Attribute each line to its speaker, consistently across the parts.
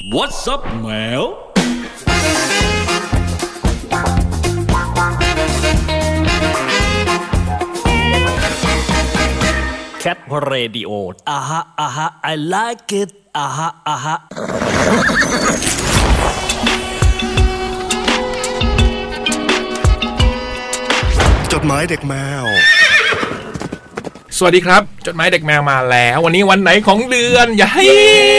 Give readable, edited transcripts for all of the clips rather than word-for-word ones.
Speaker 1: What's up แมวแคทเรดิโออ่าฮะอ่าฮะ I like it อ่าฮะอ่าฮะ
Speaker 2: จดหมายเด็กแมว
Speaker 3: สวัสดีครับจดหมายเด็กแมวมาแล้ววันนี้วันไหนของเดือนอย่าให้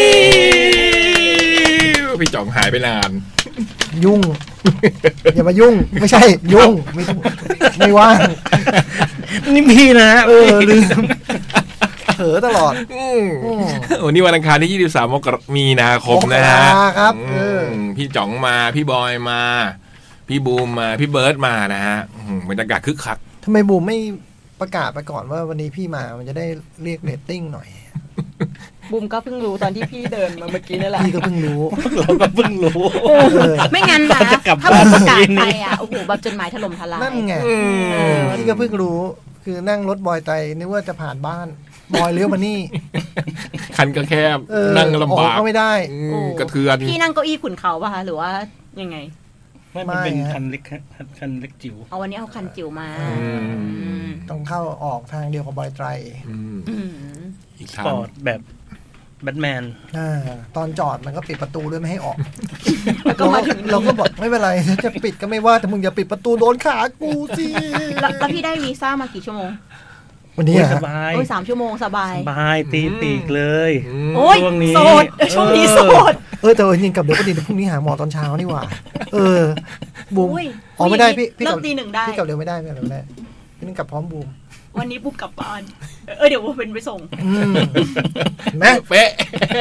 Speaker 3: พี่จ่องหายไปนาน
Speaker 4: ยุ่ง อย่ามายุ่งไม่ใช่ยุ่งไม่ว่างนี่พี่นะลืมเผลอตลอด
Speaker 3: วันนี้วันอังคารที่23มีนาคมนะฮะ
Speaker 4: ครับ
Speaker 3: พี่จ่องมาพี่บอยมาพี่บูมมาพี่เบิร์ดมานะฮะบรรยากาศคึกคัก
Speaker 4: ทำไมบูมไม่ประกาศไปก่อนว่าวันนี้พี่มามันจะได้เรียกเรตติ้งหน่อย
Speaker 5: บูมก็เพิ่งรู้ตอนที่พี่เดินมาเมื่อกี้นี่แหละ
Speaker 4: พี่ก็เพิ่งรู้
Speaker 2: เราก็เพิ่งรู้
Speaker 5: ไม่งั้นนะถ้าผมประกาศไปอ่ะโอ้โหแบบจดหมายถล่มทลาย
Speaker 4: นั่นไงพี่ก็เพิ่งรู้คือนั่งรถบอยไตนึกว่าจะผ่านบ้านบอยเลี้ยวมานี่
Speaker 3: คันก็แคบนั่งลำบาก
Speaker 4: ก็ไม่ได้
Speaker 3: กระเทือน
Speaker 5: พี่นั่งเก้าอี้ขุนเขาป่ะคะหรือว่ายังไง
Speaker 2: ไม่เป็นคันเล็กจิ๋ว
Speaker 5: เอาวันนี้เอาคันจิ๋วมา
Speaker 4: ต้องเข้าออกทางเดียวกับบอยไตร
Speaker 2: อีกทางแบบแบทแมน
Speaker 4: ตอนจอดมันก็ปิดประตูด้วยไม่ให้ออกแล้วก็มาถึงเราก็บอกไม่เป็นไรจะปิดก็ไม่ว่าแต่มึงอย่าปิดประตูโดนขากูสิ
Speaker 5: แล้วพี่ได้วีซ่ามากี่ชั่วโมง
Speaker 4: วันนี้
Speaker 2: สบาย
Speaker 5: โอ้ย3 ชั่วโมงสบาย
Speaker 2: ตีปีกเลย
Speaker 5: ช่วงนี้โสดช่วงนี้โสด
Speaker 4: แต่จริงกับเดี๋ยวก็ดีพรุ่งนี้หาหมอตอนเช้านี่หว่าบูมไม่ได้พี่กับ
Speaker 5: 1ได้
Speaker 4: พี่กับเร็วไม่ได้พี่กับเร็วไม่ได้พี่ต้องกลับพร้อมบูม
Speaker 5: วันนี้บูมกลับบ้านเดี๋ยวว่าเป็นไปส่ง
Speaker 4: แม่
Speaker 3: เป๊ะ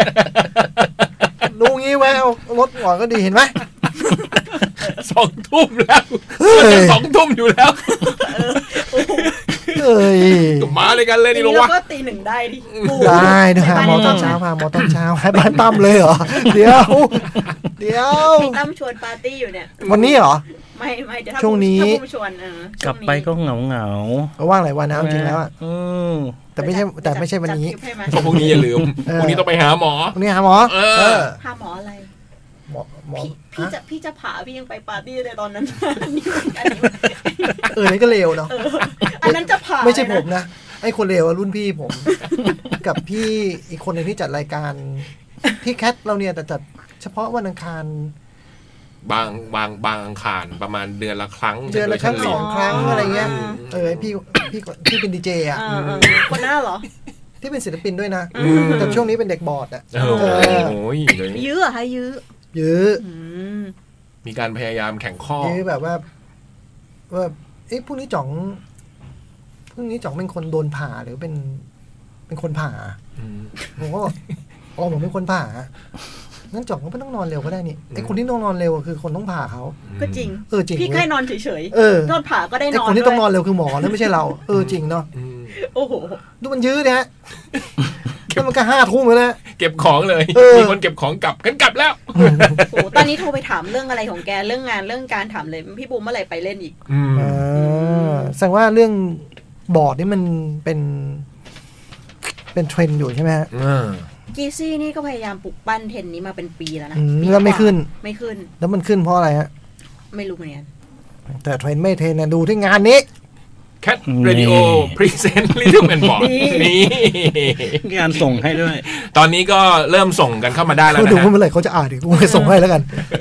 Speaker 4: ดูงี้ไว้เอารถก่อนก็ดีเห็นไหม
Speaker 3: 2 ทุ่มแล้ว2 ทุ่มอยู่แล้วมาเลยกันเลยนี่หรอวะ
Speaker 5: ก็ตี 1ได้ดิ
Speaker 4: ได้นะฮะหมอตอนเช้าพาหมอตอนเช้าให้บ้านตั้มเลยเหรอเดี๋ยว
Speaker 5: พี่ตั้มชวนปาร์ตี้อยู่เนี่ย
Speaker 4: วันนี้เหรอ
Speaker 5: ไม่เดี๋ยวถ้า
Speaker 4: ช่วงนี้
Speaker 5: ชวน
Speaker 2: กลับไปก็เหงา
Speaker 4: ก็ว่างหลายวันนะจริงแล้วแต่ไม่ใช่วันนี้
Speaker 3: พรุ่งนี้อย่าลืมพรุ่งนี้ต้องไปหาหมอ
Speaker 4: พรุ่งนี้หาหมอ
Speaker 5: หาหมออะไร
Speaker 4: หมอ
Speaker 5: พี่จะผ่าพี่ยังไปปาร์ตี้เลยตอนนั้น
Speaker 4: นี่ก็เลวเนาะ
Speaker 5: อันนั้นจะผ่า
Speaker 4: ไม่ใช่ผมนะไอ้คนเลวรุ่นพี่ผมกับพี่อีกคนนึงที่จัดรายการพี่แคทเราเนี่ยแต่จัดเฉพาะวันอังคาร
Speaker 3: บางอังคารประมาณเดือนละครั้ง
Speaker 4: 2 ครั้งอะไรเงี้ยพี่เป็นดีเจอ่ะ
Speaker 5: คนหน้าเหรอ
Speaker 4: ที่เป็นศิลปินด้วยนะแต่ช่วงนี้เป็นเด็กบอร์ดอ่ะ
Speaker 5: ยื้อให้ยื้
Speaker 4: อ
Speaker 3: มีการพยายามแข่งข้อ
Speaker 4: ยื้อแบบว่าพวกนี้จ่องเป็นคนโดนผ่าหรือเป็นคนผ่าผมก็ผมเป็นคนผ่างั้นจ่องก็ไม่ต้องนอนเร็วก็ได้นี่ไอ้คนที่ต้องนอนเร็วคือคนต้องผ่าเขา
Speaker 5: ก็จริง
Speaker 4: จริง
Speaker 5: พี่แค่นอนเฉยๆนอนผ่าก็ได้นอนไอ้
Speaker 4: คนที่ต้องนอนเร็วคือหมอแล้วไม่ใช่เราจริงเนาะ
Speaker 5: โอ้โห
Speaker 4: ดูมันยื้อเนี่ยแล้วมันก็5 ทุ่มแล้วนะ
Speaker 3: เก็บของเลยมีคนเก็บของกลับแล้ว
Speaker 5: โอ้ตอนนี้โทรไปถามเรื่องอะไรของแกเรื่องงานเรื่องการถามเลยพี่บูมเมื่อไหร่ไปเล่นอีก
Speaker 4: แสดงว่าเรื่องบอร์ดนี่มันเป็นเทรนด์อยู่ใช่ไหมฮะ
Speaker 5: กีซี่นี่ก็พยายามปลุกปั้นเทรนด์นี้มาเป็นปีแล้วนะ
Speaker 4: แล้วไม่ขึ้นแล้วมันขึ้นเพราะอะไรฮะ
Speaker 5: ไม่รู้เหมือนกัน
Speaker 4: แต่เทรนด์ไม่เทรนด์นะดูที่งานนี้
Speaker 3: แคทเรดิโอพรีเซนต์ลิตเติ้ลแมนบอร์ดนี่
Speaker 2: งานส่งให้ด้วย
Speaker 3: ตอนนี้ก็เริ่มส่งกันเข้ามาได้แล้วนะ
Speaker 4: ดูเมื่อไหร่เขาจะอ่านดิกูจะส่งให้แล้วกัน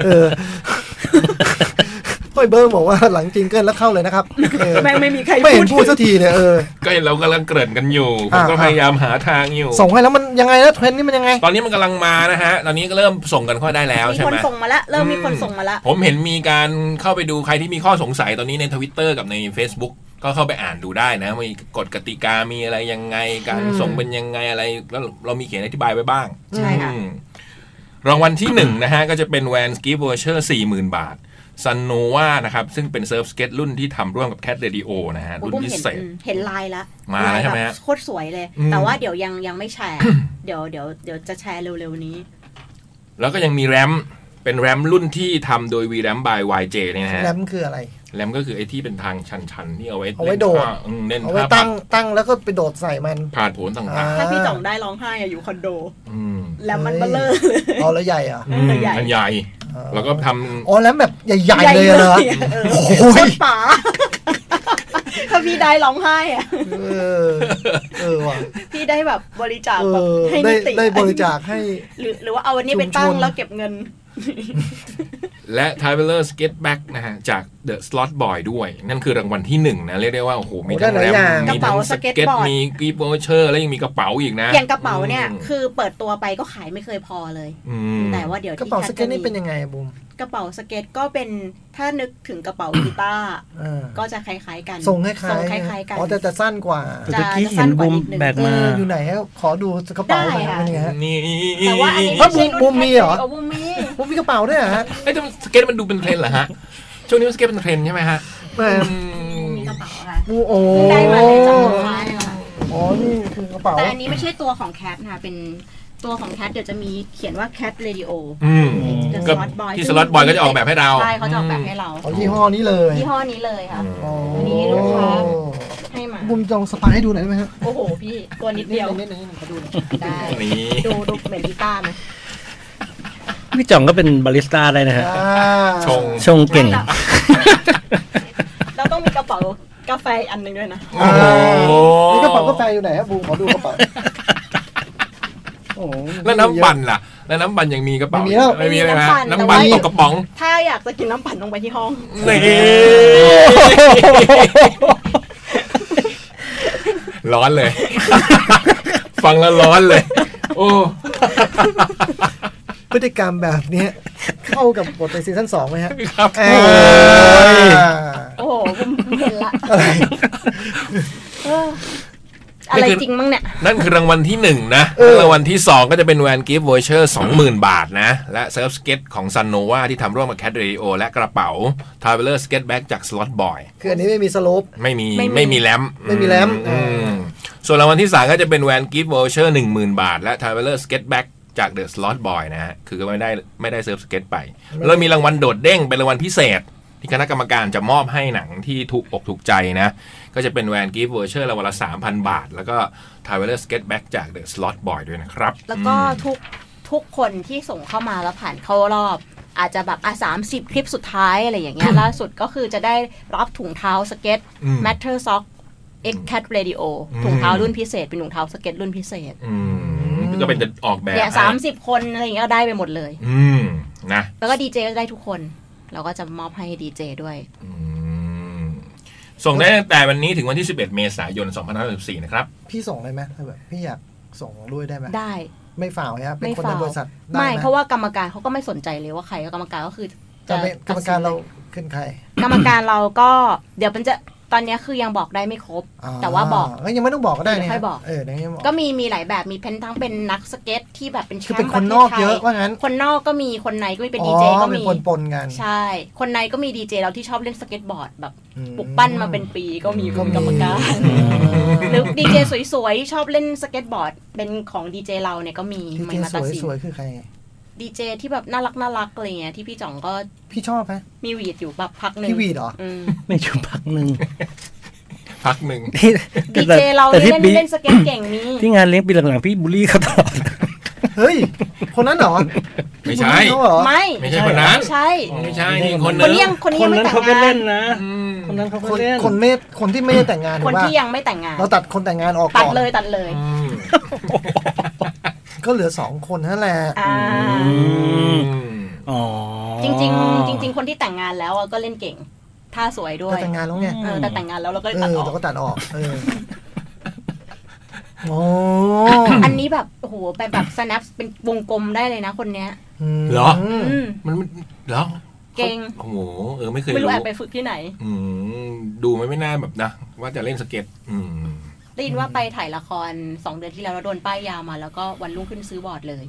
Speaker 4: ค่อยเบิ้มบอกว่าหลังจริงเกินแล้วเข้าเลยนะครับ
Speaker 5: ไม่มีใคร
Speaker 4: ไม่เห็นพูดสักทีเนี่ย
Speaker 3: ก็เรากำลังเกริ่นกันอยู่ผมก็พยายามหาทางอยู่
Speaker 4: ส่งให้แล้วมันยังไงนะเทรนด์นี่มันยังไง
Speaker 3: ตอนนี้มันกำลังมานะฮะตอนนี้ก็เริ่มส่งกันเข้าได้แล้วใช่ไหม
Speaker 5: มีคนส่งมาแล้วเริ่มมีคนส่งมาแล้ว
Speaker 3: ผมเห็นมีการเข้าไปดูใครที่มีข้อสงสัยตอนนี้ใน Twitter กับใน Facebookก็เข้าไปอ่านดูได้นะมีกฎกติกามีอะไรยังไงการส่งเป็นยังไงอะไรแล้วเรามีเขียนอธิบายไว้บ้าง
Speaker 5: ใช่ค่ะ
Speaker 3: รางวัลที่1นะฮะก็จะเป็นแวนสกีฟวอเชอร์ 40,000 บาทซันโนวานะครับซึ่งเป็นเซิร์ฟสเก็ตรุ่นที่ทำร่วมกับแคทเรดิโอนะฮะรุ่นพิเศษ
Speaker 5: เห็นลายแล้ว
Speaker 3: มาแล้วใช่ไหม
Speaker 5: โคตรสวยเลยแต่ว่าเดี๋ยวยังไม่แชร์เดี๋ยวจะแชร์เร็วๆนี้
Speaker 3: แล้วก็ยังมีแรมเป็นแรมรุ่นที่ทำโดย VRAM by YJ เนี่ยนะฮะ
Speaker 4: แรมคืออะไร
Speaker 3: แรมก็คือไอ้ที่เป็นทางชันๆที่เอาไว้
Speaker 4: โดด
Speaker 3: เอา
Speaker 4: ไว้ตั้งแล้วก็ไปโดดใส่มัน
Speaker 3: ผ่านผลต่าง
Speaker 5: ๆถ้าพี่จ่องได้ร้องไห้อยู่คอนโดแล้วมันเบลอเลย
Speaker 4: อ๋อแล้วใหญ่เหรอ
Speaker 5: ใหญ่
Speaker 3: อันใหญ่แล้วก็ทำ
Speaker 4: อ๋อแล้วแบบใหญ่ๆเลยเหรอ
Speaker 5: โอ้โหป๋าถ้าพี่ได้ร้องไห้อะ
Speaker 4: ว่ะ
Speaker 5: พี่ได้แบบบริจาคแบบให้นิติ
Speaker 4: ได้บริจาคให้
Speaker 5: หรือว่าเอาวันนี้ไปตั้งแล้วเก็บเงิน
Speaker 3: และ Traveler Skate Bag นะฮะจาก The Slot Boy ด้วยนั่นคือรางวัลที่1นะเรียกได้ว่าโอ้โหมีทั้งแรมมีทั้งสเก็ตมีกีบโวเชอร์แล้วยังมีกระเป๋าอีกนะ
Speaker 5: อย่างกระเป๋าเนี่ยคือเปิดตัวไปก็ขายไม่เคยพอเลยแต่ว่าเดี๋ยว
Speaker 4: กระเป๋าสเก็ตนี่เป็นยังไงบูม
Speaker 5: กระเป๋าสเก็ตก็เป็นถ้านึกถึงกระเป๋ากีตาร์ก็จะคล้ายๆกัน
Speaker 4: ทรงคล้ายๆกันอ๋อแต่จะสั้นกว่า
Speaker 2: ตะกี้เห็นบูมแบกมา
Speaker 4: อยู่ไหนขอดูกระเป๋าหน่อยเป็นยังไง
Speaker 3: นี่
Speaker 5: แต่ว่าอันนี้
Speaker 4: บูมมีเหรอ
Speaker 5: บูม
Speaker 4: มีกระเป๋าด้วยเหรอฮะ
Speaker 3: ไอ้สเก็ตมันดูเป็นเทรนด์เหรอฮะช่วงนี้สเก็ตเป็นเทรนด์ใช่ไหมฮะ
Speaker 5: มีกระเป๋าอะไร
Speaker 4: โอ้
Speaker 5: ได้มาเลยจากโรงงาน
Speaker 4: อ๋อนี่คือกระเป๋า
Speaker 5: แต่อันนี้ไม่ใช่ตัวของแคทนะคะเป็นตัวของแคทเดี๋ยวจะมีเขียนว่า Cat Radio
Speaker 3: ก็ที่ Slot Boy ก็จะออกแบบให้เรา
Speaker 5: ใช่เขาจะออกแบบให้เรา
Speaker 4: ยี่ห้อนี้เลย
Speaker 5: ยี่ห้อนี้เลยค่ะอันนี้ลูกค้าให้มา
Speaker 4: บุมจองสปายให้ดูหน่อยได้ไหมครับ
Speaker 5: โอ้โหพี่ตัวนิดเดียว
Speaker 4: เขาดู
Speaker 5: ได้ดูเหมือนกีตาร์ไหม
Speaker 2: พี่จ่องก็เป็นบาริสต้าได้นะฮะชงเก่ง
Speaker 5: เราต้องมีกระเป๋ากาแฟอันนึงด้วยนะ
Speaker 4: มีกระเป๋ากาแฟอยู่ไหนครับบูมขอดูกระเป๋า
Speaker 3: แล้วน้ำปั่นล่ะแล้วน้ำปั่นยังมีกระเป๋าไม่มีเลยนะน้ำปั่นตกกระป๋อง
Speaker 5: ถ้าอยากจะกินน้ำปั่นลงไปที่ห้อง
Speaker 3: นี่ร้อนเลยฟังแล้วร้อนเลยโอ้
Speaker 4: พฤติกรรมแบบนี้เข้ากับบทในซีซั่น2ไหมฮะ
Speaker 3: ครับ
Speaker 5: โอ้โหเห็นละอะไรจริงมั้งเนี่ย
Speaker 3: นั่นคือรางวัลที่1นะรางวัลที่2ก็จะเป็นแวนกิฟต์วอเชอร์ 20,000 บาทนะและเซิร์ฟสเก็ตของซันโนวาที่ทำร่วมกับ Cat Radio และกระเป๋า Traveler Skate Bag จาก Slot Boy
Speaker 4: คืออันนี้ไม่มีสโลป
Speaker 3: ไม่มีแรมส่วนรางวัลที่3ก็จะเป็นแวนกิฟต์วอเชอร์ 10,000 บาทและ Traveler Skate Bag จาก The Slot Boy นะฮะคือก็ไม่ได้เซิร์ฟสเก็ตไปแล้วมีรางวัลโดดเด้งเป็นรางวัลพิเศษที่คณะกรรมการจะมอบให้หนังที่ถูกอกถูกใจนะก็จะเป็นแวนกิฟต์วอเชอร์รางวัลละ 3,000 บาทแล้วก็ Traveler Skate Bag จาก The Slot Boy ด้วยนะครับ
Speaker 5: แล้วก็ทุกคนที่ส่งเข้ามาแล้วผ่านเข้ารอบอาจจะแบบ30 คลิปสุดท้ายอะไรอย่างเงี้ยล่าสุดก็คือจะได้รับถุงเท้าสเก็ต Matter Sock X Cat Radio ถุงเท้ารุ่นพิเศษเป็นถุงเท้าสเก็ตรุ่นพิเศษ
Speaker 3: ก็เป็นออกแบบ
Speaker 5: เนี่ย30 คนอะไรอย่างเงี้ยได้ไปหมดเลย
Speaker 3: นะ
Speaker 5: แล้วก็ดีเจก็ได้ทุกคนเราก็จะมอบให้ดีเจด้วย
Speaker 3: ส่งได้ตั้งแต่วันนี้ถึงวันที่11 เมษายน 2564นะครับ
Speaker 4: พี่ส่งได้ไหมถ้าแบบพี่อยากส่งด้วยได้ไหม
Speaker 5: ได้
Speaker 4: ไม่ฝ่าวครับเป็นคนในบริษัท
Speaker 5: ไม่เพราะว่ากรรมการเขาก็ไม่สนใจเลยว่าใครกรรมการก็คือก
Speaker 4: รรมการเราขึ้นใคร
Speaker 5: กรรมการเราก็เดี๋ยวมันจะตอนนี้คือยังบอกได้ไม่ครบแต่ว่าบอก
Speaker 4: ยังไม่ต้องบอกก็ได้เนี่ย
Speaker 5: ก็มีหลายแบบมีทั้งเป็นนักสเก็ตที่แบบเป็นแชมป์
Speaker 4: เป็นคนนอกเยอะว่างั้น
Speaker 5: คนนอกก็มีคนในก็มีเป็นดีเจก็มี
Speaker 4: คนปนกัน
Speaker 5: ใช่คนในก็มีดีเจเราที่ชอบเล่นสเก็ตบอร์ดแบบปลุกปั้นมาเป็นปีก็มีกรรมการหรือดีเจสวยๆที่ชอบเล่นสเก็ตบอร์ดเป็นของดีเจเราเนี่ยก็มี
Speaker 4: มาตัดสินสวยๆคือใคร
Speaker 5: ดีเจที่แบบน่ารักอะไรเงี้ยที่พี่จ่องก็
Speaker 4: พี่ชอบไหม
Speaker 5: มีวีดอยู่แบบพักนึง
Speaker 4: พี่วีดเหรอ
Speaker 2: ไม่ชุบพักนึง
Speaker 3: พักหนึ่ง
Speaker 5: ดีเจเราเล่นสเก็ตเก่งมี
Speaker 2: ที่งานเลี้ยงปีหลังๆพี่บูลลี่เขาตลอด
Speaker 4: เฮ้ยคนนั้นเหรอ
Speaker 3: ไม่ใช่ไม่ใช่คนนั้นไม่ใช่นี่คนนึง
Speaker 5: คนนั้น
Speaker 2: เขาก็เล่นนะคนนั้นเขาก็เล่น
Speaker 4: คนที่ไม่ได้แต่งงาน
Speaker 5: คนที่ยังไม่แต่งงาน
Speaker 4: เราตัดคนแต่งงานออกก่อน
Speaker 5: ตัดเลย
Speaker 4: ก็เหลือ2คนนั่นแหละ
Speaker 5: จริงคนที่แต่งงานแล้วก็เล่นเก่งท่าสวยด้วย
Speaker 4: แต่งงานแล้วไง
Speaker 5: แต่แต่งงานแล้วเราก็
Speaker 4: ตัดออก
Speaker 5: อันนี้แบบโอ้โหแบบ snap เป็นวงกลมได้เลยนะคนเนี้ย
Speaker 3: เหรอมันเหรอ
Speaker 5: เก่ง
Speaker 3: โอ้โหไม่เคย
Speaker 5: ไม่รู้แอบไปฝึกที่ไหน
Speaker 3: ดูไม่น่าแบบนะว่าจะเล่นสเก็ต
Speaker 5: ได้ยินว่าไปถ่ายละคร2 เดือนที่แล้วโดนป้ายยามาแล้วก็วันรุ่งขึ้นซื้อบอร์ดเลย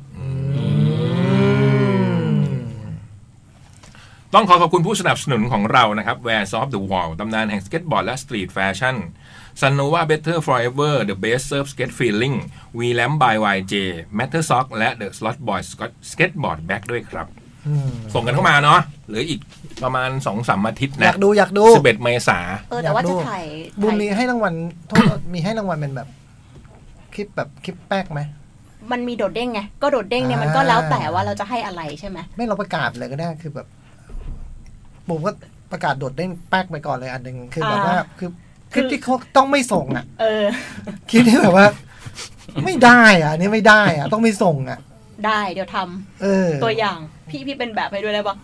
Speaker 3: ต้องขอขอบคุณผู้สนับสนุนของเรานะครับ Wear Soft the Wall ตำนานแห่งสเก็ตบอร์ดและสตรีทแฟชั่น Sunova Better Forever The Best Surf Skate Feeling V-Lamp by YJ Matter Sock และ The Slot Boy Skateboard Bag ด้วยครับส่งกันเข้ามาเนาะเหลืออีกประมาณ 2-3 อาทิตย์นะ
Speaker 4: อยากดู
Speaker 3: 11 เมษายน
Speaker 5: แต่ว่าจะถ่าย
Speaker 4: บุญมีให้รางวัลมีให้รางวัลเป็นแบบคลิปแป๊กไหม
Speaker 5: มันมีโดดเด้งไงก็โดดเด้งเนี่ยมันก็แล้วแต่ว่าเราจะให้อะไรใช่ไหม
Speaker 4: ไม่เราประกาศเลยก็ได้คือแบบผมก็ประกาศโดดเด้งแป๊กไปก่อนเลยอันหนึ่งคือแบบว่าคือคลิปที่เขาต้องไม่ส่งอ่ะคลิปที่แบบว่าไม่ได้อ่ะนี่ไม่ได้อ่ะต้องไม่ส่งอ่ะ
Speaker 5: ได้เดี๋ยวทำตัวอย่างพี่เป็นแบบให้ด้วยได้ปะ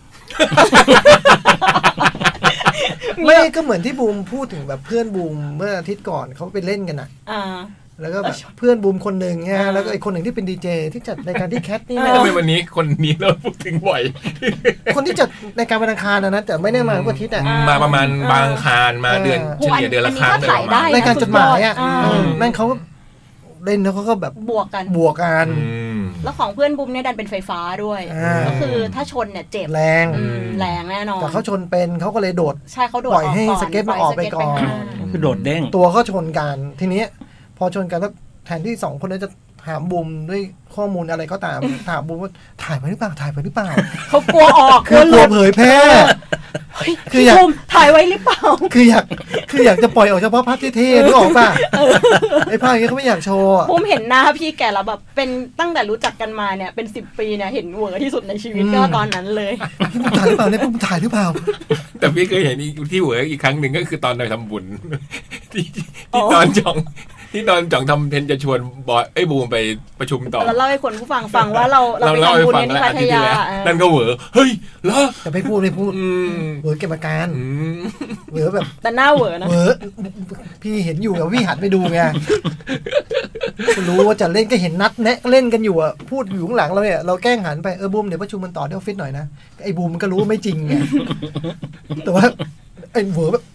Speaker 4: ไม่ก็เหมือนที่บูมพูดถึงแบบเพื่อนบูมเมื่ออาทิตย์ก่อนเขาไปเล่นกันอ่ะแล้วก็แบบเพื่อนบูมคนหนึ่งเนี่ยแล้วก็อีกคนหนึ่งที่เป็นดีเจที่จัดรายการที่แคทนี่นะ
Speaker 3: ทำไมวันนี้คนนี้เราพูดถึงบ่อย
Speaker 4: คนที่จัดรายการวันอังคารนะแต่ไม่ได้มาทุกอาทิตย์อ่ะ
Speaker 3: มาประมาณบางอังคารมาเดือนเฉลี่ยเดือนละครั้ง
Speaker 4: รายการจดหมายอ่ะนั่นเขาเล่นแล้วเขาก็แบบบวกกัน
Speaker 5: แล้วของเพื่อนบุ้มเนี่ยดันเป็นไฟฟ้าด้วยก็คือถ้าชนเนี่ยเจ็บ
Speaker 4: แรง
Speaker 5: แน่นอน
Speaker 4: แต่เขาชนเป็นเขาก็เลยโดด
Speaker 5: ใช่เขาโดด
Speaker 4: ปล่อยให้สเก็ตมันออกไปก่อน
Speaker 2: คือโดดเด้ง
Speaker 4: ตัวเขาชนกันทีนี้พอชนกันแล้วแทนที่2คนนั้นจะถามบูมด้วยข้อมูลอะไรก็ตามถามบูมว่าถ่ายไปหรือเปล่า
Speaker 5: เขากลัวออก
Speaker 4: กลัวเผยแพร่
Speaker 5: คืออยากถ่ายไว้หรือเปล่า
Speaker 4: คืออยากจะปล่อยออกเฉพาะภาพเท่ๆนึกออกป่ะไอ้ภาพอย่างนี้เขาไม่อยากโชว์
Speaker 5: บูมเห็นหน้าพี่แกแล้วแบบเป็นตั้งแต่รู้จักกันมาเนี่ยเป็น10 ปีเนี่ยเห็นเวอร์ที่สุดในชีวิตก็ตอนนั้นเลย
Speaker 4: ถ่ายหรือเปล่าเนี่ยผมถ่ายหรือเปล่า
Speaker 3: แต่พี่เคยเห็นที่เวอร์อีกครั้งหนึ่งก็คือตอนเราทำบุญที่ตอนจ่องทำเพนจะชวนบอยไอ้บูมไปประชุมต่อ
Speaker 5: แล้วเล่าให้คนผู้ฟังฟังว่าเราไปทำบุญที่พัทยา
Speaker 3: นั่นก็เวอร์เฮ้ยแล้ว
Speaker 4: แต่ไม่พูดเวอร์เก็บอาการเวอร์แบบ
Speaker 5: แต่หน้าเวอร์นะ
Speaker 4: เวอร์พี่เห็นอยู่แต่พี่หันไปดูไงรู้ว่าจะเล่นก็เห็นนัดแนะเล่นกันอยู่อ่ะพูดอยู่ข้างหลังเราเนี่ยเราแกล้งหันไปบูมเดี๋ยวประชุมมันต่อที่ออฟฟิศหน่อยนะไอ้บูมมันก็รู้ว่าไม่จริงไงแต่ว่าไอ้เวอร์แบบ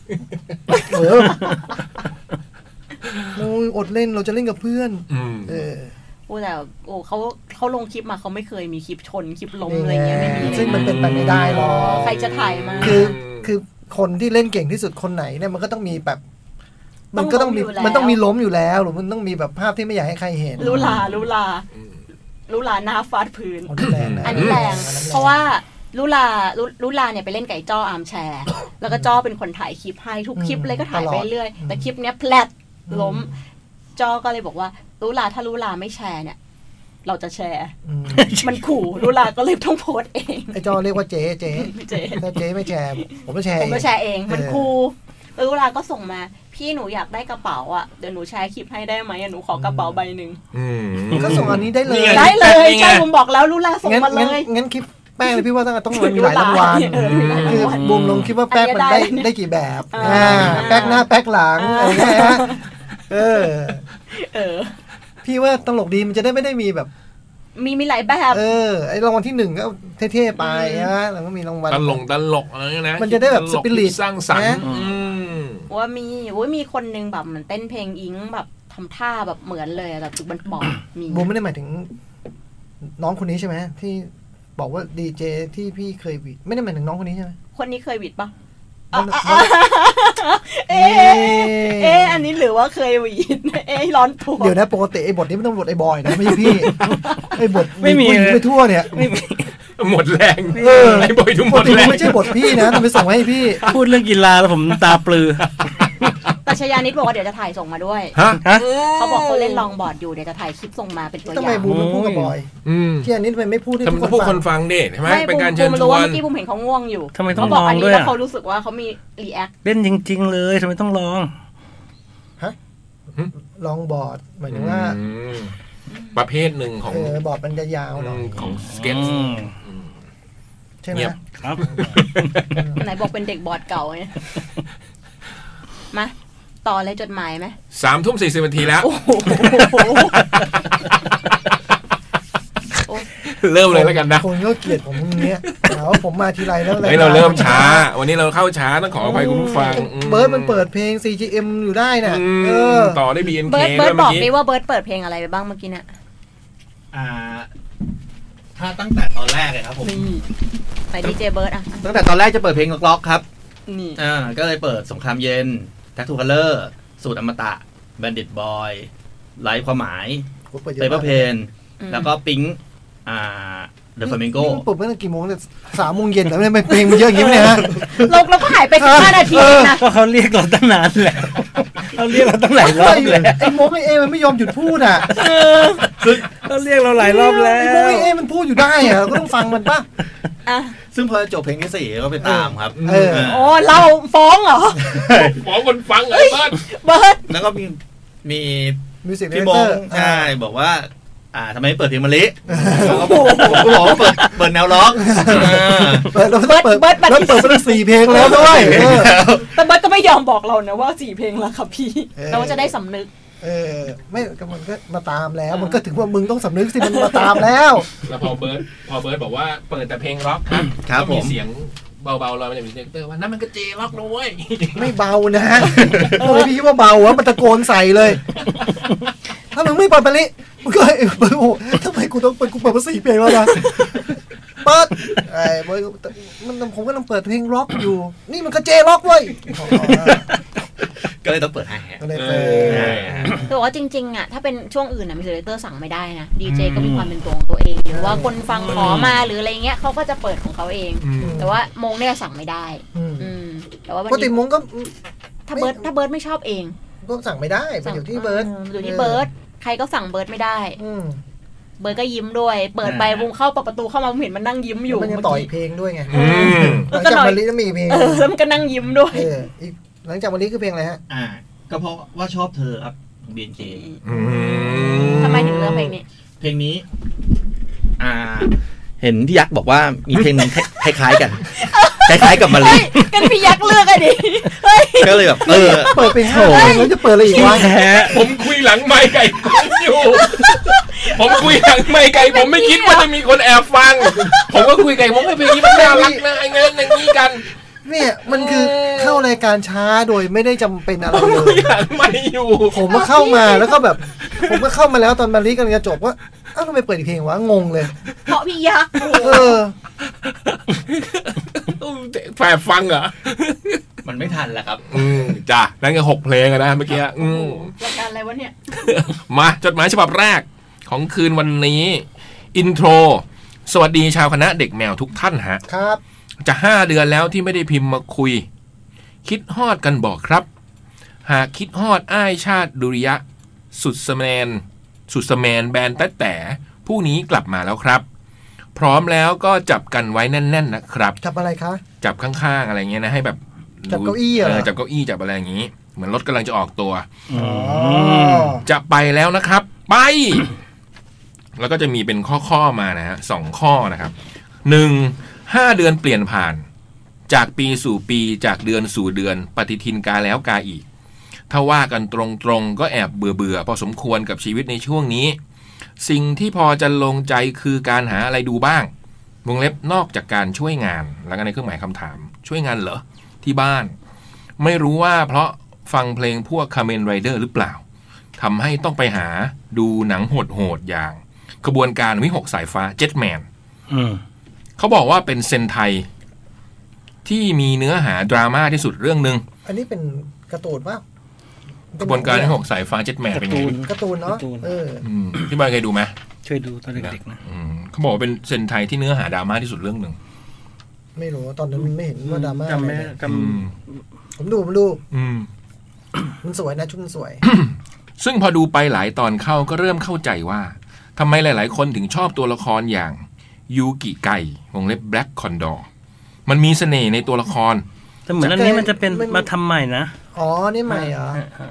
Speaker 4: เราอดเล่นเราจะเล่นกับเพื่อน
Speaker 5: แต่เขาลงคลิปมาเขาไม่เคยมีคลิปชนคลิปล้มอะไรเงี้ยไม่มี
Speaker 4: ซึ่งมันเป็นไปไม่ได้หรอก
Speaker 5: ใครจะถ่ายมา
Speaker 4: คือคนที่เล่นเก่งที่สุดคนไหนเนี่ยมันก็ต้องมีแบบมันก็ต้องมีล้มอยู่แล้วหรือมันต้องมีแบบภาพที่ไม่อยากให้ใครเห็น
Speaker 5: รู้ลาหน้าฟาดพื้นอันนี้แรงเพราะว่าลุลาเนี่ยไปเล่นไก่จ้ออาร์มแชร์แล้วก็จ้อเป็นคนถ่ายคลิปให้ทุกคลิปเลยก็ถ่ายไปเรื่อยแต่คลิปเนี้ยแพลตล้มจ้อก็เลยบอกว่าถ้าลุลาไม่แชร์เนี่ยเราจะแชร์มันขู่ลุลาก็เลยต้องโพสเอง
Speaker 4: ไอ้จ้อเรียกว่าเจ๊ถ้าเจ๊ไม่แชร์ผมจะแชร์
Speaker 5: เองมันขู่ลุลาก็ส่งมาพี่หนูอยากได้กระเป๋าอ่ะเดี๋ยวหนูแชร์คลิปให้ได้ไหมหนูขอกระเป๋าใบนึง
Speaker 4: ก็ส่งอันนี้ได้เลย
Speaker 5: ใช่ผมบอกแล้วลุลาส่งมาเลย
Speaker 4: งั้นคลิปแป้งเลยพี่ว่าต้องมีหลายรางวัลคือบูมลงคิดว่าแป้งมันได้กี่แบบแป้งหน้าแป้งหลังอะไรเงี้ยพี่ว่าตลกดีมันจะได้ไม่ได้มีแบบ
Speaker 5: มีหลายแบบ
Speaker 4: ไอ้รางวัลที่1ก็เท่ๆไปนะแล้วก็มีรางวัล
Speaker 3: ตลกอะไรนะ
Speaker 4: มันจะได้แบบสปิริต
Speaker 3: สร้างสรรค์
Speaker 5: ว่ามีคนนึงแบบเหมือนเต้นเพลงอิงแบบทำท่าแบบเหมือนเลยแบบมันบอกมี
Speaker 4: บูมไม่ได้หมายถึงน้องคนนี้ใช่ไหมที่บอกว่าดีเจที่พี่เคยวิดไม่ได้หมายถึงน้องคนนี้ใช่ไหม
Speaker 5: คนนี้เคยวิดปะอันนี้หรือว่าเคยวิดร้อนตัว
Speaker 4: เดี๋ยวนะปกติไอ้บทนี้ไม่ต้องบทไอ้บอยนะไม่ใช่พี่ไอ้บทไม่มีไปทั่วเนี่ย
Speaker 3: หมดแรงไอ้บอยทุกหมดแรง
Speaker 4: ไม่ใช่บทพี่นะทำไมส่งให้พี่
Speaker 2: พูดเรื่องกีฬาแล้วผมตาปลือ
Speaker 5: แต่ชยานิดบอกว่าเดี๋ยวจะถ่ายส่งมาด้วยเขาบอกเขาเล่นลองบอร์ดอยู่เดี๋ยวจะถ่ายคลิปส่งมาเป็นตัวอย่าง
Speaker 4: ทำไมบูมพูดกับบอยชยานิดทำไมไม่พูดให้
Speaker 3: ทุกคนฟังดิใช่ไหมเป็นการเชิญชวน
Speaker 5: เมื่อกี้บูมเห็นเขาง่วงอยู่
Speaker 2: ทำไมต้องลองด้วย
Speaker 5: เขารู้สึกว่าเขามีรีแอค
Speaker 2: เล่นจริงๆเลยทำไมต้องลอง
Speaker 4: ลองบอร์ดหมายถึงว่า
Speaker 3: ประเภทหนึ่งของ
Speaker 4: บอร์ดมันจะยาวหน่อย
Speaker 3: ของสเก็ต
Speaker 4: ใช่ไหม
Speaker 2: ครับ
Speaker 5: ไหนบอกเป็นเด็กบอร์ดเก่าไงมาต่อเลยจดหมายไหม
Speaker 3: 3:40 นาทีแล้วเริ่มเลยแล้วกันนะ
Speaker 4: คนก็เกลียดผมตรงนี้ว่าผมมาทีไรแล้ว
Speaker 3: เราเริ่มช้าวันนี้เราเข้าช้าต้องขออภัยคุณผู้ฟัง
Speaker 4: เบิร์ดมันเปิดเพลง CGM อยู่ได้น่ะ
Speaker 3: ต่อได้ BNK
Speaker 5: เบิร์ดบอกดิว่าเบิร์ดเปิดเพลงอะไรไปบ้างเมื่อกี้เนี่ย
Speaker 6: ถ้าตั้งแต่ตอนแรกเลยครับผม
Speaker 5: ไปดีเจเบิร์ด
Speaker 6: ตั้งแต่ตอนแรกจะเปิดเพลงล็อกๆครับก็เลยเปิดสงครามเย็นแท็กทูคัลเลอร์สูตรอมตะแบนดิตบอยไลฟ์ความหมายเปเปอร์เพนแล้วก็ปิ๊งเดอะฟลามิงโก
Speaker 4: ปลุกเมื่อกี่โมงเนี่ย3:00 นแล้วไม่เพลงมันเยอะอย่างนี้เนี่ยฮะ
Speaker 5: ลงแล้วก็หายไป15 นาทีนะ
Speaker 2: ก็เขาเรียกเราตั้งนานแล้วเขาเรียกเราตั้งหลายรอบเลย
Speaker 4: ไอ้โมกไอ้มันไม่ยอมหยุดพูดอ่ะ
Speaker 2: เราเรียกเราหลายรอบแล้ว
Speaker 4: มันพูดอยู่ได้อะก็ต้องฟังมันป่ะ
Speaker 6: ซึ่งพอจบเพลงที่ 4ก็ไปตามครับ
Speaker 5: โอ้เราฟ้องเหรอ
Speaker 3: ฟ้องคนฟังไอ้
Speaker 5: เบิร์ด
Speaker 6: แล้วก็มีพี่มงใช่บอกว่าทำไมเปิดเพลงมะลิเขาบอกว่าเปิดแนวล็อก
Speaker 4: เปิดแล้วเปิดไป4 เพลงแล้วด้วย
Speaker 5: แต่เบิร์ดก็ไม่ยอมบอกเรานะว่า4 เพลงแล้วครับพี่เราจะได้สำนึก
Speaker 4: ไม่มันก็มาตามแล้วมันก็ถึงว่ามึงต้องสำนึกสิมันมาตามแล้ว
Speaker 3: พอเบิร์ดบอกว่าเปิดแต่เพลงร็อกครับก็มีเสียงเบาๆเราไม่ได้มีเสียงเตอร์ว่านั่นมันก็เจล็อกนะเว้ย
Speaker 4: ไม่เบานะทำไมพี่ว่าเบาวะมันตะโกนใส่เลยถ้ามึงไม่เปิดไปลิมึงก็โอ้ทำไมกูต้องเปิดกูเปิดมา4 เพลงแล้วนะเปิดมันผมก็ต้องเปิดเพลงร็อกอยู่นี่มันก็เจล็อกเว้ย
Speaker 6: ก็เลยต้องเปิดให้
Speaker 5: แต่ว่าจริงๆอ่ะถ้าเป็นช่วงอื่นนะมิวสิคเตอร์สั่งไม่ได้นะดีเจก็มีความเป็นตัวของตัวเองหรือว่าคนฟังขอมาหรืออะไรเงี้ยเขาก็จะเปิดของเขาเองแต่ว่ามงเนี่ยสั่งไม่ได้แต่ว่า
Speaker 4: ปกติมงก็
Speaker 5: ถ้าเบิร์ดไม่ชอบเอง
Speaker 4: ก็สั่งไม่ได้เป็นอยู่ที่เบิร์ด
Speaker 5: อยู่ที่เบิร์ดใครก็สั่งเบิร์ดไม่ได้เบิร์ดก็ยิ้มด้วยเปิดไปวงเข้าประตูเข้ามาเห็นมันนั่งยิ้มอยู่
Speaker 4: มันยังต่ออีกเพลงด้วยไงแล้วจากมะลิก็มีเพลง
Speaker 5: แล้วมันก็นั่งยิ้มด้วย
Speaker 4: หลังจากมะลิคือเพลงอะไรฮะ
Speaker 6: ก็เพราะว่าชอบเธอครับเบียนเค
Speaker 5: ทำไมถึงเลือกเพลงนี้
Speaker 6: เพลงนี้เห็นพี่ยักษ์บอกว่ามีเพลงนึงคล้ายๆกันคล้ายๆกับมะลิ
Speaker 5: กันพี่ยักษ์เลือกอะดิ
Speaker 6: ก็เลยแบบ
Speaker 4: เปิดไปโถ่แล้วจะเปิดอะไรอีกวะ
Speaker 3: ผมคุยหลังไมค์ไก่อยู่ผมคุยหลังไมค์ไก่ผมไม่คิดว่าจะมีคนแอบฟังผมก็คุยไก่ผมให้เพลงนี้มันน่ารักนะไอ้เงี้ยอย่างนี้กัน
Speaker 4: เนี่ยมันคือเข้ารายการช้าโดยไม่ได้จำเป็นอะไรเลย
Speaker 3: ไม่อยู่
Speaker 4: ผมก็เข้ามาแล้วก็แบบผมก็เข้ามาแล้วตอนมาลิกันจะจบว่าอ้าวทำไมเปิดอีกเพลงวะงงเลย
Speaker 5: เพราะพี่ยักษ์
Speaker 3: แฝงฟังเหรอ
Speaker 6: มันไม่ทันแหละครับ
Speaker 3: จ้ะนั่นก็6 เพลงนะเมื่อกี้
Speaker 5: รายการอะไรวะเนี่ย
Speaker 3: มาจดหมายฉบับแรกของคืนวันนี้อินโทรสวัสดีชาวคณะเด็กแมวทุกท่านฮะ
Speaker 4: ครับ
Speaker 3: จะ5 เดือนแล้วที่ไม่ได้พิมพ์มาคุยคิดฮอดกันบอกครับหากคิดฮอดอ้ายชาติดุริยะสุดสแมนแบนแต่ผู้นี้กลับมาแล้วครับพร้อมแล้วก็จับกันไว้แน่นๆนะครับ
Speaker 4: จับอะไรคะ
Speaker 3: จับข้างๆอะไรเงี้ยนะให้แบบ
Speaker 4: จับเก้าอี้
Speaker 3: จับเก้าอี้จับอะไรอย่างงี้เหมือนรถกำลังจะออกตัวจะไปแล้วนะครับไป แล้วก็จะมีเป็นข้อมานะฮะ2 ข้อนะครับ1-5 เดือนเปลี่ยนผ่านจากปีสู่ปีจากเดือนสู่เดือนปฏิทินกาแล้วกาอีกถ้าว่ากันตรงๆก็แอบเบื่อพอสมควรกับชีวิตในช่วงนี้สิ่งที่พอจะลงใจคือการหาอะไรดูบ้างวงเล็บนอกจากการช่วยงานแล้วก็ในเครื่องหมายคำถามช่วยงานเหรอที่บ้านไม่รู้ว่าเพราะฟังเพลงพวก Kamen Rider หรือเปล่าทำให้ต้องไปหาดูหนังโหดๆอย่างขบวนการวิหกสายฟ้า Jetmanเขาบอกว่าเป็นเซนไทที่มีเนื้อหาดราม่าที่สุดเรื่องนึง
Speaker 4: อันนี้เป็นการ์ตูนป่ะ
Speaker 3: กระบวนการที่6สายฟ้าเจ็ตแมนเป็นไง
Speaker 4: การ์ตูนเนาะ
Speaker 3: ที่บ้านเคยดูไหม
Speaker 2: ช่วยดูตอนเด็กๆนะ
Speaker 3: เขาบอกว่าเป็นเซนไทที่เนื้อหาดราม่าที่สุดเรื่องนึง
Speaker 4: ไม่รู้ตอนนั้นไม่เห็นว่าดราม่าอะไรผมดูมันสวยนะชุดมันสวย
Speaker 3: ซึ่งพอดูไปหลายตอนเข้าก็เริ่มเข้าใจว่าทำไมหลายๆคนถึงชอบตัวละครอย่างยูกิไก่วงเล็บแบล็กคอนดอร์มันมีเสน่ห์ในตัวละคร
Speaker 2: แต่เหมือนอันนี้มันจะเป็นมาทำใหม่นะ
Speaker 4: อ๋อนี่ใหม่เหร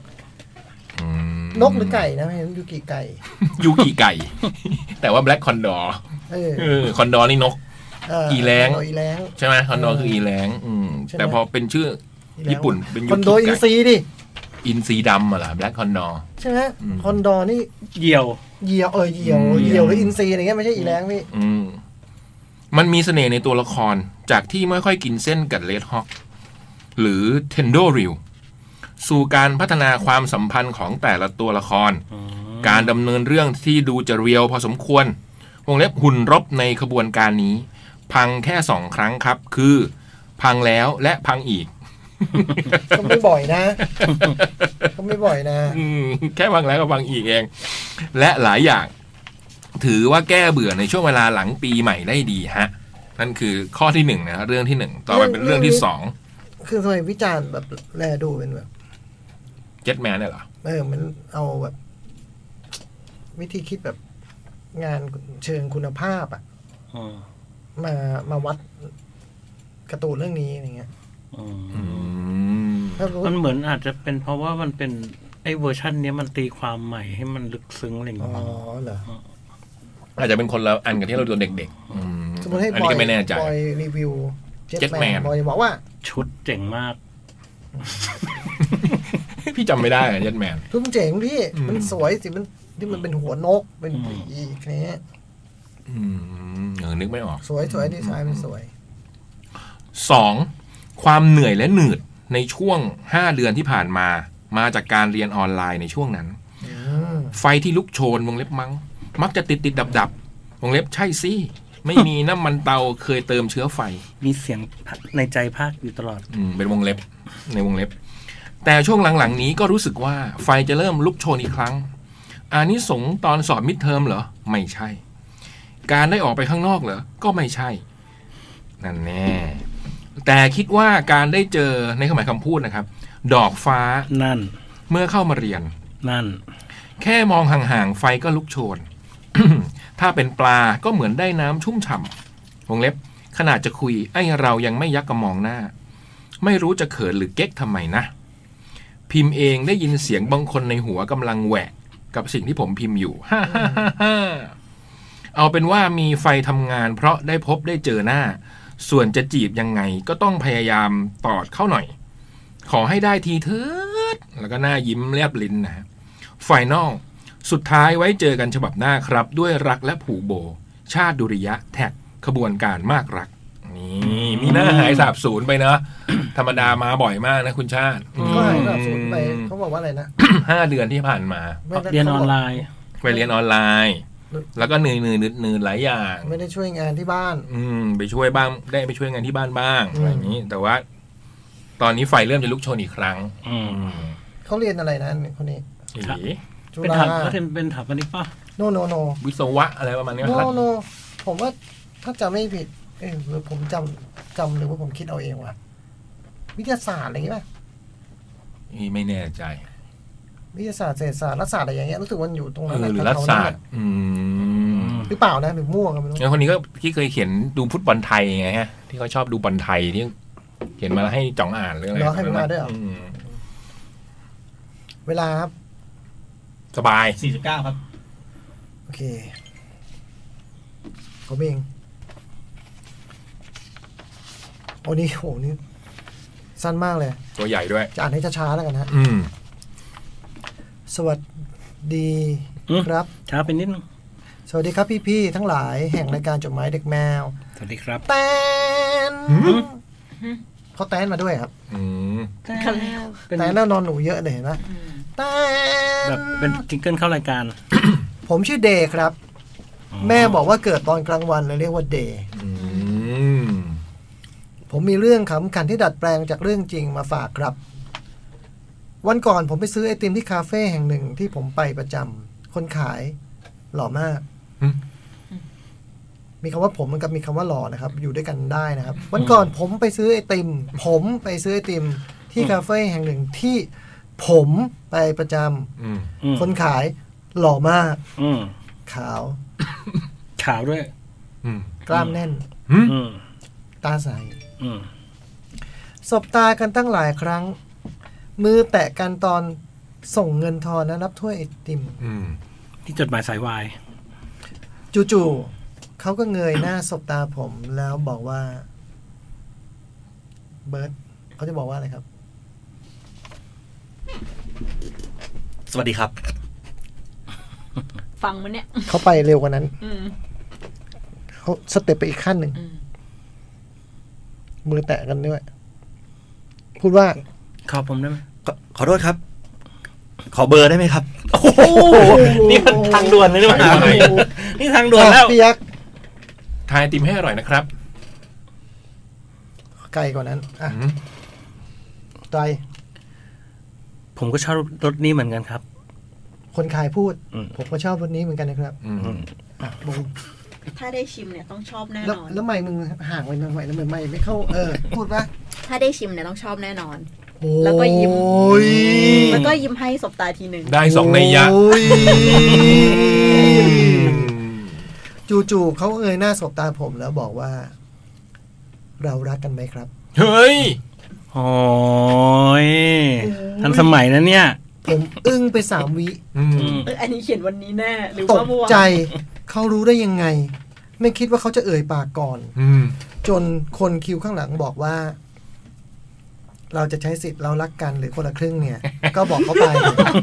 Speaker 4: อนกหรือไก่นะยูกิไก่
Speaker 3: ยูกิไก่แต่ว่าแบล็กคอนดอร์คอนดอร์นี่นกอีแรงใช่ไหมคอนดอร์คืออีแรงแต่พอเป็นชื่อญี่ปุ่นเป็นยูกิไก่
Speaker 4: คอนโดอินซีดิ
Speaker 3: อินซีดำเหรอแบล็กคอนดอร์
Speaker 4: ใช่ไหมคอนดอร์นี่
Speaker 2: เหยี่ยว
Speaker 4: หรืออินซีอะไรเงี้ยไม่ใช่อีแรงพี่
Speaker 3: มันมีเสน่ห์ในตัวละครจากที่ไม่ค่อยกินเส้นกับเรดฮอคหรือเทนโดริลสู่การพัฒนาความสัมพันธ์ของแต่ละตัวละครการดำเนินเรื่องที่ดูจะเรียวพอสมควรวงเล็บหุ่นรบในขบวนการนี้พังแค่2 ครั้งครับคือพังแล้วและพังอีก
Speaker 4: ก็ไม่บ่อยนะ
Speaker 3: แค่พังแล้วก็พังอีกเองและหลายอย่างถือว่าแก้เบื่อในช่วงเวลาหลังปีใหม่ได้ดีฮะนั่นคือข้อที่1นะเรื่องที่1ต่อไปเป็นเรื่องที่2
Speaker 4: คือทำไมวิจารณ์แบบแลดูเป็นแบบ
Speaker 3: เจ็ตแมนเนี่ยเหรอ
Speaker 4: มันเอาแบบวิธีคิดแบบงานเชิงคุณภาพอ่ะมาวัดการ์ตูนเรื่องนี้อย่างเงี้ย
Speaker 2: มันเหมือนอาจจะเป็นเพราะว่ามันเป็นไอ้เวอร์ชันนี้มันตีความใหม่ให้มันลึกซึ้งอะไรอย่างเงี้ย
Speaker 4: เหรอ
Speaker 3: อาจจะเป็นคนละอันกับที่เราดูเด็ก
Speaker 4: ๆสมมติให้บอยรีวิวเจ็ตแมนบอยบอกว่า
Speaker 2: ชุดเจ๋งมาก
Speaker 3: พี่จำไม่ได้เจ็ตแมน
Speaker 4: ชุดเจ๋งพี่มันสวยสิมันที่มันเป็นหัวนกเป็นปีกนี้
Speaker 3: นึกไม่ออก
Speaker 4: สวยดีไซน์มันสวย
Speaker 3: 2ความเหนื่อยและหนืดในช่วง5เดือนที่ผ่านมาจากการเรียนออนไลน์ในช่วงนั้นไฟที่ลุกโชนวงเล็บมักจะติดดับวงเล็บใช่สิไม่มีน้ำมันเตาเคยเติมเชื้อไฟ
Speaker 2: มีเสียงในใจภาคอยู่ตลอด
Speaker 3: เป็นวงเล็บในวงเล็บแต่ช่วงหลังๆนี้ก็รู้สึกว่าไฟจะเริ่มลุกโชนอีกครั้งอานิสงส์ตอนสอบมิดเทอมเหรอไม่ใช่การได้ออกไปข้างนอกเหรอก็ไม่ใช่นั่นแน่แต่คิดว่าการได้เจอในความหมายคำพูดนะครับดอกฟ้า
Speaker 2: นั่น
Speaker 3: เมื่อเข้ามาเรียน
Speaker 2: นั่น
Speaker 3: แค่มองห่างๆไฟก็ลุกโชน ถ้าเป็นปลาก็เหมือนได้น้ำชุ่มฉ่ำวงเล็บขนาดจะคุยไอ้เรายังไม่ยักกระมองหน้าไม่รู้จะเขินหรือเก๊กทำไมนะพิมพ์เองได้ยินเสียงบางคนในหัวกำลังแหวกกับสิ่งที่ผมพิมพ์อยู่ เอาเป็นว่ามีไฟทำงานเพราะได้พบได้เจอหน้าส่วนจะจีบยังไงก็ต้องพยายามตอดเข้าหน่อยขอให้ได้ทีเถิดแล้วก็หน้ายิ้มแลบลิ้นนะไฟนอลสุดท้ายไว้เจอกันฉบับหน้าครับด้วยรักและผูกโบชาติดุริยะแท็กขบวนการมากรักนี่มีหน้าหายสาบสูญไปเนาะธรรมดามาบ่อยมากนะคุณชาติ
Speaker 4: ก็หายสาบสูญไปเขาบอกว่าอะไรนะ
Speaker 3: 5 เดือนที่ผ่านมา
Speaker 2: เรียนออนไลน์
Speaker 3: ไปเรียนออนไลน์แล้วก็เหนื่อยหลายอย่าง
Speaker 4: ไม่ได้ช่วยงานที่บ้าน
Speaker 3: ไปช่วยบ้างได้ไปช่วยงานที่บ้านบ้างอะไรอย่างนี้แต่ว่าตอนนี้ไฟเริ่มจะลุกโชนอีกครั้ง
Speaker 4: เขาเรียนอะไรนะคนนี้
Speaker 2: เป็นถามกันนี่ป่ะ
Speaker 4: โน
Speaker 3: วิศวะอะไรประมาณนี้
Speaker 4: ครับโนผมว่าถ้าจำไม่ผิดหรือผมจำหรือว่าผมคิดเอาเองว่ะวิทยาศาสตร์อะไรอย่างเงี้ย
Speaker 3: ไม่แน่ใจ
Speaker 4: วิทยาศาสตร์เศรษฐศาสตร์รัฐศาสตร์อะไรอย่างเงี้ยรู้สึกว่าอยู่ตรงนั้น
Speaker 3: หรือรัฐศาสตร์
Speaker 4: หรือเปล่านะหรือมั่วกันไม่รู้
Speaker 3: คนนี้ก็ที่เคยเขียนดูฟุตบอลไทยไงฮะที่เขาชอบดูบอลไทยที่เขียนมาแล้วให้จ่องอ่านเรื่องอะไร
Speaker 4: ให้มาด้วยเหรอเวลาครับ
Speaker 3: สบาย
Speaker 6: 49ครับ
Speaker 4: โอเคผมเองโอ้นี่โหนี่สั้นมากเลย
Speaker 3: ตัวใหญ่ด้วย
Speaker 4: จะอ่านให้ช้าๆแล้วกันฮะสวัสดีครับ
Speaker 2: ช้าไปนิดนึง
Speaker 4: สวัสดีครับพี่ๆทั้งหลายแห่งรายการจดหมายเด็กแมว
Speaker 2: สวัสดีครับ
Speaker 4: แตนเขาแตนมาด้วยครับแตนแล้วนอนหนูเยอะเลยเห็นไหมแตน
Speaker 2: แบบเป็นจิงเกิลเข้ารายการ
Speaker 4: ผมชื่อเดย์ครับแม่บอกว่าเกิดตอนกลางวันเลยเรียกว่าเดย์ผมมีเรื่องขำขันที่ดัดแปลงจากเรื่องจริงมาฝากครับวันก่อนผมไปซื้อไอติมที่คาเฟ่แห่งหนึ่งที่ผมไปประจำคนขายหล่อมากมีคำว่าผมมันกับมีคำว่าหล่อนะครับอยู่ด้วยกันได้นะครับวันก่อนผมไปซื้อไอติมที่คาเฟ่แห่งหนึ่งที่ผมไปประจำคนขายหล่อมากขาว
Speaker 2: ด้วย
Speaker 4: กล้ามแน่นตาใสสบตากันตั้งหลายครั้งมือแตะกันตอนส่งเงินทอนและรับถ้วยไอติม
Speaker 2: ที่จดหมายสายวาย
Speaker 4: จู่ๆเขาก็เงยหน้าสบตาผมแล้วบอกว่าเบิร์ดเขาจะบอกว่าอะไรครับ
Speaker 6: สวัสดีครับ
Speaker 5: ฟังมันเนี่ย
Speaker 4: เขาไปเร็วกว่านั้นเขาสเต็ปไปอีกขั้นหนึ่งมือแตะกันด้วยพูดว่า
Speaker 2: ขอผมได้ไหม
Speaker 6: ขอโทษครับขอเบอร์ได้ไหมครับ
Speaker 2: โอ้โหนี่ทางด่วนเลยนี่มานี่ทางด่วนแล้ว
Speaker 4: พี่ยักษ์
Speaker 3: ทายติมให้อร่อยนะครับ
Speaker 4: ไกลกว่านั้นอ่ะไตร
Speaker 2: ผมก็ชอบรถนี้เหมือนกันครับ
Speaker 4: คนขายพูดผมก็ชอบรถนี้เหมือนกันนะครับ
Speaker 5: บูมถ้าได้ชิมเนี่ยต้องชอบแน่นอน
Speaker 4: แล้วไม่มึงห่างไปหน่อยแล้วไม่เข้าพูดว่า
Speaker 5: ถ้าได้ชิมเนี่ยต้องชอบแน่นอนแล้วก็ยิ้มให้สบตาทีหนึ่ง
Speaker 3: ได้2 นัยยะ
Speaker 4: จู่ๆเขาเงยหน้าสบตาผมแล้วบอกว่า เรารักกันไหมครับ
Speaker 3: เฮ้ย
Speaker 2: โอ้ยทันสมัยนะเนี่ย
Speaker 4: ผมอึ้งไป3 วิ
Speaker 5: อันนี้เขียนวันนี้แน่หรือ
Speaker 4: ต
Speaker 5: ว่าก เมื่อวาน
Speaker 4: ใจเขารู้ได้ยังไง ไม่คิดว่าเขาจะเอ่ยปากก่อน จนคนคิวข้างหลังบอกว่า เราจะใช้สิทธิ์เรารักกันหรือคนละครึ่งเนี่ย ก็บอกเขาไป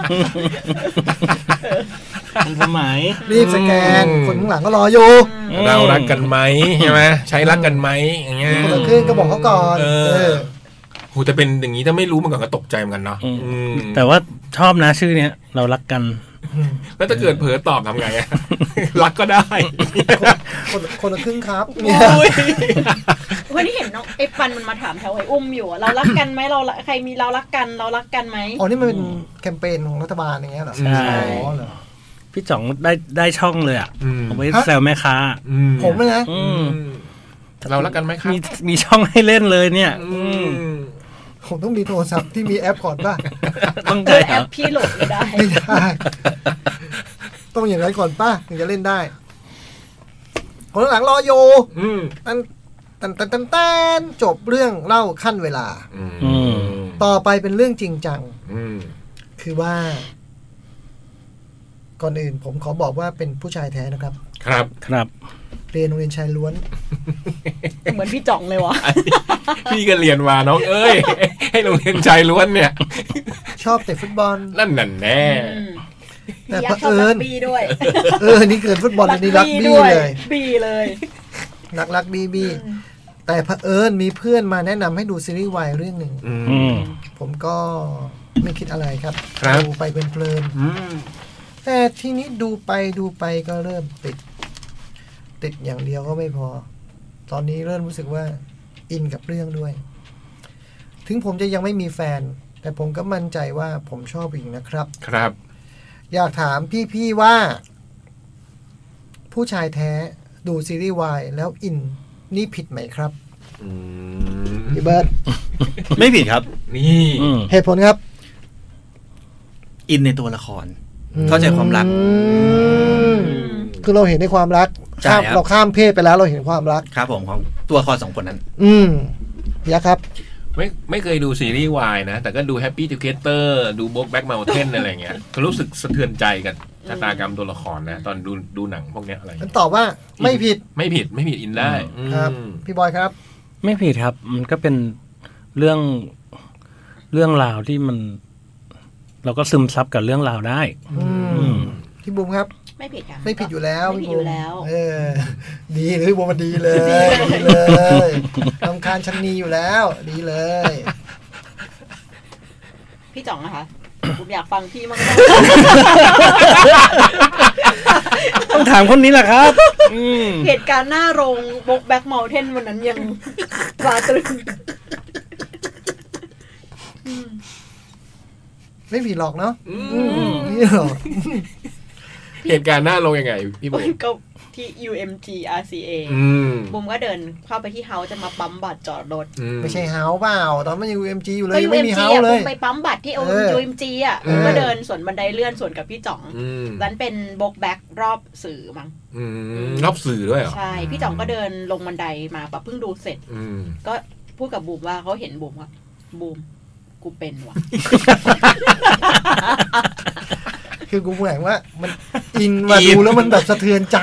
Speaker 2: ทันสมัย
Speaker 4: รีบสแกน คนข้างหลังก็รออยู่
Speaker 3: เรารักกันไหมใช่ไหมใช้รักกันไหมอย่างเงี้ย
Speaker 4: คนละครึ่งก็บอกเขาก่อน
Speaker 3: โหแต่เป็นอย่างนี้ถ้าไม่รู้มันก็ตกใจเหมือนกันเนาะ
Speaker 2: แต่ว่าชอบนะชื่อเนี้ยเรารักกัน
Speaker 3: แล้วถ้าเกิดเผลอตอบทำไงอะ รักก็ได้
Speaker 4: คนละครึ่งครับ
Speaker 5: วันนี้เห็นน้องไอ้ปันมันมาถามแถวไอ้อุ้มอยู่อะเรารักกันไหมเราใครมีเรารักกันเรารักกันไหม
Speaker 4: อ๋อนี่มันเป็นแคมเปญของรัฐบาลอย่างเงี้ยเหรอ
Speaker 2: ใช่
Speaker 4: อ๋อเหรอ
Speaker 2: พี่จ่องได้ช่องเลยอ่ะเอาไปแซวแม่ค้า
Speaker 4: ผมเลยนะ
Speaker 3: เรารักกันไหมครับ
Speaker 2: มีช่องให้เล่นเลยเนี่ย
Speaker 4: ผมต้องมีโทรศัพท์ที่มีแอปก่อนป่ะ
Speaker 2: ต้อง
Speaker 5: เจ
Speaker 2: ได้
Speaker 5: อแอปพี่โหลดไม่ได้
Speaker 4: ไม่ได้ ต้องอย่างไรก่อนป่ะถึงจะเล่นได้ คนหลังรออยู่ตันจบเรื่องเล่าขั้นเวลา ต่อไปเป็นเรื่องจริงจังคือว่า ก่อนอื่นผมขอบอกว่าเป็นผู้ชายแท้นะครับ
Speaker 2: ครับ
Speaker 4: เรียนโรงเรียนชายล้วน
Speaker 5: เหมือนพี่จ่องเลยวะ
Speaker 3: พี่ก็เรียนมาน้องเอ้ย ให้โรงเรียนชายล้วนเนี่ย
Speaker 4: ชอบเตะฟุตบอล
Speaker 3: นั่นแน่
Speaker 4: แต่
Speaker 5: อยา
Speaker 4: เผ
Speaker 5: กชอบ
Speaker 4: อิ
Speaker 5: รั
Speaker 4: ญ
Speaker 5: กบี้ด้วย
Speaker 4: นี่เกิดฟุตบอลอันนี้รักบี้
Speaker 5: ด้วย
Speaker 4: เลย
Speaker 5: บี้เลย
Speaker 4: รักบี้แต่เผอิญมีเพื่อนมาแนะนำให้ดูซีรีส์วายเรื่องหนึ่งผมก็ไม่คิดอะไรครับดูไปเพลินๆแต่ทีนี้ดูไปก็เริ่มติดอย่างเดียวก็ไม่พอ ตอนนี้เริ่มรู้สึกว่าอินกับเรื่องด้วย ถึงผมจะยังไม่มีแฟน แต่ผมก็มั่นใจว่าผมชอบผู้หญิงนะครับ
Speaker 3: ครับ
Speaker 4: อยากถามพี่ๆว่า ผู้ชายแท้ดูซีรีส์วายแล้วอินนี่ผิดไหมครับพี่เบิร์ด
Speaker 6: ไม่ผิดครับ
Speaker 3: นี่
Speaker 4: เหตุผลครับ
Speaker 6: อินในตัวละคร เข้าใจความรัก
Speaker 4: คือเราเห็นในความรัก
Speaker 6: ใช่ครับ
Speaker 4: เราข้ามเพศไปแล้วเราเห็นความรัก
Speaker 6: ครับผมของตัวละคร2 คนนั้น
Speaker 4: ยะครับ
Speaker 3: ไม่เคยดูซีรีส์วายนะ แต่ก็ดู Happy Together ดู Brokeback Mountain อะไรเงี้ยก็รู้สึกสะเทือนใจกับชะตากรรมตัวละครนะ ตอนดูหนังพวกเนี้ยอะไร
Speaker 4: มันตอบว่าไม่ผิด
Speaker 3: ไม่ผิดอินได้
Speaker 4: ครับ พี่บอยครับ
Speaker 2: ไม่ผิดครับ มันก็เป็นเรื่องราวที่มัน เราก็ซึมซับกับเรื่องราวได้
Speaker 4: พี่บุ๋มครับ
Speaker 5: ไม่ผิดค่ะ
Speaker 4: ไม่ผิดอยู่แล้ว
Speaker 5: ไม่ผิดอยู่แล้ว
Speaker 4: ดีเลยพี่บุ๋มมันดีเลยดีเลยรำคาญชันนีอยู่แล้ว ดีเลย
Speaker 5: พี่จ่องนะคะ ผมอยากฟังพี่มั่ง
Speaker 2: ต้องถามคนนี้แหละครับ
Speaker 5: เหตุการณ์หน้าโรงบกแบ็กเมลเทนวันนั้นยังตราตรึง
Speaker 4: ไม่ผิดหรอกเนาะนี่หรอก
Speaker 3: เหตุการณ์หน้าลงยังไงพี่บุ๋ม
Speaker 5: ก็ที่ UMG RCA บุมก็เดินเข้าไปที่เฮาส์จะมาปั๊มบัตรจอดรถ
Speaker 4: ไม่ใช่เฮาเปล่าตอนมันอยู่ UMG อยู่เลย
Speaker 5: ก็
Speaker 4: ยังไม่มี
Speaker 5: UMG
Speaker 4: เฮา
Speaker 5: อ่ะ
Speaker 4: เล
Speaker 5: บุ
Speaker 4: ย
Speaker 5: มไปปั๊มบัตรที่ UMG อ่ะก็เดินสวนบันไดเลื่อนสวนกับพี่จ่องนั้นเป็นบกแบ็กรอบสื่อมั้ง
Speaker 3: รอบสื่อด้วยเหรอ
Speaker 5: ใช่พี่จ่องก็เดินลงบันไดมาปะเพิ่งดูเสร็จก็พูดกับบูมว่าเขาเห็นบูมว่าบูมกูเป็นว่ะ
Speaker 4: คือกูแหงว่ามันอินมาดูแล้วมันแบบสะเทือนใจ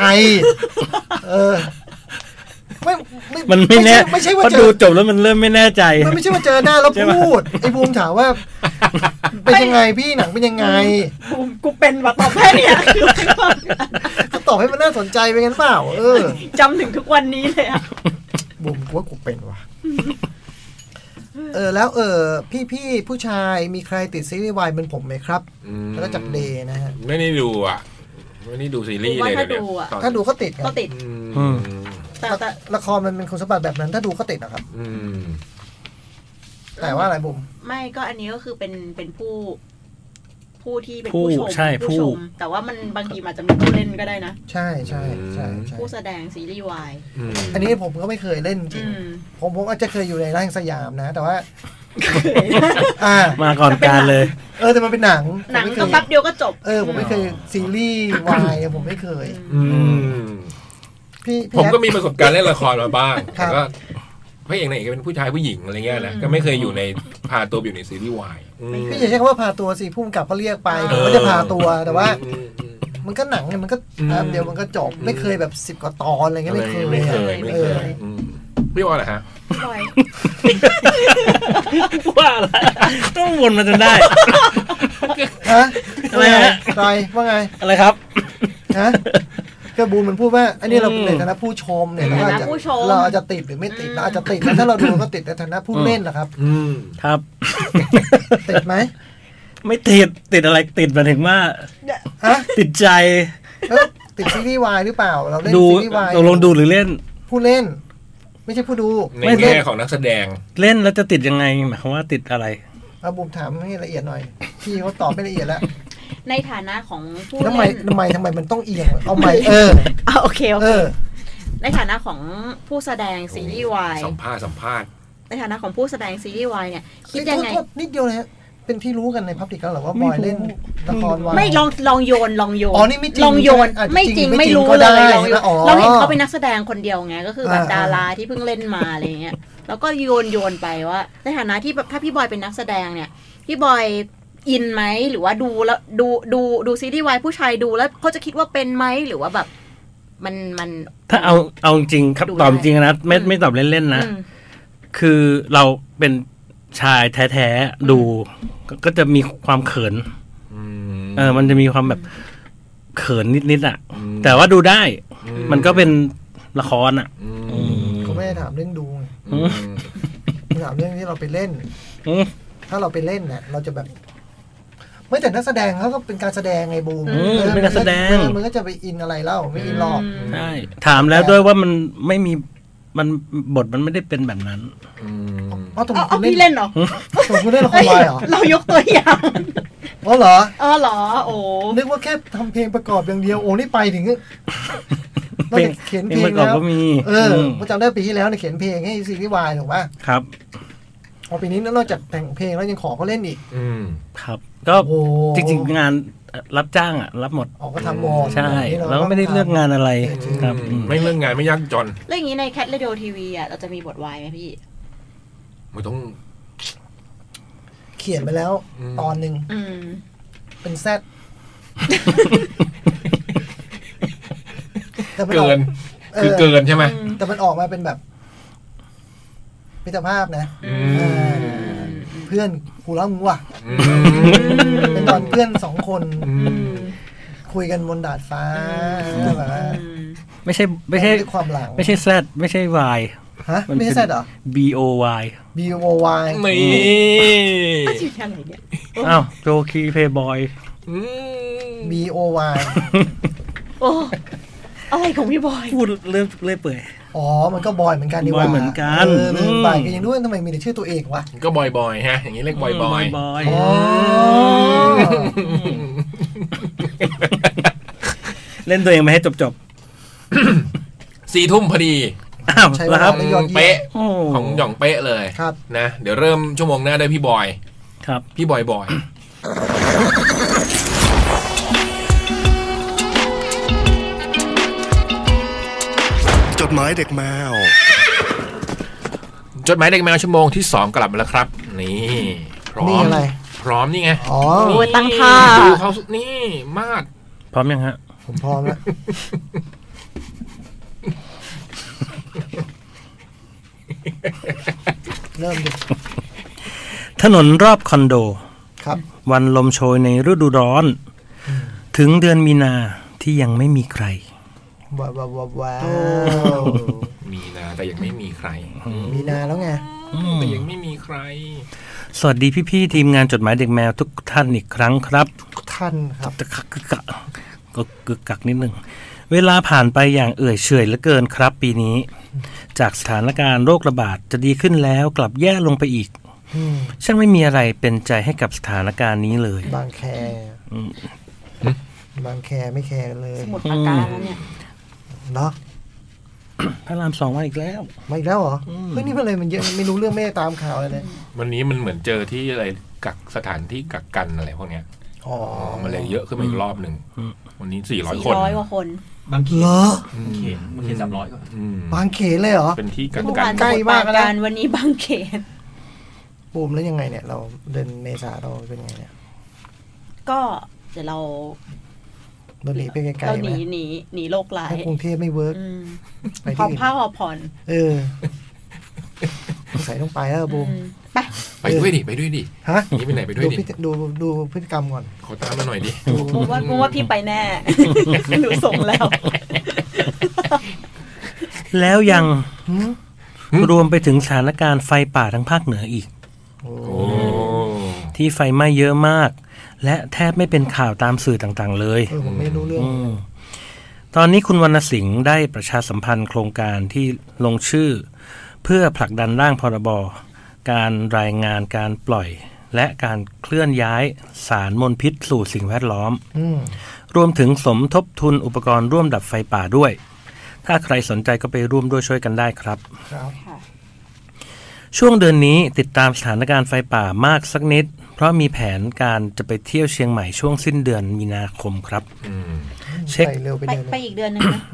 Speaker 2: มันไม่แน่
Speaker 4: ไม่ใช่ว่า
Speaker 2: พอดูจบแล้วมันเริ่มไม่แน่ใจ
Speaker 4: มันไม่ใช่ว่าเจอหน้าแล้วพูดไอ้บูมถามว่าเป็นยังไงพี่หนังเป็นยังไง
Speaker 5: บูมกูเป็นว่ะตอบแค่เนี้ย
Speaker 4: ก็ตอบให้มันน่าสนใจไปงั้นเปล่า
Speaker 5: จำถึงทุกวันนี้เลยอ่ะ
Speaker 4: บูมกูว่ากูเป็นว่ะแล้วพี่ผู้ชายมีใครติดซีรีส์วายเป็นผมไหมครับแล้วก็จากเดย์นะฮะ
Speaker 3: ไม่ได้ดูอ่ะไม่ได้ดูซีรีส์เลย
Speaker 4: ถ้าดูก็ติดครับ
Speaker 5: ก็ติดแต่
Speaker 4: ละครมันเป็นคุณสมบัติแบบนั้นถ้าดูก็ติดนะครับแต่ว่าอะไรบุ๋ม
Speaker 5: ไม่ก็อันนี้ก็คือเป็นผู้ที่เป็น
Speaker 2: ผู้ชม
Speaker 5: แต่ว่ามันบางทีอาจจะมีผู้เล่นก็ได้นะ
Speaker 4: ใช่
Speaker 5: ผู้แสดงซีรีส์วาย
Speaker 4: อันนี้ผมก็ไม่เคยเล่นจริงผมอาจจะเคยอยู่ในร้านสยามนะแต่ว่า
Speaker 2: มาก่อนการเลย
Speaker 4: แต่มันเป็นหนัง
Speaker 5: ก็แป๊บเดียวก็จบ
Speaker 4: ผมไม่เคยซีรีส์วายผมไม่เคย
Speaker 3: ผมก็มีประสบการณ์เล่นละครมาบ้าง
Speaker 4: ครั
Speaker 3: แต่
Speaker 4: บ
Speaker 3: ก็พระเอกนางเอกก็เป็นผู้ชายผู้หญิงอะไรเงี้ยนะก็ไม่เคยอยู่ในพาตัวอยู่ในซีรีส์วายอืม
Speaker 4: พี่อย่าใช้คำว่าพาตัวสิพุ่มกับก็เรียกไป
Speaker 3: เออ
Speaker 4: ไม่ได้พาตัวแต่ว่า
Speaker 3: อืม
Speaker 4: มันก็หนังไงมันก็
Speaker 3: อืม
Speaker 4: แป๊บเดียวมันก็จบไม่เคยแบบ10 กว่าตอนอะไรเงี้ยไม่เคย
Speaker 3: ไม่เคย
Speaker 4: อะ
Speaker 3: ไม่
Speaker 4: เอ
Speaker 3: เค
Speaker 4: อย
Speaker 3: อืมพี่ว่าอะไรฮะ
Speaker 5: บ่อย
Speaker 2: ว่าอะไรต้องวนมาจนได้
Speaker 4: ฮะ
Speaker 2: อะไรฮะ
Speaker 4: ไรว่าไง
Speaker 2: อะไรครับ
Speaker 4: ฮะก็บูมมันพูดว่าอันนี้เราในฐานะผู้ชมเนี่ยเราอาจจะ
Speaker 5: ผู้ชม
Speaker 4: เราอาจจะติดหรือไม่ติดเราอาจจะติดแต่ถ้าเราดูก็ติดในฐานะผู้เล่นนะครับ
Speaker 3: อืม
Speaker 2: ครับ
Speaker 4: ติดไหม
Speaker 2: ไม่ติดอะไรติดมาถึงว่า
Speaker 4: ฮะ
Speaker 2: ติดใจ
Speaker 4: ติดซีรีส์วายหรือเปล่าเราเล่น
Speaker 2: ดู
Speaker 4: ซีรีส์วาย
Speaker 2: ตกลงดูหรือเล่น
Speaker 4: ผู้เล่น ไม่ใช่ผู้ดู
Speaker 3: ใน
Speaker 2: ไม่
Speaker 3: แง่ของนักแสดง
Speaker 2: เล่นแล้วจะติดยังไงหมายความว่าติดอะไร
Speaker 4: เอาบูมถามให้ละเอียดหน่อยพี่เขาตอบไม่ละเอียดแล้ว
Speaker 5: ในฐานะของผู้
Speaker 4: ทำไม
Speaker 5: เล่น
Speaker 4: ทำไมมันต้องเอียงเอาใหม่
Speaker 5: โอเค
Speaker 4: เออ
Speaker 5: ในฐานะของผู้แสดงซีรีส์วาย
Speaker 3: สัมภาษณ์
Speaker 5: ในฐานะของผู้แสดงซีรีส์วายเนี่ยคิดยังไง
Speaker 4: โทษนิดเดียวนะฮะเป็นที่รู้กันในพับลิกแล้วเหรอว่าบอยเล่นละครวาย
Speaker 5: ไม่ลองโยน
Speaker 4: อ๋อนี่ไม่จริง
Speaker 5: ลองโยน
Speaker 4: อาจจะ
Speaker 5: ไม่จริง
Speaker 4: จริง
Speaker 5: ไม่รู้
Speaker 4: ก็
Speaker 5: เล
Speaker 4: ได้
Speaker 5: ยลองโยน
Speaker 4: อ๋อ
Speaker 5: เราเห็นเขาเป็นนักแสดงคนเดียวไงก็คือแบบ
Speaker 4: อ่า
Speaker 5: ดาราที่เพิ่งเล่นมาอะไรเงี้ยแล้วก็โยนไปว่าในฐานะที่แบบถ้าพี่บอยเป็นนักแสดงเนี่ยพี่บอยอินไหมหรือว่าดูแล้วดูซีรีส์วายผู้ชายดูแล้วเขาจะคิดว่าเป็นไหมหรือว่าแบบมัน
Speaker 2: ถ้าเอาจริงครับ
Speaker 5: ดู
Speaker 2: ตอบ
Speaker 5: ได้
Speaker 2: จริงนะไม่ตอบเล่นๆนะ
Speaker 5: อืม
Speaker 2: คือเราเป็นชายแท้ๆดูก็จะมีความเขิน มันจะมีความแบบเขินนิดๆอ่ะ แต่ว่าดูได้ มันก็เป็นละครอ่ะ
Speaker 4: เขาไม่ได้ถามเรื่องดูไง
Speaker 2: อืม
Speaker 4: เขาถามเรื่องที่เราไปเล่น
Speaker 2: อืม
Speaker 4: ถ้าเราไปเล่นเนี่ยเราจะแบบไม่แต่นักแสดงเขาก็เป็นการแสดงไงบูม
Speaker 2: เป็นการแสดง
Speaker 4: มันก็จะไปอินอะไรเล่าไม่อินหรอก
Speaker 2: ใช่ถามแล้วด้วยว่ามันไม่มีมันบทมันไม่ได้เป็นแบบนั้น
Speaker 4: อ๋อตรง
Speaker 5: เอา
Speaker 4: คุณ
Speaker 5: พี่เล่นเหรอ
Speaker 4: ตรงคุณเล่นละครวายเหรอ
Speaker 5: เรายกตัวอย่าง
Speaker 4: อ๋อเหรอ
Speaker 5: เหรอโอ้
Speaker 4: นึกว่าแค่ทำเพลงประกอบอย่างเดียวโอ้นี่ไปถึงนอกจากเขียนเพลง
Speaker 2: ประกอบ
Speaker 4: แล้ว
Speaker 2: ก็มี
Speaker 4: ผมจำได้ปีที่แล้วเนี่ยเขียนเพลงให้ซีรีส์วายถูกป่ะ
Speaker 2: ครับ
Speaker 4: พอปีนี้นอกจากแต่งเพลงแล้วยังขอเขาเล่นอีก
Speaker 2: ครับ ก็
Speaker 4: โอ้
Speaker 2: จริงๆงานรับจ้างอ่ะ รับหมด
Speaker 4: ออกก็ทำวอล
Speaker 2: ใช่ แล้วก็ไม่ได้เลือกงานอะไรครับ
Speaker 3: ไม่เรื่องงานไม่ยากจน
Speaker 5: แล้วอย่างนี้ในแคทเรดิโอทีวีเราจะมีบทวายไหมพี่
Speaker 3: ไม่ต้อง
Speaker 4: เขียนไปแล้ว ตอนหนึ่ง
Speaker 5: อืม
Speaker 4: เป็นแซดแต่มั
Speaker 3: เกิน คือเกินใช่ไหม
Speaker 4: แต่มันออกมาเป็นแบบมิตรภาพนะเพื่อนกูรักมึงว่ะเป็นตอนเพื่อน2 คนคุยกันบนดาดฟ้าแบบว่า
Speaker 2: ไม่ใช่
Speaker 4: ด้วยความหลัง
Speaker 2: ไม่ใช่แซดไม่ใช่วาย
Speaker 4: ฮะไม่ใช่แซดเหรอ
Speaker 2: BOY
Speaker 4: BOY
Speaker 3: ไม่
Speaker 5: ชื่ออะไรเนี่ย
Speaker 2: อ้าวโจคีเพย์บอย
Speaker 4: BOY
Speaker 5: โอ้อะไรของพี่บอย
Speaker 2: พูดเรื่อยเปื่อย
Speaker 4: อ๋อมันก็บอยเหมือนกันดีว่า
Speaker 2: บอยเหมือนกัน
Speaker 4: ลืมไปก็ยังด้วยทำไมมีแต่ชื่อตัวเองวะ
Speaker 3: ก็บอยฮะ อย่างนี้เรียกบอย
Speaker 4: อ๋อ
Speaker 2: เล่นตัวเองมาให้จบ
Speaker 3: 4 ทุ่มพอดี
Speaker 2: ๆอ้าว
Speaker 4: ใช้เว
Speaker 2: แล้วค
Speaker 4: ลา
Speaker 2: รับ
Speaker 4: ได้ยอดเยี่ย
Speaker 3: เป๊ะ
Speaker 4: ม
Speaker 2: โอ้
Speaker 3: ของหย่องเป๊ะเลย
Speaker 4: ครับ
Speaker 3: นะ เดี๋ยวเริ่มชั่วโมงหน้าได้พี่บอย
Speaker 2: ครับ
Speaker 3: พี่บอย
Speaker 7: จดหมายเด็กแมว
Speaker 3: จดหมายเด็กแมวชั่วโมงที่ 2 กลับมาแล้วครับ นี่พร้อ
Speaker 4: นี่
Speaker 3: ม
Speaker 4: อะไร
Speaker 3: พร้อมนี่ไง
Speaker 4: อ๋อ
Speaker 5: โอ้ยตั้งท่า
Speaker 3: ดูเขานี่มาด
Speaker 2: พร้อมยังฮะ
Speaker 4: ผมพร้อมแล้วเริ่มดิ
Speaker 2: ถนนรอบคอนโด
Speaker 4: ครับ
Speaker 2: วันลมโชยในฤดูร้อน ถึงเดือนมีนาที่ยังไม่มีใคร
Speaker 4: ว้าว
Speaker 3: มีนะแต่ยังไม่มีใคร
Speaker 4: มีนาแล้วไง
Speaker 3: แต่ยังไม่มีใคร
Speaker 2: สวัสดีพี่ๆทีมงานจดหมายเด็กแมวทุกท่านอีกครั้งครับ
Speaker 4: ท่านครับ
Speaker 2: ก็กึกกักนิดหนึ่งเวลาผ่านไปอย่างเอื่อยเฉยเหลือเกินครับปีนี้ จากสถานการณ์โรคระบาดจะดีขึ้นแล้วกลับแย่ลงไปอีก ช่างไม่มีอะไรเป็นใจให้กับสถานการณ์นี้เลย
Speaker 4: บางแคบางแคไม่แคร์เลย
Speaker 5: สมุดปากกาแล้วเนี่ย
Speaker 4: เนาะ
Speaker 2: พระรามสองมาอีกแล้ว
Speaker 4: มาอีกแล้วเหรอเฮ้ยนี่มันอะไรมันเยอะไม่รู้เรื่องไม่ได้ตามข่าวอะไรเลย
Speaker 3: วันนี้มันเหมือนเจอที่อะไรกักสถานที่กักกันอะไรพวกเนี้ย
Speaker 4: อ๋อ
Speaker 3: มันเลยเยอะขึ้นมาอีกรอบหนึ่งวันนี้400 คน
Speaker 5: 400 กว่าคน
Speaker 6: บางเขน
Speaker 4: เหรอบ
Speaker 6: างเขน300ก็
Speaker 4: บางเขนเลยเหรอ
Speaker 3: เป็นที่กั
Speaker 5: เมื่
Speaker 3: น
Speaker 5: อ
Speaker 3: กั
Speaker 5: วาน
Speaker 3: น
Speaker 4: ใกล้มากนะ
Speaker 5: การวันนี้บางเขน
Speaker 4: บูมแล้วยังไงเนี่ย เราเดือนเมษาเราเป็นยังไงเนี่ย
Speaker 5: ก็เดี๋ยวเรา
Speaker 4: เราหนีไปไกลๆ
Speaker 5: เรา
Speaker 4: ไห
Speaker 5: ห
Speaker 4: ม
Speaker 5: นีโลกร้าย
Speaker 4: ถ้ากรุงเทพไม่เวิร์ก ไป
Speaker 5: พอ
Speaker 4: ที่อื่น
Speaker 5: ผ้าพอผ่อน
Speaker 4: ใส่ต้องไปแล้วบูม
Speaker 5: ไป
Speaker 3: ไปด้วยดิ
Speaker 4: ฮะ
Speaker 3: นี่ไปไหนไปด้วยดิ
Speaker 4: ดูพฤติกรรมก่อน
Speaker 3: ขอตามมาหน่อยดิ
Speaker 5: เพราะว่าพี่ไปแน่ หนูส่งแล้ว
Speaker 2: แล้วยังรวมไปถึงสถานการณ์ไฟป่าทั้งภาคเหนืออีก
Speaker 3: โอ้
Speaker 2: ที่ไฟไหม้เยอะมาก และแทบไม่เป็นข่าวตามสื่อต่างๆเลย
Speaker 4: ผมไม่รู้เรื่อง
Speaker 2: ตอนนี้คุณวรรณสิงห์ได้ประชาสัมพันธ์โครงการที่ลงชื่อ เพื่อผลักดันร่างพรบการรายงานการปล่อย และการเคลื่อนย้ายสารมลพิษสู่สิ่งแวดล้อม รวมถึงสมทบทุนอุปกรณ์ร่วมดับไฟป่าด้วย ถ้าใครสนใจก็ไปร่วมด้วยช่วยกันได้ครับ ช่วงเดือนนี้ติดตามสถานการณ์ไฟป่ามากสักนิด เพราะมีแผนการจะไปเที่ยวเชียงใหม่ช่วงสิ้นเดือนมีนาคมครับ เช็ค
Speaker 4: ไปเร็วไปเดือน
Speaker 5: ไปอีกเดือนนึงนะ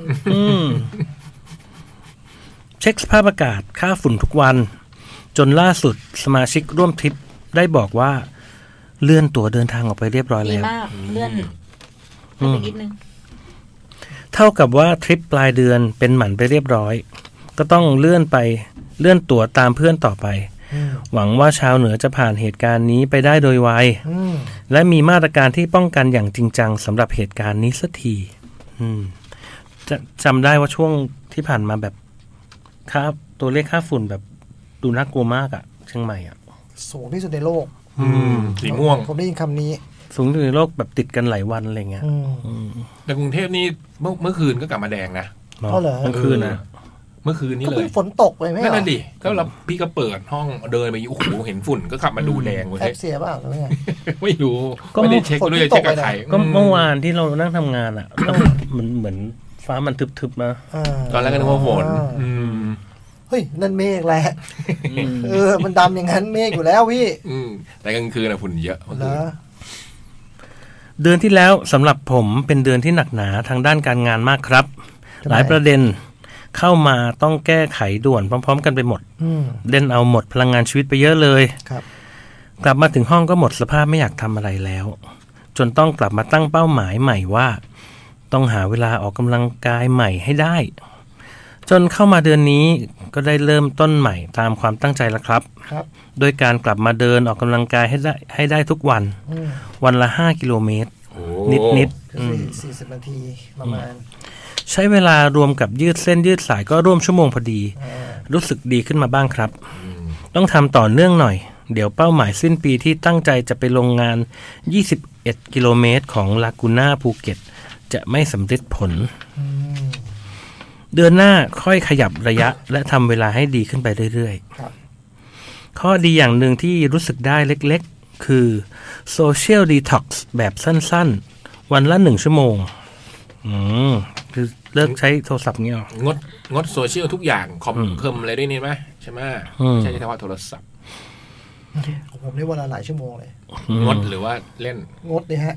Speaker 2: เช็คสภาพอากาศค่าฝุ่นทุกวัน จนล่าสุดสมาชิกร่วมทริปได้บอกว่าเลื่อนตั๋วเดินทางออกไปเรียบร้อย
Speaker 5: ดี
Speaker 2: แล้ว
Speaker 5: มากเลื่อนไปนิดนึง
Speaker 2: เท่ากับว่าทริปปลายเดือนเป็นหมันไปเรียบร้อย ก็ต้องเลื่อนตั๋วตามเพื่อนต่อไป หวังว่าชาวเหนือจะผ่านเหตุการณ์นี้ไปได้โดยไวและมีมาตรการที่ป้องกันอย่างจริงจังสำหรับเหตุการณ์นี้สักทีจะจำได้ว่าช่วงที่ผ่านมาแบบตัวเลขค่าฝุ่นแบบดูน่ากลัวมากอะเชียงใหม่อะ
Speaker 4: สูงที่สุดในโลก
Speaker 3: สีม่วง
Speaker 4: ผมได้ยินคำนี้
Speaker 2: สูงที่สุดในโลกแบบติดกันหลายวันอะไรเงี้ย
Speaker 3: แต่กรุงเทพนี่เมื่อคืนก็กลับมาแดงนะ
Speaker 4: อ๋อเหรอ
Speaker 2: กลางคืนนะ
Speaker 3: เมื่อคืนนี้
Speaker 4: ก็
Speaker 3: เล
Speaker 4: เพิ่
Speaker 3: ย
Speaker 4: งฝนตกไปไหม
Speaker 3: นั่นน่ะดิก็เราพี่ก็เปิดห้องเดินไปโอ้โหเห็นฝุ่นก็ขับมาดูแดงเว้ย
Speaker 4: แอบเสียเปล่าหรือไง
Speaker 3: ไม่รู้
Speaker 2: ก็
Speaker 3: ไม่ได้เช็คไม่รู้จะเช็คกับใคร
Speaker 2: ก็เมื่อวานที่เรานั่งทำงานอะเหมือนฟ้ามันทึบๆนะ
Speaker 3: ตอนแรกก็นึกว่าฝน
Speaker 4: เฮ้ยนั่นเมฆแหละมันดำอย่างนั้นเมฆอยู่แล้วพี่
Speaker 3: แต่กลางคืนน่ะฝุ่นเยอะ
Speaker 4: เหรอ
Speaker 2: เดือนที่แล้วสำหรับผมเป็นเดือนที่หนักหนาทางด้านการงานมากครับ หลายประเด็นเข้ามาต้องแก้ไขด่วนพร้อมๆกันไปหมดเล่นเอาหมดพลังงานชีวิตไปเยอะเลย
Speaker 4: ครับ
Speaker 2: กลับมาถึงห้องก็หมดสภาพไม่อยากทำอะไรแล้ว จนต้องกลับมาตั้งเป้าหมายใหม่ว่าต้องหาเวลาออกกำลังกายใหม่ให้ได้จนเข้ามาเดือนนี้ก็ได้เริ่มต้นใหม่ตามความตั้งใจแล้วครับโดยการกลับมาเดินออกกำลังกายให้ได้ทุกวันวันละ5 กิโลเมตรนิด
Speaker 4: 40 นาทีประมาณ
Speaker 2: ใช้เวลารวมกับยืดเส้นยืดสายก็ร่วมชั่วโมงพอดีรู้สึกดีขึ้นมาบ้างครับต้องทำต่อเนื่องหน่อยเดี๋ยวเป้าหมายสิ้นปีที่ตั้งใจจะไปลงงาน21 กิโลเมตรของลากูน่าภูเก็ตจะไม่สำเร็จผลเดือนหน้าค่อยขยับระยะและทำเวลาให้ดีขึ้นไปเรื่อยๆข้อดีอย่างหนึ่งที่รู้สึกได้เล็กๆคือ Social Detox แบบสั้นๆวันละ1 ชั่วโมงคือเลิกใช้โทรศัพท์เงี้ย
Speaker 3: งดโซเชียลทุกอย่างคอมเพิ่มอะไรด้วยนี่ไหมใช่ไหมใช่เฉพาะโทรศัพท์
Speaker 4: ของผมนี่วันละหลายชั่วโมงเลย
Speaker 3: งดหรือว่าเล่น
Speaker 4: งดเลยฮะ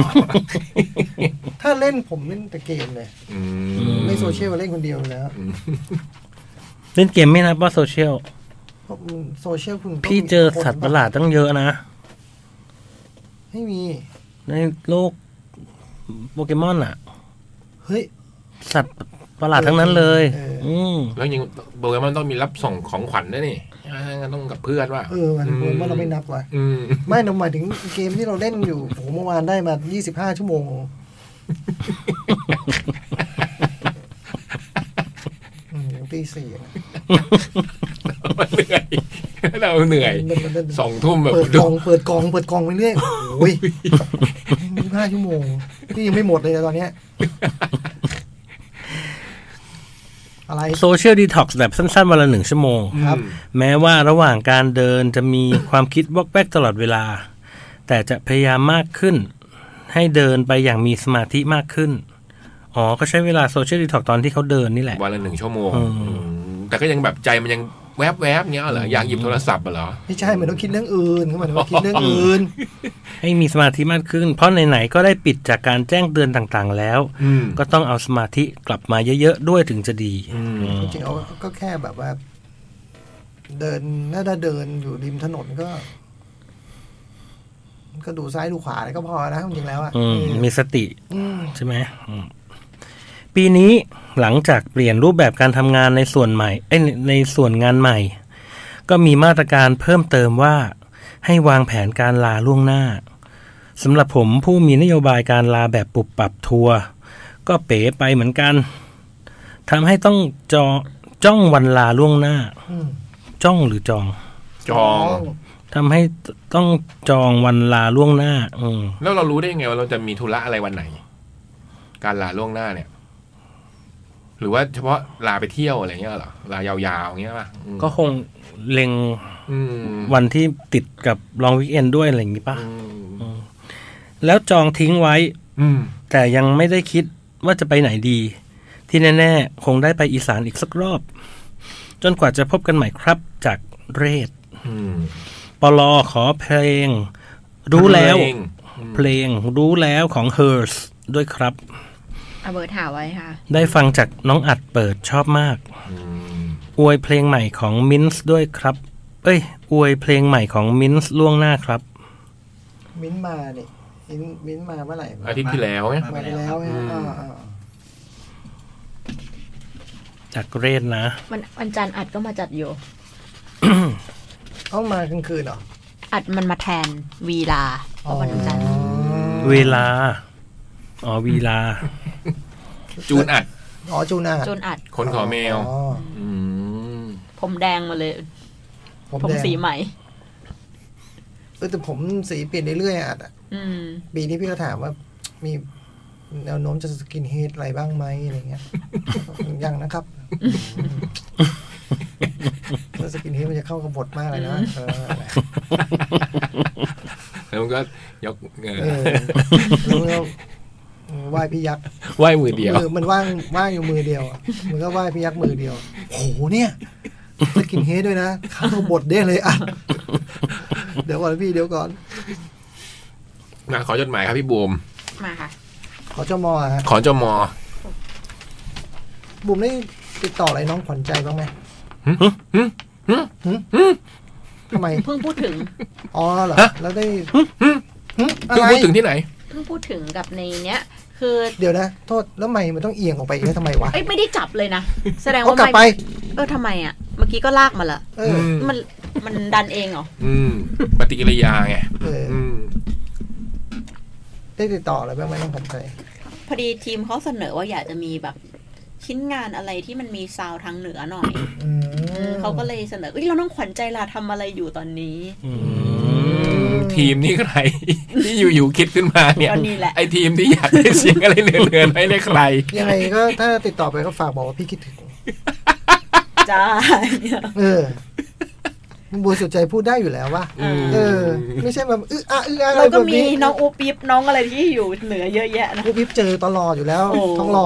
Speaker 4: ถ้าเล่นผมเล่นแต่เกมเลยไม่โซเชียลเล่นคนเดียวแล้ว
Speaker 2: เล่นเกมไม่นับว่าโซเชียล
Speaker 4: โซเชียลคุณ
Speaker 2: พี่เจอสัตว์ประหลาดตั้งเยอะนะ
Speaker 4: ไม่มี
Speaker 2: ในโลกโปเกมอนอ่ะ
Speaker 4: เฮ้ย
Speaker 2: สัตว์ประหลาดทั้งนั้นเลย
Speaker 3: แล้วยังโปเกมอนต้องมีรับส่งของขวัญด้วยนี่ต้องกับเพื่อนว่า
Speaker 4: มันว่าเราไม่นับว่ะไม่นหมายถึงเกมที่เราเล่นอยู่โหเมื่อวานได้มา25 ชั่วโมงตี 4
Speaker 3: เหนื่อยเราเหนื่อย2 ทุ่มแบบ
Speaker 4: เปิดกองไปเรื่อยโอ้ย25 ชั่วโมงนี่ยังไม่หมดเลยตอนเนี้ย
Speaker 2: โซเชียลดีท็อกซ์แบบสั้นๆวันละ1 ชั่วโมงแม้ว่าระหว่างการเดินจะมีความคิดวอกแวกตลอดเวลาแต่จะพยายามมากขึ้นให้เดินไปอย่างมีสมาธิมากขึ้นก็ใช้เวลาโซเชียลดีท็อกซ์ตอนที่เขาเดินนี่แหละ
Speaker 3: วันละ1 ชั่วโมงแต่ก็ยังแบบใจมันยังแวบๆเงี้ยเหรออยากหยิบโทรศัพท์เหรอ
Speaker 4: ไม่ใช่มันต้องคิดเรื่องอื่นมันต้องคิดเรื่องอื่น
Speaker 2: ให้มีสมาธิมากขึ้นเพราะไหนๆก็ได้ปิดจากการแจ้งเตือนต่างๆแล้วก็ต้องเอาสมาธิกลับมาเยอะๆด้วยถึงจะดี
Speaker 4: จริงๆเอาก็แค่แบบว่าเดินถ้าเดินอยู่ริมถนนก็ดูซ้ายดูขวาอะไรก็พอนะจริงๆแล้วอ่ะ
Speaker 2: มีสติใช่ไหมปีนี้หลังจากเปลี่ยนรูปแบบการทำงานในส่วนใหม่ในส่วนงานใหม่ก็มีมาตรการเพิ่มเติมว่าให้วางแผนการลาล่วงหน้าสำหรับผมผู้มีนโยบายการลาแบบปุบปับทัวร์ก็เป๋ไปเหมือนกันทำให้ต้องจ้องวันลาล่วงหน้าจ้องหรือจองทำให้ต้องจองวันลาล่วงหน้า
Speaker 3: แล้วเรารู้ได้ไงว่าเราจะมีธุระอะไรวันไหนการลาล่วงหน้าเนี่ยหรือว่าเฉพาะลาไปเที่ยวอะไรเงี้ยเหรอลายาวๆอย่างเงี้ยป่ะ
Speaker 2: ก็คงเล็งวันที่ติดกับลองวีคเอนด์ด้วยอะไรอย่างงี้ป่ะแล้วจองทิ้งไว้แต่ยังไม่ได้คิดว่าจะไปไหนดีที่แน่ๆคงได้ไปอีสานอีกสักรอบจนกว่าจะพบกันใหม่ครับจากเรศปลอขอเพลงรู้แล้วของ Hers ด้วยครับ
Speaker 5: เอาเบอร์ถาไว้ค่ะ
Speaker 2: ได้ฟังจากน้องอัดเปิดชอบมากอวยเพลงใหม่ของมินส์ด้วยครับอวยเพลงใหม่ของมินส์ล่วงหน้าครับ
Speaker 4: มินมาเนี่ยมินมาเมื่อไหร่
Speaker 3: อาทิตย์ที่แล้ว
Speaker 4: มาแล้ว
Speaker 2: จากเรศนะ
Speaker 5: วันจันทร์อัดก็มาจัดอยู่
Speaker 4: เอามากลางคืนเหรอ
Speaker 5: อัดมันมาแทนวีลาเพราะวันจันทร์
Speaker 2: เวลาวีลา
Speaker 3: จูนอัด
Speaker 4: จูน
Speaker 5: อัด
Speaker 3: คนขอเมล
Speaker 5: ผมแดงมาเลยผมสีใหม่
Speaker 4: แต่ผมสีเปลี่ยนเรื่อยๆอัดปีนี้พี่ก็ถามว่ามีแนวโน้มจะสกินเฮดอะไรบ้างไหมอะไรเงี้ยยังนะครับสกินเฮดมันจะเข้ากับบทมากเลยนะ
Speaker 3: แล้วมันก็ยก
Speaker 4: แล้วไหว้พี่ยักษ์
Speaker 3: ไหว้มือเดียว
Speaker 4: มันว่างอยู่มือเดียวมันก็ไหว้พี่ยักษ์มือเดียวโหเนี่ยสกินเฮดด้วยนะเข้ากับบทได้เลยอ่ะเดี๋ยวก่อนพี่เดี๋ยวก่อน
Speaker 3: ขอจดหมายครับพี่บูม
Speaker 5: มาค่ะ
Speaker 4: ขอจมฮะ
Speaker 3: ขอจม
Speaker 4: บูมได้ติดต่ออะไรน้องขวัญใจบ้างไหมทำไม
Speaker 5: เพิ่งพูดถึง
Speaker 4: เหรอแล้วได้เ
Speaker 3: พิ่งพูดถึงที่ไหน
Speaker 5: เพิ่งพูดถึงกับในเนี้ยคือ
Speaker 4: เดี๋ยวนะโทษแล้วไม่มันต้องเอียงออกไปแล้วทำไมวะ
Speaker 5: ไม่ได้จับเลยนะแสดงว่า
Speaker 4: กลับไป
Speaker 5: ทำไมอ่ะเมื่อกี้ก็ลากมาละมันดันเองเหรอ
Speaker 3: ปฏิกิริยาไง
Speaker 4: ได้ติดต่ออะไรบ้างไหมน้องขวัญใจ
Speaker 5: พอดีทีมเขาเสนอว่าอยากจะมีแบบชิ้นงานอะไรที่มันมีซาวทางเหนือหน่อยเขาก็เลยเสนอเราต้องขวัญใจล่ะทำอะไรอยู่ตอนนี้
Speaker 3: ทีมนี้ใครที่อยู่คิดขึ้นมาเนี่ยไอทีมที่อยากได้เสียงอะไรเหนือๆไม่ได้ใคร
Speaker 4: ยังไงก็ถ้าติดต่อไปก็ฝากบอกว่าพี่คิดถึง
Speaker 5: จ้า
Speaker 4: บัวสุดใจพูดได้อยู่แล้วว่าไม่ใช่แบบอะไร
Speaker 5: เราก็มีน้องอูปิ๊บน้องอะไรที่อยู่เหนือเยอะแยะนะ
Speaker 4: อูปิ๊บเจอตลอดอยู่แล้วท้องหล่อ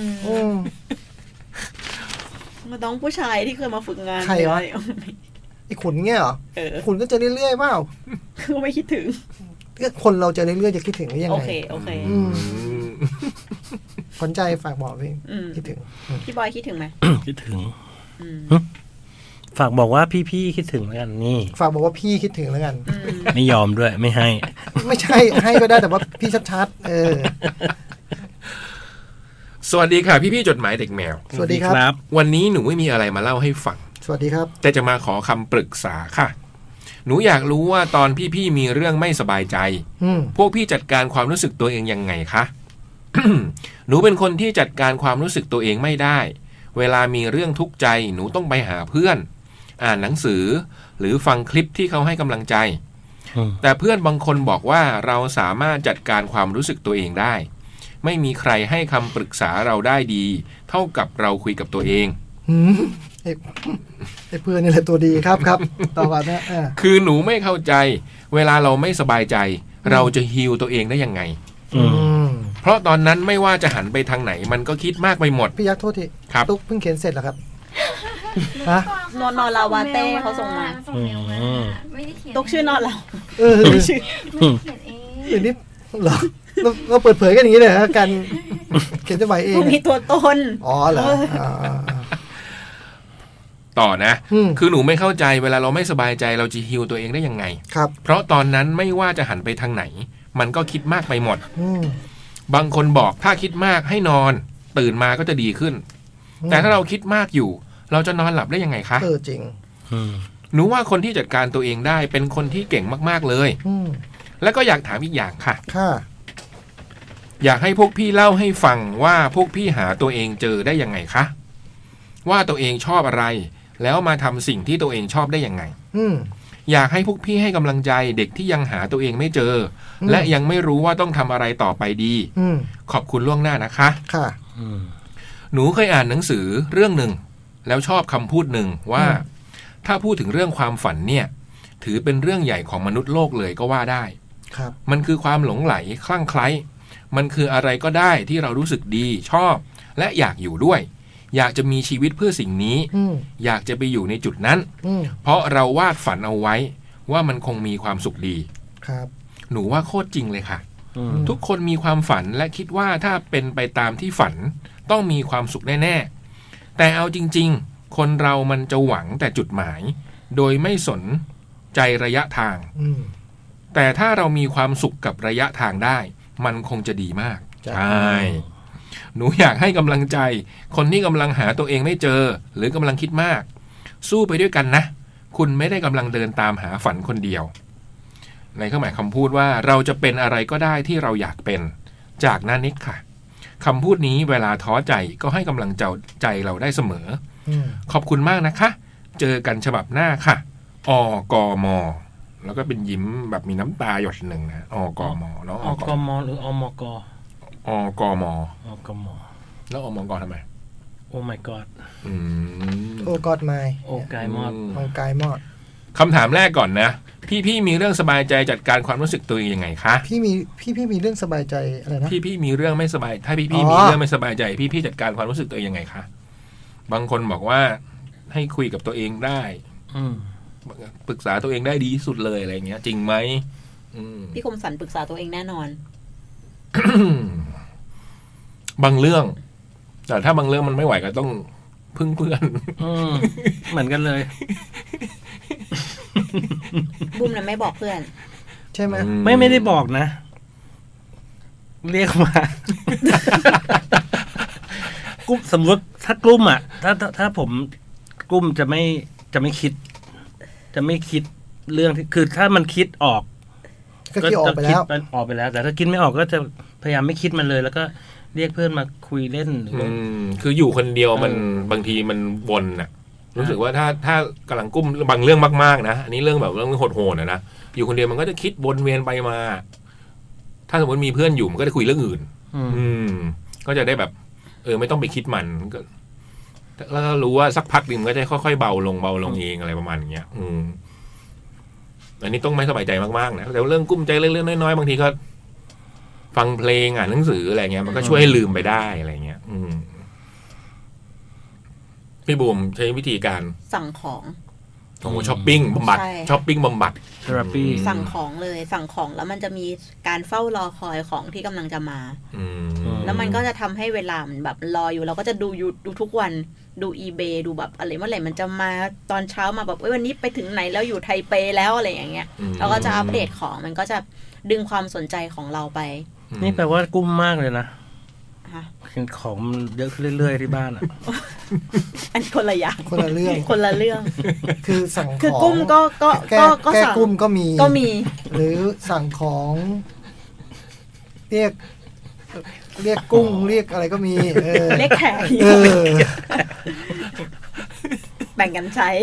Speaker 5: มาต้องผู้ชายที่เคยมาฝึกงาน
Speaker 4: ใครวะไอ้ขุนเงี้ยเหรอขุนก็จะเรื่อยๆเปล่า
Speaker 5: คือไม่คิดถึง
Speaker 4: ก็คนเราจะเรื่อยๆจะคิดถึงได้ยังไง
Speaker 5: โอเค
Speaker 4: ขวัญใจฝากบอกพี่คิดถึง
Speaker 5: พี่บอยคิดถึงไหม
Speaker 2: คิดถึงฝากบอกว่าพี่คิดถึงแล้วกันนี่
Speaker 4: ฝากบอกว่าพี่คิดถึงแล้วกัน
Speaker 2: ไม่ยอมด้วยไม่ให้
Speaker 4: ไม่ใช่ให้ก็ได้แต่ว่าพี่ชัด
Speaker 3: สวัสดีค่ะพี่ๆจดหมายเด็กแมว
Speaker 4: สวัสดีครับ
Speaker 3: วันนี้หนูไม่มีอะไรมาเล่าให้ฟัง
Speaker 4: สวัสดีครับ
Speaker 3: แต่จะมาขอคำปรึกษาค่ะหนูอยากรู้ว่าตอนพี่ๆมีเรื่องไม่สบายใจพวกพี่จัดการความรู้สึกตัวเองยังไงคะ หนูเป็นคนที่จัดการความรู้สึกตัวเองไม่ได้เวลามีเรื่องทุกข์ใจหนูต้องไปหาเพื่อนอ่านหนังสือหรือฟังคลิปที่เขาให้กำลังใจแต่เพื่อนบางคนบอกว่าเราสามารถจัดการความรู้สึกตัวเองได้ไม่มีใครให้คำปรึกษาเราได้ดีเท่ากับเราคุยกับตัวเอง
Speaker 4: ไอ้เพื่อนนี่แหละตัวดีครับต่อกันนะ
Speaker 3: คือหนูไม่เข้าใจเวลาเราไม่สบายใจเราจะฮีลตัวเองได้ยังไงเพราะตอนนั้นไม่ว่าจะหันไปทางไหนมันก็คิดมากไปหมด
Speaker 4: พี่ยักษ์โทษทีตุ๊กเพิ่งเขียนเสร็จแล้วครับฮะ
Speaker 5: นอนลาวาเต้เขาส่งมา
Speaker 8: ไม่ได้เขียน
Speaker 5: ตกชื่อนอนเรา
Speaker 8: ไม่เขียนเอง
Speaker 4: เดี๋ยวนี้เหรอเราเปิดเผยกันอย่างนี้เลยฮะการเขียนจดหมายเอง
Speaker 5: มีตัวตน
Speaker 4: อ๋อเหรอ
Speaker 3: ต่อนะ คือหนูไม่เข้าใจเวลาเราไม่สบายใจเราจะฮีลตัวเองได้ยังไง
Speaker 4: ครับ
Speaker 3: เพราะตอนนั้นไม่ว่าจะหันไปทางไหน มันก็คิดมากไปหมด บางคนบอกถ้าคิดมากให้นอนตื่นมาก็จะดีขึ้น แต่ถ้าเราคิดมากอยู่ เราจะนอนหลับได้ยังไงคะ
Speaker 4: จริง
Speaker 3: หนูว่าคนที่จัดการตัวเองได้เป็นคนที่เก่งมากๆเลยแล้วก็อยากถามอีกอย่างค่ะ อยากให้พวกพี่เล่าให้ฟังว่าพวกพี่หาตัวเองเจอได้ยังไงคะว่าตัวเองชอบอะไรแล้วมาทำสิ่งที่ตัวเองชอบได้ยังไงอยากให้พวกพี่ให้กำลังใจเด็กที่ยังหาตัวเองไม่เจอและยังไม่รู้ว่าต้องทำอะไรต่อไปดีขอบคุณล่วงหน้านะคะ
Speaker 4: ค่ะ
Speaker 3: หนูเคยอ่านหนังสือเรื่องหนึ่งแล้วชอบคำพูดหนึ่งว่าถ้าพูดถึงเรื่องความฝันเนี่ยถือเป็นเรื่องใหญ่ของมนุษย์โลกเลยก็ว่าได้
Speaker 4: ครับ
Speaker 3: มันคือความหลงไหลคลั่งไคล้มันคืออะไรก็ได้ที่เรารู้สึกดีชอบและอยากอยู่ด้วยอยากจะมีชีวิตเพื่อสิ่งนี้อยากจะไปอยู่ในจุดนั้นเพราะเราวาดฝันเอาไว้ว่ามันคงมีความสุขดี
Speaker 4: ครับ
Speaker 3: หนูว่าโคตรจริงเลยค่ะทุกคนมีความฝันและคิดว่าถ้าเป็นไปตามที่ฝันต้องมีความสุขแน่ๆแต่เอาจริงๆคนเรามันจะหวังแต่จุดหมายโดยไม่สนใจระยะทางแต่ถ้าเรามีความสุขกับระยะทางได้มันคงจะดีมากใช่หนูอยากให้กำลังใจคนที่กำลังหาตัวเองไม่เจอหรือกำลังคิดมากสู้ไปด้วยกันนะคุณไม่ได้กำลังเดินตามหาฝันคนเดียวในเครื่องหมายคำพูดว่าเราจะเป็นอะไรก็ได้ที่เราอยากเป็นจากนานิกค่ะคำพูดนี้เวลาท้อใจก็ให้กำลังใจเราได้เสมอขอบคุณมากนะคะเจอกันฉบับหน้าค่ะอกม.แล้วก็เป็นยิ้มแบบมีน้ำตาหยดหนึ่งนะอกม.แล้ว
Speaker 2: อกม.หรืออมก.
Speaker 3: อกม.
Speaker 2: อกม.
Speaker 3: แล้วอมก.ทำไม
Speaker 2: โอ้ my god
Speaker 4: โอ้ god my
Speaker 2: โอ้กายมอด
Speaker 4: โอ้กายมอด
Speaker 3: คำถามแรกก่อนนะพี่มีเรื่องสบายใจจัดการความรู้สึกตัวเองยังไงคะ
Speaker 4: พี่มีเรื่องสบายใจอะไรนะ
Speaker 3: พี่มีเรื่องไม่สบายถ้าพี่มีเรื่องไม่สบายใจพี่จัดการความรู้สึกตัวเองยังไงคะบางคนบอกว่าให้คุยกับตัวเองได้ปรึกษาตัวเองได้ดีที่สุดเลยอะไรเงี้ยจริงไหม
Speaker 5: พี่คมสันปรึกษาตัวเองแน่นอน
Speaker 3: บางเรื่องแต่ถ้าบางเรื่องมันไม่ไหวก็ต้องพึ่งเพื่อน
Speaker 2: เหมือนกันเลย
Speaker 5: บุ้มน่ะไม่บอกเพื่อน
Speaker 4: ใช่ไหม
Speaker 2: ไม่ได้บอกนะเรียกมากุ้มสมมติถ้ากลุ่มอ่ะถ้าผมกลุ่มจะไม่คิดเรื่องที่คือถ้ามันคิดออก
Speaker 4: ก็คิดออกไป
Speaker 2: แล้วแต่ถ้าคิดไม่ออกก็จะพยายามไม่คิดมันเลยแล้วก็เรียกเพื่อนมาคุยเล่น
Speaker 3: คืออยู่คนเดียวมันบางทีมันวนน่ะรู้สึกว่าถ้ากำลังกุ้มบางเรื่องมากๆนะอันนี้เรื่องแบบเรื่องโหดๆนะอยู่คนเดียวมันก็จะคิดวนเวียนไปมาถ้าสมมติมีเพื่อนอยู่มันก็จะคุยเรื่องอื่นก็จะได้แบบไม่ต้องไปคิดมันก็แล้วรู้ว่าสักพักนึงก็จะค่อยๆเบาลงเองอะไรประมาณอย่างเงี้ยอันนี้ต้องไม่สบายใจมากๆนะแต่เรื่องกุ้มใจเรื่องน้อยๆบางทีก็ฟังเพลงอ่านหนังสืออะไรเงี้ยมันก็ช่วยให้ลืมไปได้อะไรเงี้ยพี่บูมใช้วิธีการ
Speaker 5: สั่งของ
Speaker 3: ช้อปปิ้งบำบัดช้อปปิ้งบำบัด
Speaker 2: เทอราปี
Speaker 5: สั่งของเลยสั่งของแล้วมันจะมีการเฝ้ารอคอยของที่กำลังจะมาแล้วมันก็จะทำให้เวลามันแบบรออยู่เราก็จะดูทุกวันดู eBay ดูแบบอะไรเมื่อไหร่มันจะมาตอนเช้ามาแบบวันนี้ไปถึงไหนแล้วอยู่ไทเปแล้วอะไรอย่างเงี้ยเราก็จะอัปเดตของมันก็จะดึงความสนใจของเราไป
Speaker 2: นี่แปลว่ากุ้มมากเลยนะของมันเยอะขึ้นเรื่อยๆที่บ้านอ่ะ
Speaker 5: อันคนละอย่าง
Speaker 4: คนละเรื่องคือสั่งของ
Speaker 5: คือกุ้มก็
Speaker 4: สั่งกุ้มก็มี หรือสั่งของเรียกกุ้งเรียกอะไรก็มี
Speaker 5: เรียกแขกแบ่งกันใช้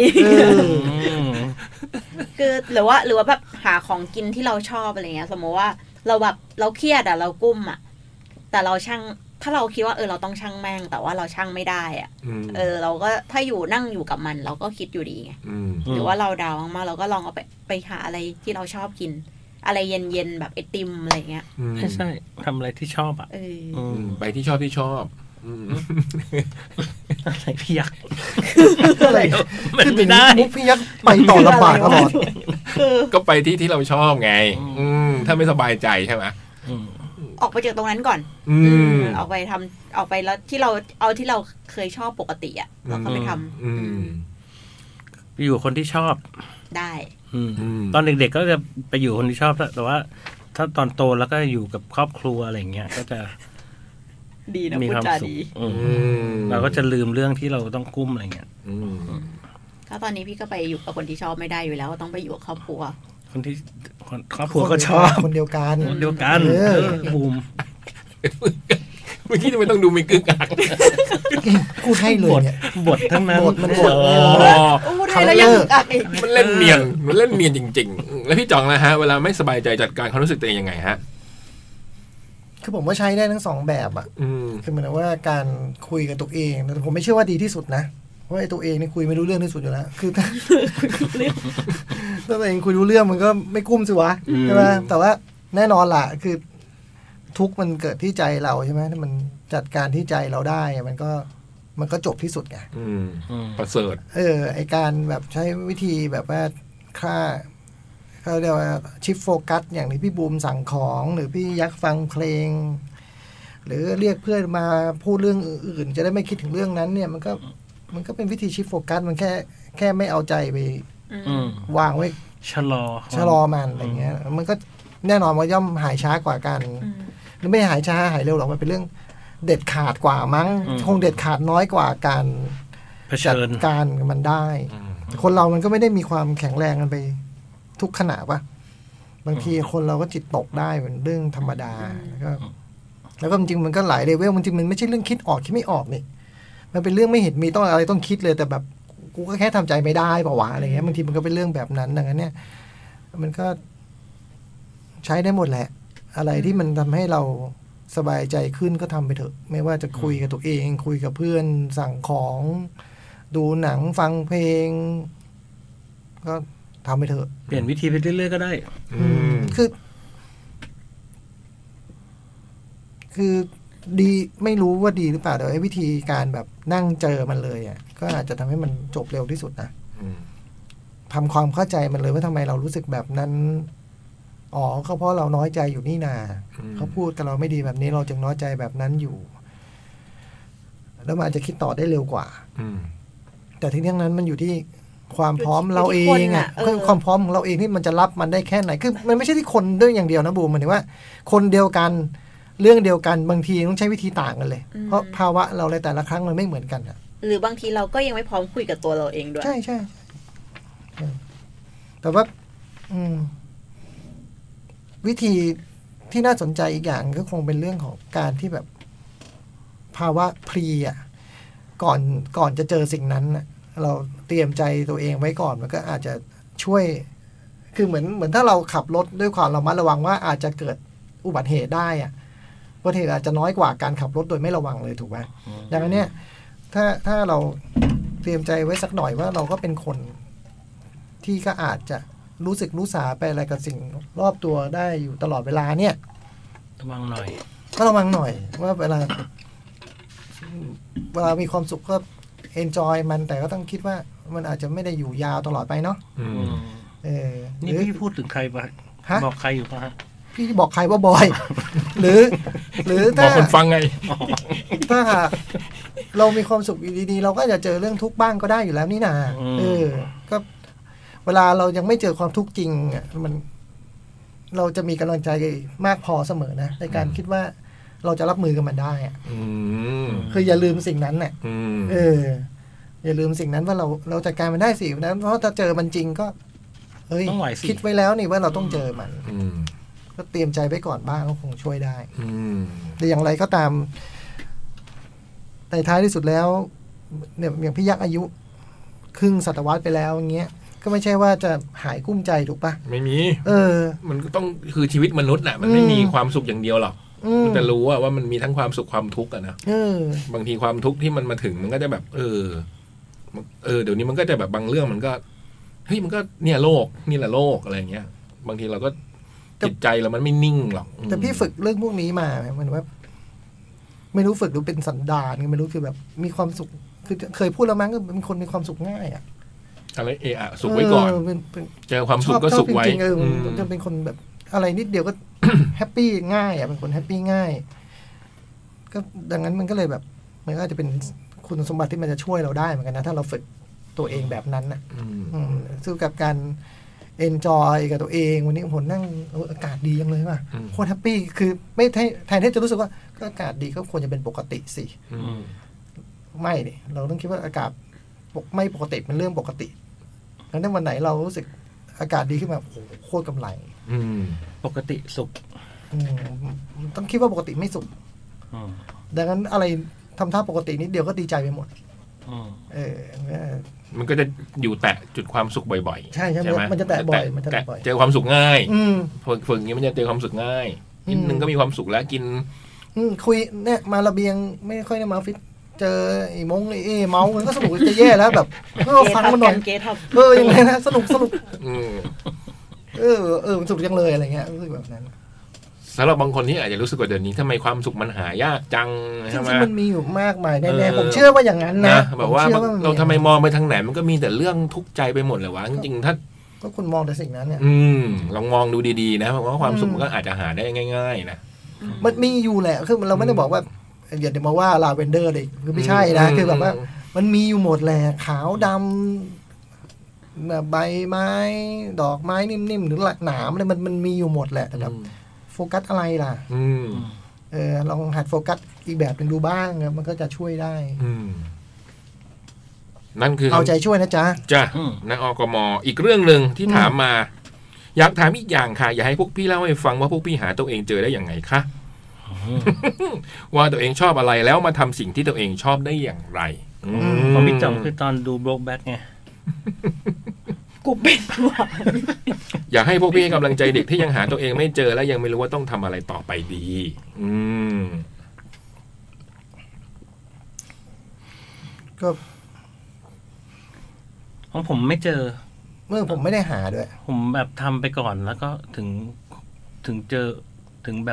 Speaker 5: คือหรือว่าแบบหาของกินที่เราชอบอะไรเงี้ยสมมติว่าเราแบบเราเครียดอ่ะเรากุ้มอ่ะแต่เราช่างถ้าเราคิดว่าเราต้องช่างแม่งแต่ว่าเราช่างไม่ได้อ่ะเราก็ถ้านั่งอยู่กับมันเราก็คิดอยู่ดีไงหรือว่าเราดาวมากๆเราก็ลองเอาไปหาอะไรที่เราชอบกินอะไรเย็นๆแบบไอติมอะไรเงี้ย
Speaker 2: ใช่ทำอะไรที่ชอบอ่ะ
Speaker 3: ไปที่ชอบ
Speaker 2: อะไรพี่ยักษ์
Speaker 4: อะไร
Speaker 2: มันไม่ได้
Speaker 4: มุกพี่ยักษ์ไปต่อลำบากตลอด
Speaker 3: ก็ไปที่เราชอบไงถ้าไม่สบายใจใช่ไหม
Speaker 5: ออกไปจากตรงนั้นก่อนออกไปทำออกไปแล้วที่เราเคยชอบปกติอ่ะเราก็ไปท
Speaker 2: ำไปอยู่คนที่ชอบ
Speaker 5: ได้
Speaker 2: ตอนเด็กๆก็จะไปอยู่คนที่ชอบแต่ว่าถ้าตอนโตแล้วก็อยู่กับครอบครัวอะไรเงี้ยก็จะ
Speaker 5: ดีนะ
Speaker 2: มีความสุขเราก็จะลืมเรื่องที่เราต้องกุ้มอะไรเงี้ย
Speaker 5: ก็ตอนนี้พี่ก็ไปอยู่กับคนที่ชอบไม่ได้อยู่แล้วต้องไปอยู่กับครอบครัว
Speaker 2: คนที่ครอบครัวก็ชอบ
Speaker 4: คนเดียวกัน
Speaker 2: บูม
Speaker 3: เมื่อกี้ทำไมต้องดูมีกึ่งกัก
Speaker 4: พูดให้เลยเนี่ย
Speaker 2: บททั้งนั้น
Speaker 4: มันบท
Speaker 5: พูดให้แล้วยังกักอีก
Speaker 3: มันเล่นเนียนจริงๆแล้วพี่จ่องนะฮะเวลาไม่สบายใจจัดการความรู้สึกตัวเองยังไงฮะ
Speaker 4: คือผมว่าใช้ได้ทั้งสองแบบอ่ะคือเหมือนว่าการคุยกับตัวเองแต่ผมไม่เชื่อว่าดีที่สุดนะเพราะไอ้ตัวเองนี่คุยไม่รู้เรื่องที่สุดอยู่แล้วคือถ้าตัวเองคุยรู้เรื่องมันก็ไม่กุ้มสิวะใช่ไหมแต่ว่าแน่นอนล่ะคือทุกมันเกิดที่ใจเราใช่ไหมถ้ามันจัดการที่ใจเราได้มันก็จบที่สุดไง
Speaker 3: ประเสริฐ
Speaker 4: ไอการแบบใช้วิธีแบบว่าเขาเรียกว่าชิฟโฟกัสอย่างที่พี่บูมสั่งของหรือพี่ยักษ์ฟังเพลงหรือเรียกเพื่อนมาพูดเรื่องอื่นจะได้ไม่คิดถึงเรื่องนั้นเนี่ยมันก็เป็นวิธีชิฟโฟกัสมันแค่ไม่เอาใจไปวางไว้
Speaker 2: ชะลอ
Speaker 4: มันอะไรเงี้ยมันก็แน่นอนว่าย่อมหายช้ากว่ากันหรือไม่หายช้าหายเร็วหรอกมันเป็นเรื่องเด็ดขาดกว่ามั้งคงเด็ดขาดน้อยกว่าการจัดการมันได้คนเรามันก็ไม่ได้มีความแข็งแรงกันไปทุกขณะปะบางทีคนเราก็จิตตกได้เป็นเรื่องธรรมดาแล้วก็จริงๆมันก็หลายเลเวลจริงมันไม่ใช่เรื่องคิดออกคิดไม่ออกนี่มันเป็นเรื่องไม่เห็นมีต้องอะไรต้องคิดเลยแต่แบบกูก็แค่ทำใจไม่ได้ป่าววะอะไรเงี้ยบางทีมันก็เป็นเรื่องแบบนั้นดังนั้นเนี่ยมันก็ใช้ได้หมดแหละอะไรที่มันทำให้เราสบายใจขึ้นก็ทำไปเถอะไม่ว่าจะคุยกับตัวเองคุยกับเพื่อนสั่งของดูหนังฟังเพลงก็ทำไปเถอะ
Speaker 2: เปลี่ยนวิธีไปเรื่อยๆก็ได้
Speaker 4: คือดีไม่รู้ว่าดีหรือเปล่าแต่ไอ้วิธีการแบบนั่งเจอมันเลยอ่ะก็อาจจะทำให้มันจบเร็วที่สุดนะทำความเข้าใจมันเลยว่าทำไมเรารู้สึกแบบนั้นอ๋อก็เพราะเราน้อยใจอยู่นี่นาเขาพูดกับเราไม่ดีแบบนี้เราจึงน้อยใจแบบนั้นอยู่แล้วมันอาจจะคิดต่อได้เร็วกว่าแต่ทั้งนี้ทั้งนั้นมันอยู่ที่ความพร้อมเราเองอ่ะความพร้อมของเราเองที่มันจะรับมันได้แค่ไหนคือมันไม่ใช่ที่คนด้วยอย่างเดียวนะบูมมันถึงว่าคนเดียวกันเรื่องเดียวกันบางทีต้องใช้วิธีต่างกันเลยเพราะภาวะเราในแต่ละครั้งมันไม่เหมือนกันอ่ะ
Speaker 5: หรือบางทีเราก็ยังไม่พร้อมคุยกับตัวเราเองด้วย
Speaker 4: ใช่ใช่แต่ว่าวิธีที่น่าสนใจอีกอย่างก็คงเป็นเรื่องของการที่แบบภาวะพลีอ่ะก่อนจะเจอสิ่งนั้นเราเตรียมใจตัวเองไว้ก่อนมันก็อาจจะช่วยคือเหมือนถ้าเราขับรถด้วยความระมัดระวังว่าอาจจะเกิดอุบัติเหตุได้อ่ะอุบัติเหตุอาจจะน้อยกว่าการขับรถโดยไม่ระวังเลยถูกไหมดังนั้นเนี่ยถ้าเราเตรียมใจไว้สักหน่อยว่าเราก็เป็นคนที่ก็อาจจะรู้สึกรู้สาไปอะไรกับสิ่งรอบตัวได้อยู่ตลอดเวลาเนี่ย
Speaker 2: ระวังหน่อย
Speaker 4: ก็ระวังหน่อยว่าเวลามีความสุขก็enjoy มันแต่ก็ต้องคิดว่ามันอาจจะไม่ได้อยู่ยาวตลอดไปเนาะ
Speaker 2: นี่พี่พูดถึงใครบ้างบอกใครอยู่ป่ะฮะ
Speaker 4: พี่บอกใครว่าบอยหรือ
Speaker 3: ถ้าบอกคนฟังไง
Speaker 4: ถ้าเรามีความสุขอยู่ดีๆเราก็จะเจอเรื่องทุกข์บ้างก็ได้อยู่แล้วนี่นาก็เวลาเรายังไม่เจอความทุกข์จริงมันเราจะมีกำลังใจมากพอเสมอนะในการคิดว่าเราจะรับมือกับมันได้คืออย่าลืมสิ่งนั้นเนี่ยอย่าลืมสิ่งนั้นว่าเราจัดการมันได้สินะเพราะถ้าเจอมันจริงก็คิดไว้แล้วนี่ว่าเราต้องเจอมันก็เตรียมใจไว้ก่อนบ้างก็คงช่วยได้แต่อย่างไรก็ตามในท้ายที่สุดแล้วเนี่ยอย่างพี่ยักษ์อายุครึ่งศตวรรษไปแล้วอย่างเงี้ยก็ไม่ใช่ว่าจะหายกุ้มใจถูกปะ
Speaker 3: ไม่มีมันก็ต้องคือชีวิตมนุษย์น่ะมันไม่มีความสุขอย่างเดียวหรอกมันจะรู้ว่ามันมีทั้งความสุขความทุกข์อะนะบางทีความทุกข์ที่มันมาถึงมันก็จะแบบเดี๋ยวนี้มันก็จะแบบบางเรื่องมันก็เฮ้ยมันก็เนี่ยโลกนี่แหละโลกอะไรเงี้ยบางทีเราก็ จิตใจเรามันไม่นิ่งหรอก
Speaker 4: แต่พี่ฝึกเรื่องพวกนี้มามันว่าไม่รู้ฝึกหรือเป็นสันดานไม่รู้คือแบบมีความสุขคือเคยพูดแล้วมั้งก็เป็นคนมีความสุขง่ายอ่ะ
Speaker 3: อะไรสุขไว้ก่อนเจอความสุขก็สุขไว้
Speaker 4: จะเป็นคนแบบอะไรนิดเดียวก็ แฮปปี้ง่ายอ่ะเป็นคนแฮปปี้ง่ายก็ดังนั้นมันก็เลยแบบมันก็จะเป็นคุณสมบัติที่มันจะช่วยเราได้เหมือนกันนะถ้าเราฝึกตัวเองแบบนั้นนะสู้กับการเอนจอยกับตัวเองวันนี้ผมนั่งอากาศดีจังเลยว่ะโคตรแฮปปี้คือไม่แทนที่จะรู้สึกว่าก็อากาศดีก็ควรจะเป็นปกติสิไม่ดิเราต้องคิดว่าอากาศไม่ปกติเป็นเรื่องปกติแล้วในวันไหนเรารู้สึกอากาศดีขึ้นมาโอ้โหโคตรกำไร
Speaker 2: ปกติสุข
Speaker 4: ต้องคิดว่าปกติไม่สุขดังนั้นอะไรทำท่าปกตินิดเดียวก็ดีใจไปหมด
Speaker 3: มันก็จะอยู่แตะจุดความสุขบ่อย
Speaker 4: ๆใช่ใช่ไหมมันจะแตะบ่อยมันจะแตะบ่อย
Speaker 3: เจอความสุขง่ายฝึกอย่างนี้มันจะเจอความสุขง่ายนิดนึงก็มีความสุขแล้วกิน
Speaker 4: คุยเนี่ยมาระเบียงไม่ค่อยได้มาฟิตเจอไอ้มงไอ้เมามันก็สนุกจะแย่แล้วแบบฟังมันหน่อยยังไงนะสนุกมันสนุกจังเลยอะไรเงี้ยรู้สึกแบบนั้น
Speaker 3: สำหรับบางคนที่อาจจะรู้สึกว่าเดี๋ยวนี้ทำไมความสุขมันหายากจัง
Speaker 4: ใช่ไหมมันมีอยู่มากมายแน่ๆผมเชื่อว่าอย่างนั้นนะ
Speaker 3: แบบว่าเราทำไมมองไปทางไหนมันก็มีแต่เรื่องทุกข์ใจไปหมดเลยวะจริงๆถ้า
Speaker 4: ก็คุณมองแต่สิ่งนั้นเนี่ย
Speaker 3: ลองมองดูดีๆนะเพราะว่าความสุขมันก็อาจจะหาได้ง่ายๆนะ
Speaker 4: มันมีอยู่แหละคือเราไม่ได้บอกว่าอย่าเดี๋ยวมาว่าลาเวนเดอร์เลยคือไม่ใช่นะคือแบบว่ามันมีอยู่หมดแหละขาวดำใบไม้ดอกไม้นิ่มๆหรือหนามอะไรมันมีอยู่หมดแหละแต่แบบโฟกัสอะไรล่ะลองหัดโฟกัสอีกแบบนึงดูบ้างมันก็จะช่วยได้
Speaker 3: นั่นคือ
Speaker 4: เอาใจช่วยนะจ๊ะ
Speaker 3: จ้ะนอกม.อีกเรื่องนึงที่ถามมาอยากถามอีกอย่างค่ะอยากให้พวกพี่เล่าให้ฟังว่าพวกพี่หาตัวเองเจอได้อย่างไงคะว่าตัวเองชอบอะไรแล้วมาทำสิ่งที่ตัวเองชอบได้อย่างไร
Speaker 2: ของพี่จ่องคือตอนดูโบล็อกแบ็คไง
Speaker 5: กูเป็นว่ะ
Speaker 3: อยากให้พวกพี่ให้กำลังใจเด็กที่ยังหาตัวเองไม่เจอและยังไม่รู้ว่าต้องทำอะไรต่อไปดี
Speaker 4: ก็
Speaker 2: ของผมไม่เจอ
Speaker 4: เมื่อผมไม่ได้หาด้วย
Speaker 2: ผมแบบทำไปก่อนแล้วก็ถึงเจอถึงแบบ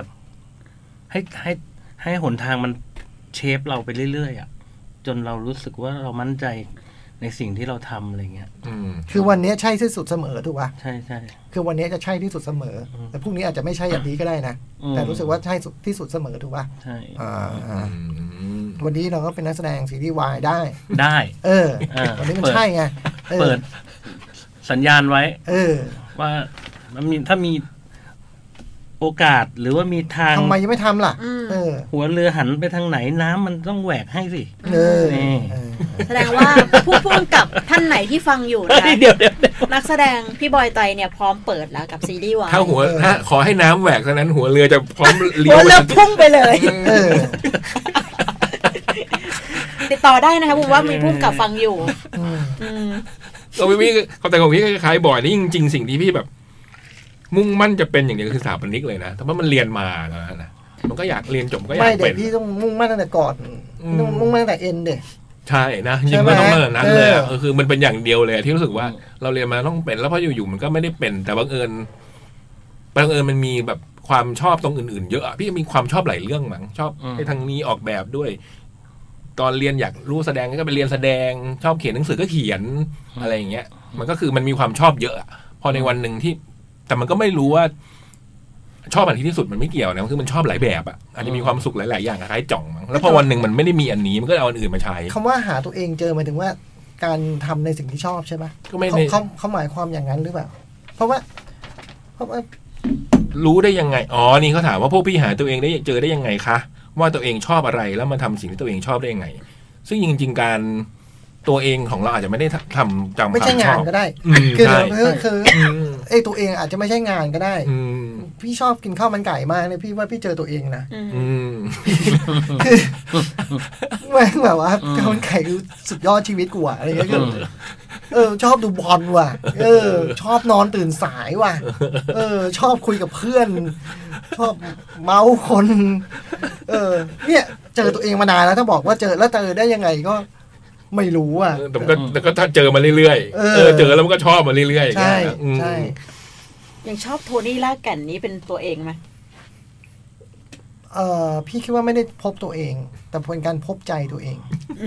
Speaker 2: ให้หนทางมันเชฟเราไปเรื่อยๆอ่ะจนเรารู้สึกว่าเรามั่นใจในสิ่งที่เราทำอะไรเงี้ย
Speaker 4: คือวันนี้ใช่ที่สุดเสมอถูกป่ะ
Speaker 2: ใช่ใช่
Speaker 4: คือวันนี้จะใช่ที่สุดเสมอแต่พรุ่งนี้อาจจะไม่ใช่อย่างนี้ก็ได้นะแต่รู้สึกว่าใช่ที่สุดเสมอถูกป่ะ
Speaker 2: ใช่
Speaker 4: วันนี้เราก็เป็นนักแสดงซีรีส์วายได้วันนี้มันใช่ไง
Speaker 2: เปิดสัญญาณไว้ว่ามันมีถ้ามีโอกาสหรือว่ามีทาง
Speaker 4: ทำไมยังไม่ทำล่ะ
Speaker 2: หัวเรือหันไปทางไหนน้ำมันต้องแหวกให้สิ
Speaker 5: แสดงว่าผู้กำกับท่านไหนที่ฟังอยู่นะนักแสดงพี่บอยไตเนี่ยพร้อมเปิดแล้วกับซีรีส์วาย
Speaker 3: ถ้าขอให้น้ำแหวกเท่านั้นหัวเรือจะพร้อม
Speaker 5: เลี้ยวหัวเรือพุ่งไปเลยติดต่อได้นะคะผมว่ามีผู้กำกับฟังอยู่
Speaker 3: พี่เขาแต่ของพี่คล้ายๆบ่อยนี่จริงๆสิ่งที่พี่แบบมุ่งมั่นจะเป็นอย่างเดียวคือสถาปนิกเลยนะแต่ว่ามันเรียนมาแล้วนะมันก็อยากเรียนจบก็อยากเป็น
Speaker 4: ไม่เด็กพี่ต้องมุ่งมั่นตั้งแต่ก่อนต้องมุ่งมั่นตั้งแต่เอ็นเด็ก
Speaker 3: ใช่นะจริงๆมันต้องตั้งแต่นั้นเลยคือมันเป็นอย่างเดียวเลยที่รู้สึกว่าเราเรียนมาต้องเป็นแล้วพออยู่ๆมันก็ไม่ได้เป็นแต่บังเอิญมันมีแบบความชอบตรงอื่นๆเยอะพี่มีความชอบหลายเรื่องมั้งชอบในทางนี้ออกแบบด้วยตอนเรียนอยากรู้แสดงก็ไปเรียนแสดงชอบเขียนหนังสือก็เขียนอะไรอย่างเงี้ยมันก็คือมันมีความชอบเยอะพอในวันนึงที่แต่มันก็ไม่รู้ว่าชอบอันที่สุดมันไม่เกี่ยวนะคือมันชอบหลายแบบอ่ะอาจจะมีความสุขหลายๆอย่างคล้ายจ่องมั้งแล้วพอวันหนึ่งมันไม่ได้มีอันนี้มันก็เอาอันอื่นมาใช้
Speaker 4: คำว่าหาตัวเองเจอหมายถึงว่าการทำในสิ่งที่ชอบใช่ไหมก็ไม่เขาหมายความอย่างนั้นหรือเปล่าเพราะว่า
Speaker 3: รู้ได้ยังไงอ๋อนี่เขาถามว่าพวกพี่หาตัวเองได้เจอได้ยังไงคะว่าตัวเองชอบอะไรแล้วมาทำสิ่งที่ตัวเองชอบได้ยังไงซึ่งจริงๆการตัวเองของเราอาจจะไม่ได้ทำจำ
Speaker 4: ไม่ใช่งานก็ได้คือไอ้ตัวเองอาจจะไม่ใช่งานก็ได้พี่ชอบกินข้าวมันไก่มากเลยพี่ว่าพี่เจอตัวเองนะคือแม่งแบบว่าข้าวมันไก่คือสุดยอดชีวิตกูอะอะไรเงี้ยชอบดูบอลว่ะชอบนอนตื่นสายว่ะชอบคุยกับเพื่อนชอบเมาคนเนี่ยเจอตัวเองมานานแล้วถ้าบอกว่าเจอแล้วเจอได้ยังไงก็ไม่รู้อ่ะ
Speaker 3: แต่ก็ถ้าเจอมาเรื่อยๆเจอแล้วมันก็ชอบมาเรื่อยๆ
Speaker 4: ใช่ใช่
Speaker 5: ยังชอบโทนี่ลากแก่นนี้เป็นตัวเองไหม
Speaker 4: พี่คิดว่าไม่ได้พบตัวเองแต่เป็นการพบใจตัวเอง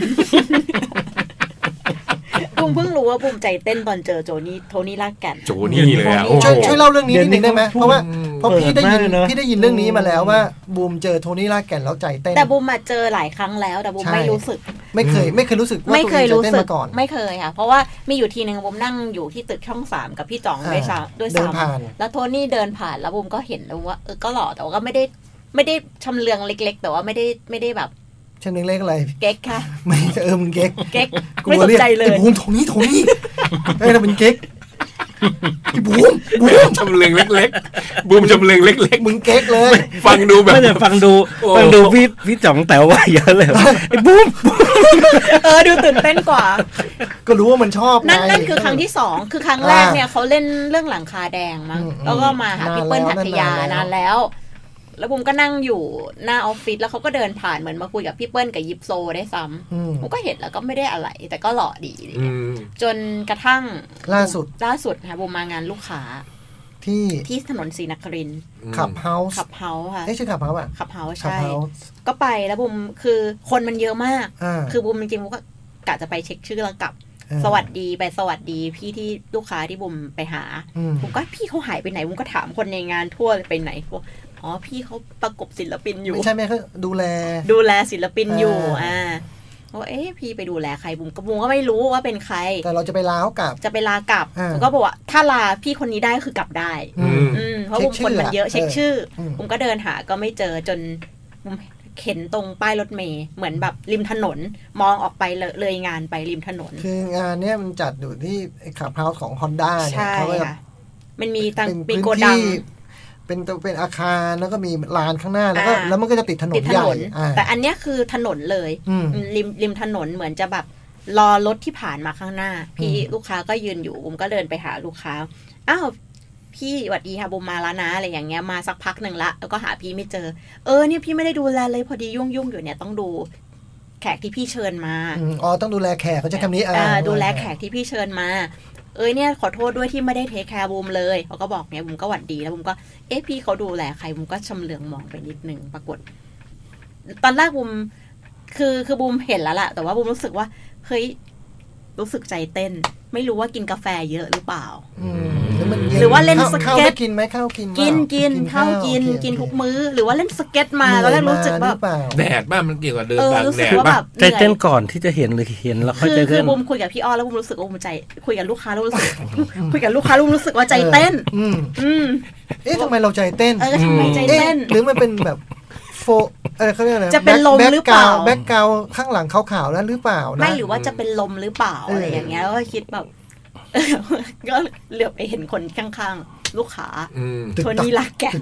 Speaker 5: บุมเพิ่งรู้ว่าบุมใจเต้นตอนเจอโทนี่ลากแก่น
Speaker 3: โจนี่เลยอ่ะ
Speaker 4: ช่วยเล่าเรื่องนี้นิดนึงได้ไหมเพราะพี่ได้ยินเรื่องนี้มาแล้วว่าบูมเจอโทนี่ลากแก่นแล้วใจเต้น
Speaker 5: แต่บูมมาเจอหลายครั้งแล้วแต่บูมไม่รู้สึก
Speaker 4: ไม่เคยรู้สึกว่าตัวเองใจเต้นมาก่อน
Speaker 5: ไม่เคยค่ะเพราะว่ามีอยู่ทีนึงบูมนั่งอยู่ที่ตึกช่อง3กับพี่จ๋องด้วยซ้ำแล้วโทนี่เดินผ่านแล้วบูมก็เห็นแล้วว่าก็หล่อแต่ว่าก็ไม่ได้ชำเลืองเล็กๆแต่ว่าไม่ได้แบบ
Speaker 4: ชำเลืองเล็กอะไร
Speaker 5: เก๊กค่ะ
Speaker 4: ไม่มึงเก๊ก
Speaker 5: ไม่สนใจเลย
Speaker 4: บูมโทนี่เฮ้ยเราเป็นเก๊กบูม
Speaker 3: ชำเลืองเล็กๆบูมชำเลืองเล็ก
Speaker 4: ๆมึงเก๊กเลย
Speaker 3: ฟังดูแบบ
Speaker 2: ไม่แต่ฟังดูพี่จ๋องแต๋วว่าเยอะเลยไอ้บูม
Speaker 5: ดูตื่นเต้นกว่า
Speaker 4: ก็รู้ว่ามันชอบ
Speaker 5: นั่นคือครั้งที่2คือครั้งแรกเนี่ยเขาเล่นเรื่องหลังคาแดงมั้งแล้วก็มาหาพี่เปิ้ลหัตถยานานแล้วบุมก็นั่งอยู่หน้าออฟฟิศแล้วเขาก็เดินผ่านเหมือนมาคุยกับพี่เปิ้ลกับยิปโซได้ซ้ำผมก็เห็นแล้วก็ไม่ได้อะไรแต่ก็หล่อดีจนกระทั่งล่าสุดค่ะบุมมางานลูกค้าที่ถนนศรีนครินทร์
Speaker 4: ขับเฮาส์
Speaker 5: ค่ะ
Speaker 4: ใช่ขับเฮาส์อ่ะ
Speaker 5: ขับเฮาส์ใช่ก็ไปแล้วบุมคือคนมันเยอะมากคือบุมจริงๆบุมก็กะจะไปเช็คชื่อแล้วกลับสวัสดีพี่ที่ลูกค้าที่บุมไปหาผมก็พี่เขาหายไปไหนบุมก็ถามคนในงานทั่วไปไหนอ๋อพี่เขาประกบศิลปินอยู่
Speaker 4: ไม่ใช่แม่เขาดูแล
Speaker 5: ศิลปินอยู่ว่าพี่ไปดูแลใครบุมก็ไม่รู้ว่าเป็นใคร
Speaker 4: แต่เราจะไปลาเขากลับ
Speaker 5: ผมก็บอกว่าถ้าลาพี่คนนี้ได้คือกลับได้เพราะบุมคนมันเยอะเช็คชื่อบุมก็เดินหาก็ไม่เจอจนบุมเข็นตรงป้ายรถเมล์เหมือนแบบริมถนนมองออกไปเลยงานไปริมถนน
Speaker 4: คืองานเนี้ยมันจัดอยู่ที่ขับเฮาส์ของ Honda เนี่ยเขาแบบ
Speaker 5: มันมีทางปีโกดัง
Speaker 4: เป็นอาคารแล้วก็มีลานข้างหน้าแล้วมันก็จะติดถนนใหญ่
Speaker 5: แต่อันเนี้ยคือถนนเลยริมถนนเหมือนจะแบบรอรถที่ผ่านมาข้างหน้าพี่ลูกค้าก็ยืนอยู่บุมก็เดินไปหาลูกค้าอ้าวพี่สวัสดีค่ะบุมมาแล้วนะอะไรอย่างเงี้ยมาสักพักหนึ่งละแล้วก็หาพี่ไม่เจอเนี่ยพี่ไม่ได้ดูแลเลยพอดียุ่งอยู่เนี่ยต้องดูแขกที่พี่เชิญมา
Speaker 4: ต้องดูแลแขกเขาจะคำนี้
Speaker 5: ดูแลแขกที่พี่เชิญมาเนี่ยขอโทษด้วยที่ไม่ได้เทคแคร์บูมเลยเขาก็บอกเนี่ยบูมก็หวัดดีแล้วบูมก็พี่เขาดูแลใครบูมก็ชำเลืองมองไปนิดนึงปรากฏตอนแรกบูมคือบูมเห็นแล้วล่ะแต่ว่าบูมรู้สึกว่าเฮ้ยรู้สึกใจเต้นไม่รู้ว่ากินกาแฟเยอะหรือเปล่าหรือว่าเล่นสเก็ต
Speaker 4: กินไหมข้าวกิน
Speaker 5: ข้าวกินทุกมื้อหรือว่าเล่นสเก็ตมาแล้วรู้สึกแบบ
Speaker 3: แดดบ้างมันเกี่ยวกับเดินตากแดด
Speaker 2: บ้างใจเต้นก่อนที่จะเห็นหรือเห็นแล้วค่อยใจเต้น
Speaker 5: คือบูมคุยกับพี่อ้อแล้วบูมรู้สึกว่าบูมใจคุยกับลูกค้าแล้วรู้สึกคุยกับลูกค้าแล้วรู้สึกว่าใจเต้น
Speaker 4: ทำไมเราใจเต้น
Speaker 5: ทำไมใจเต้น
Speaker 4: หรือมันเป็นแบบเขาเรียกอะไร
Speaker 5: จะเป็นลมหรือเปล่า
Speaker 4: แบ็คกราวด์ข้างหลังขาวๆนั่นหรือเปล่านะ
Speaker 5: ไม่หรือว่าจะเป็นลมหรือเปล่าอะไรอย่างเงี้ยแล้วก็คิดแบบก็เหลือบไปเห็นคนข้างๆลูกค้าโทนี่ลากแก่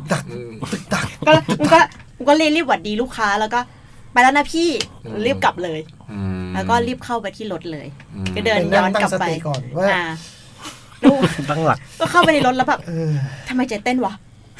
Speaker 5: ก็รีบหวัดดีลูกค้าแล้วก็ไปแล้วนะพี่รีบกลับเลยแล้วก็รีบเข้าไปที่รถเลยก็เดินย้อนกลับไป
Speaker 2: ตั้งหลัก
Speaker 5: ก็เข้าไปในรถแล้วแบบทำไมใจเต้นวะ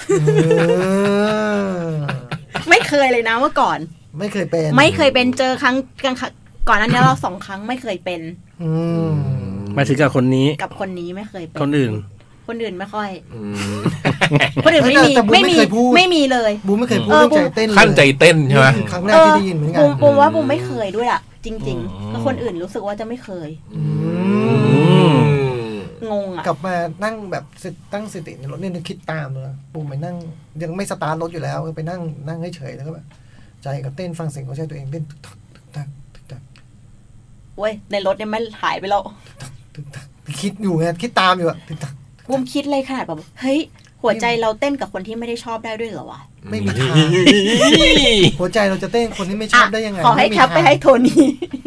Speaker 5: ไม่เคยเลยนะเมื่อก่อน
Speaker 4: ไม่เคยเป็น
Speaker 5: เจอครั้งก่อนนั้นเนี่ยเรา2 ครั้งไม่เคยเป็น
Speaker 2: มาถึงกับคนนี้
Speaker 5: ไม่เคยเป็น
Speaker 2: คนอื่น
Speaker 5: ไม่ค่อยคนอื่นไม่มีเลย
Speaker 4: บูมไม่เคยพูดใจเต้น
Speaker 3: ขั้นใจเต้นใช่ไหม
Speaker 4: ครั้งแรกที่ได้ยินเหมือนกัน
Speaker 5: บูมว่าบูมไม่เคยด้วยอ่ะจริงๆแล้วคนอื่นรู้สึกว่าจะไม่เคยงงอ่ะ
Speaker 4: กลับมานั่งแบบตั้งสติในรถเนี่ยนึกคิดตามเลยบูมไปนั่งยังไม่สตาร์ทรถอยู่แล้วไปนั่งเฉยๆแล้วก็แบบใจกับเต้นฟังเสียงของใจตัวเองเต้นตึก
Speaker 5: เว้ยในรถเนี่ยไม่หายไปแล้ว
Speaker 4: คิดอยู่ไงคิดตามอยู่อะ
Speaker 5: บูมคิดเลยขนาดแบบเฮ้ยหัวใจเราเต้นกับคนที่ไม่ได้ชอบได้ด้วยเหรอวะ
Speaker 4: ไม่มีทางหัวใจเราจะเต้นคนที่ไม่ชอบได้ยังไง
Speaker 5: ขอให้แคปไปให้โทนี่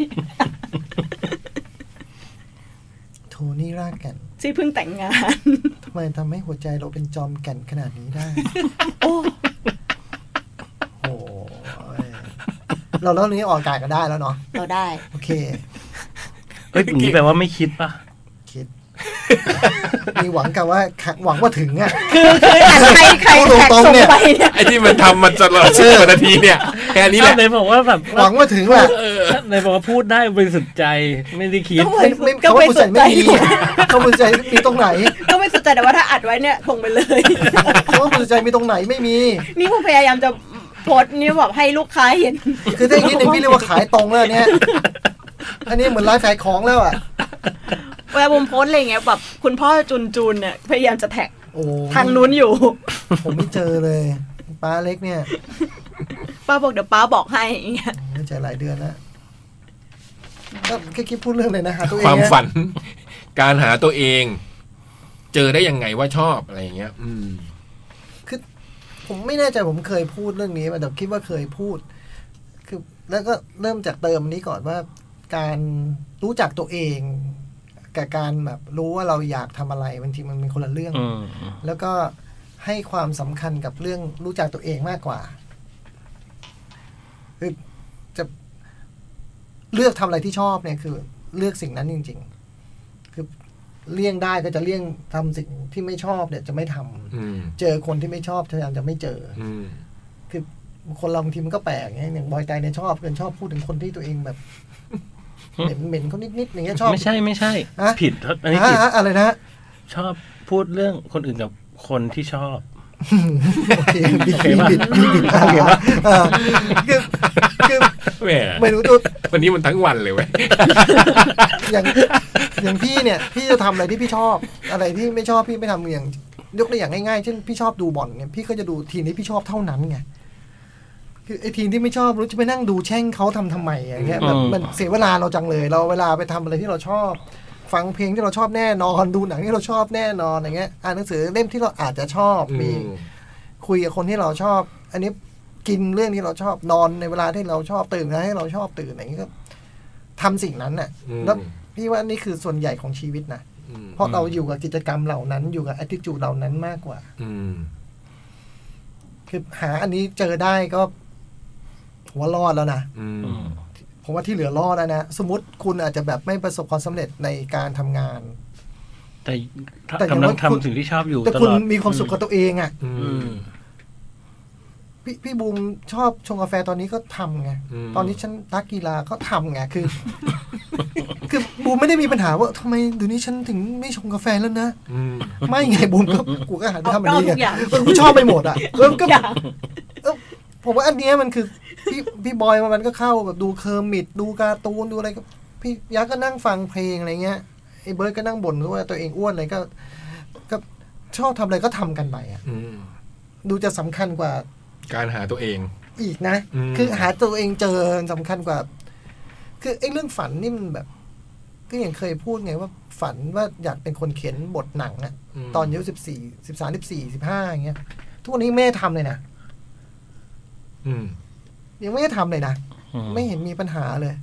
Speaker 4: รากแก่น
Speaker 5: ที่เพิ่งแต่งงาน
Speaker 4: ทำไมทำให้หัวใจเราเป็นจอมแก่นขนาดนี้ได้
Speaker 5: โอ้
Speaker 4: โหเราเล่าเรื่องนี้ออกอากาศก็ได้แล้วเนาะ
Speaker 5: เราได้
Speaker 4: โอเค
Speaker 2: อย่างนี้แปลว่าไม่คิดป่ะ
Speaker 4: คิดมีหวังกับว่าหวังว่าถึงอ่ะ
Speaker 5: คือใครแขกส่งไปเนี่ย
Speaker 3: ไอ้ที่มันทำมันจะรอเชื่อนาทีเนี่ยแค่นี้แหละ
Speaker 2: เลยบอกว่าแบบ
Speaker 4: หวังว่าถึงแหละ
Speaker 2: เลยบอกว่าพูดได้บริสุทธิ์ใจไม่ได้คิด
Speaker 4: ก็ไม่สนใจเขาบริสุทธิ์ใจมีตรงไหน
Speaker 5: ก็ไม่สนใจแต่ว่าถ้าอัดไว้เนี่ยส่งไปเลย
Speaker 4: เขาบริสุทธิ์ใจมีตรงไหนไม่มี
Speaker 5: นี่ผมพยายามจะโพสต์นี่แบบให้ลูกค้าเห็น
Speaker 4: คือถ้าอย่างนี้พี่เรียกว่าขายตรงแล้วเนี่ยอันนี้เหมือนร้านขายของแล้วอ่ะ
Speaker 5: เวลาผมโพสต์อะไรเงี้ยแบบคุณพ่อจุนเนี่ยพยายามจะแท็ก
Speaker 4: โอ้
Speaker 5: ทางนู้นอยู่
Speaker 4: ผมไม่เจอเลยป้าเล็กเนี่ย
Speaker 5: ป้าบอกเดี๋ยวป้าบอกให้อย่างเงี้ย
Speaker 4: ไม่เจอหลายเดือนแล้วก็แค่คิดพูดเรื่องเลยนะหาตัวเอง
Speaker 3: ความฝัน การหาตัวเอง เจอได้ยังไงว่าชอบอะไรอย่างเงี้ย
Speaker 4: คือผมไม่แน่ใจผมเคยพูดเรื่องนี้มาแต่คิดว่าเคยพูดคือแล้วก็เริ่มจากเติมนี้ก่อนว่าการรู้จักตัวเองกับการแบบรู้ว่าเราอยากทำอะไรบางทีมันเป็นคนละเรื่องแล้วก็ให้ความสำคัญกับเรื่องรู้จักตัวเองมากกว่าคือจะเลือกทำอะไรที่ชอบเนี่ยคือเลือกสิ่งนั้นจริงๆคือเลี่ยงได้ก็จะเลี่ยงทำสิ่งที่ไม่ชอบเนี่ยจะไม่ทำเจอคนที่ไม่ชอบพยายามจะไม่เจอคือคนเราบางทีมันก็แปลกไงอย่างบอยไตเนี่ยชอบพูดถึงคนที่ตัวเองแบบเหม็นเขานิดๆอย่างเงี้ยชอบ
Speaker 2: ไม่ใช่ผิดอันนี้ผิด
Speaker 4: อะไรนะ
Speaker 2: ชอบพูดเรื่องคนอื่นกับคนที่ชอบ
Speaker 4: โอเคผิดอะไรวะคือไม่รู้ตัว
Speaker 3: วันนี้มันทั้งวันเลยเว้ย
Speaker 4: อย่างพี่เนี่ยพี่จะทำอะไรที่พี่ชอบอะไรที่ไม่ชอบพี่ไม่ทำอย่างยกตัวอย่างง่ายๆเช่นพี่ชอบดูบอลเนี่ยพี่ก็จะดูทีมที่พี่ชอบเท่านั้นไงคือไอ้ทีมที่ไม่ชอบรู้จะไปนั่งดูแช่งเขาทำไมอย่างเงี้ยแบบมันเสียเวลาเราจังเลยเราเวลาไปทำอะไรที่เราชอบฟังเพลงที่เราชอบแน่นอนดูหนังที่เราชอบแน่นอนอย่างเงี้ยอ่านหนังสือเล่มที่เราอาจจะชอบมีคุยกับคนที่เราชอบอันนี้กินเรื่องที่เราชอบนอนในเวลาที่เราชอบตื่นนะให้เราชอบตื่นอย่างนี้ก็ทำสิ่งนั้นน่ะแล้วพี่ว่านี่คือส่วนใหญ่ของชีวิตนะเพราะเราอยู่กับกิจกรรมเหล่านั้นอยู่กับ attitude เหล่านั้นมากกว่าคือหาอันนี้เจอได้ก็หัวรอดแล้วนะผมว่าที่เหลือรอดแล้วนะสมมติคุณอาจจะแบบไม่ประสบความสำเร็จในการทำงาน
Speaker 2: แต่กำลังทำสิ่งที่ชอบอยู่
Speaker 4: แต่คุณมีความสุขกับตัวเองอ่ะพี่บูมชอบชงกาแฟตอนนี้ก็ทำไงตอนนี้ฉันรักกีฬาก็ทำไงคือบูมไม่ได้มีปัญหาว่าทำไมเดี๋ยวนี้ฉันถึงไม่ชงกาแฟแล้วนะไม่ไงบูมก็กูก็หันไปทำอันนี้ไงกูชอบไปหมดอ่ะก็ผมว่าอันนี้มันคือพี่บอยมันก็เข้าแบบดูเคอร์มิดดูการ์ตูนดูอะไรก็พี่ยักษ์ก็นั่งฟังเพลงอะไรเงี้ยไอ้เบิร์ดก็นั่งบ่นว่าตัวเองอ้วนอะไรก็ชอบทำอะไรก็ทำกันไปอ่ะดูจะสำคัญกว่า
Speaker 3: การหาตัวเอง
Speaker 4: อีกนะคือหาตัวเองเจอสำคัญกว่าคือไอ้เรื่องฝันนี่มันแบบก็อย่างเคยพูดไงว่าฝันว่าอยากเป็นคนเขียนบทหนังอะตอนอายุ14 13 14 15อย่างเงี้ยทุกวันนี้ไม่ได้ทำเลยนะยังไม่ได้ทำเลยนะไม่เห็นมีปัญหาเลย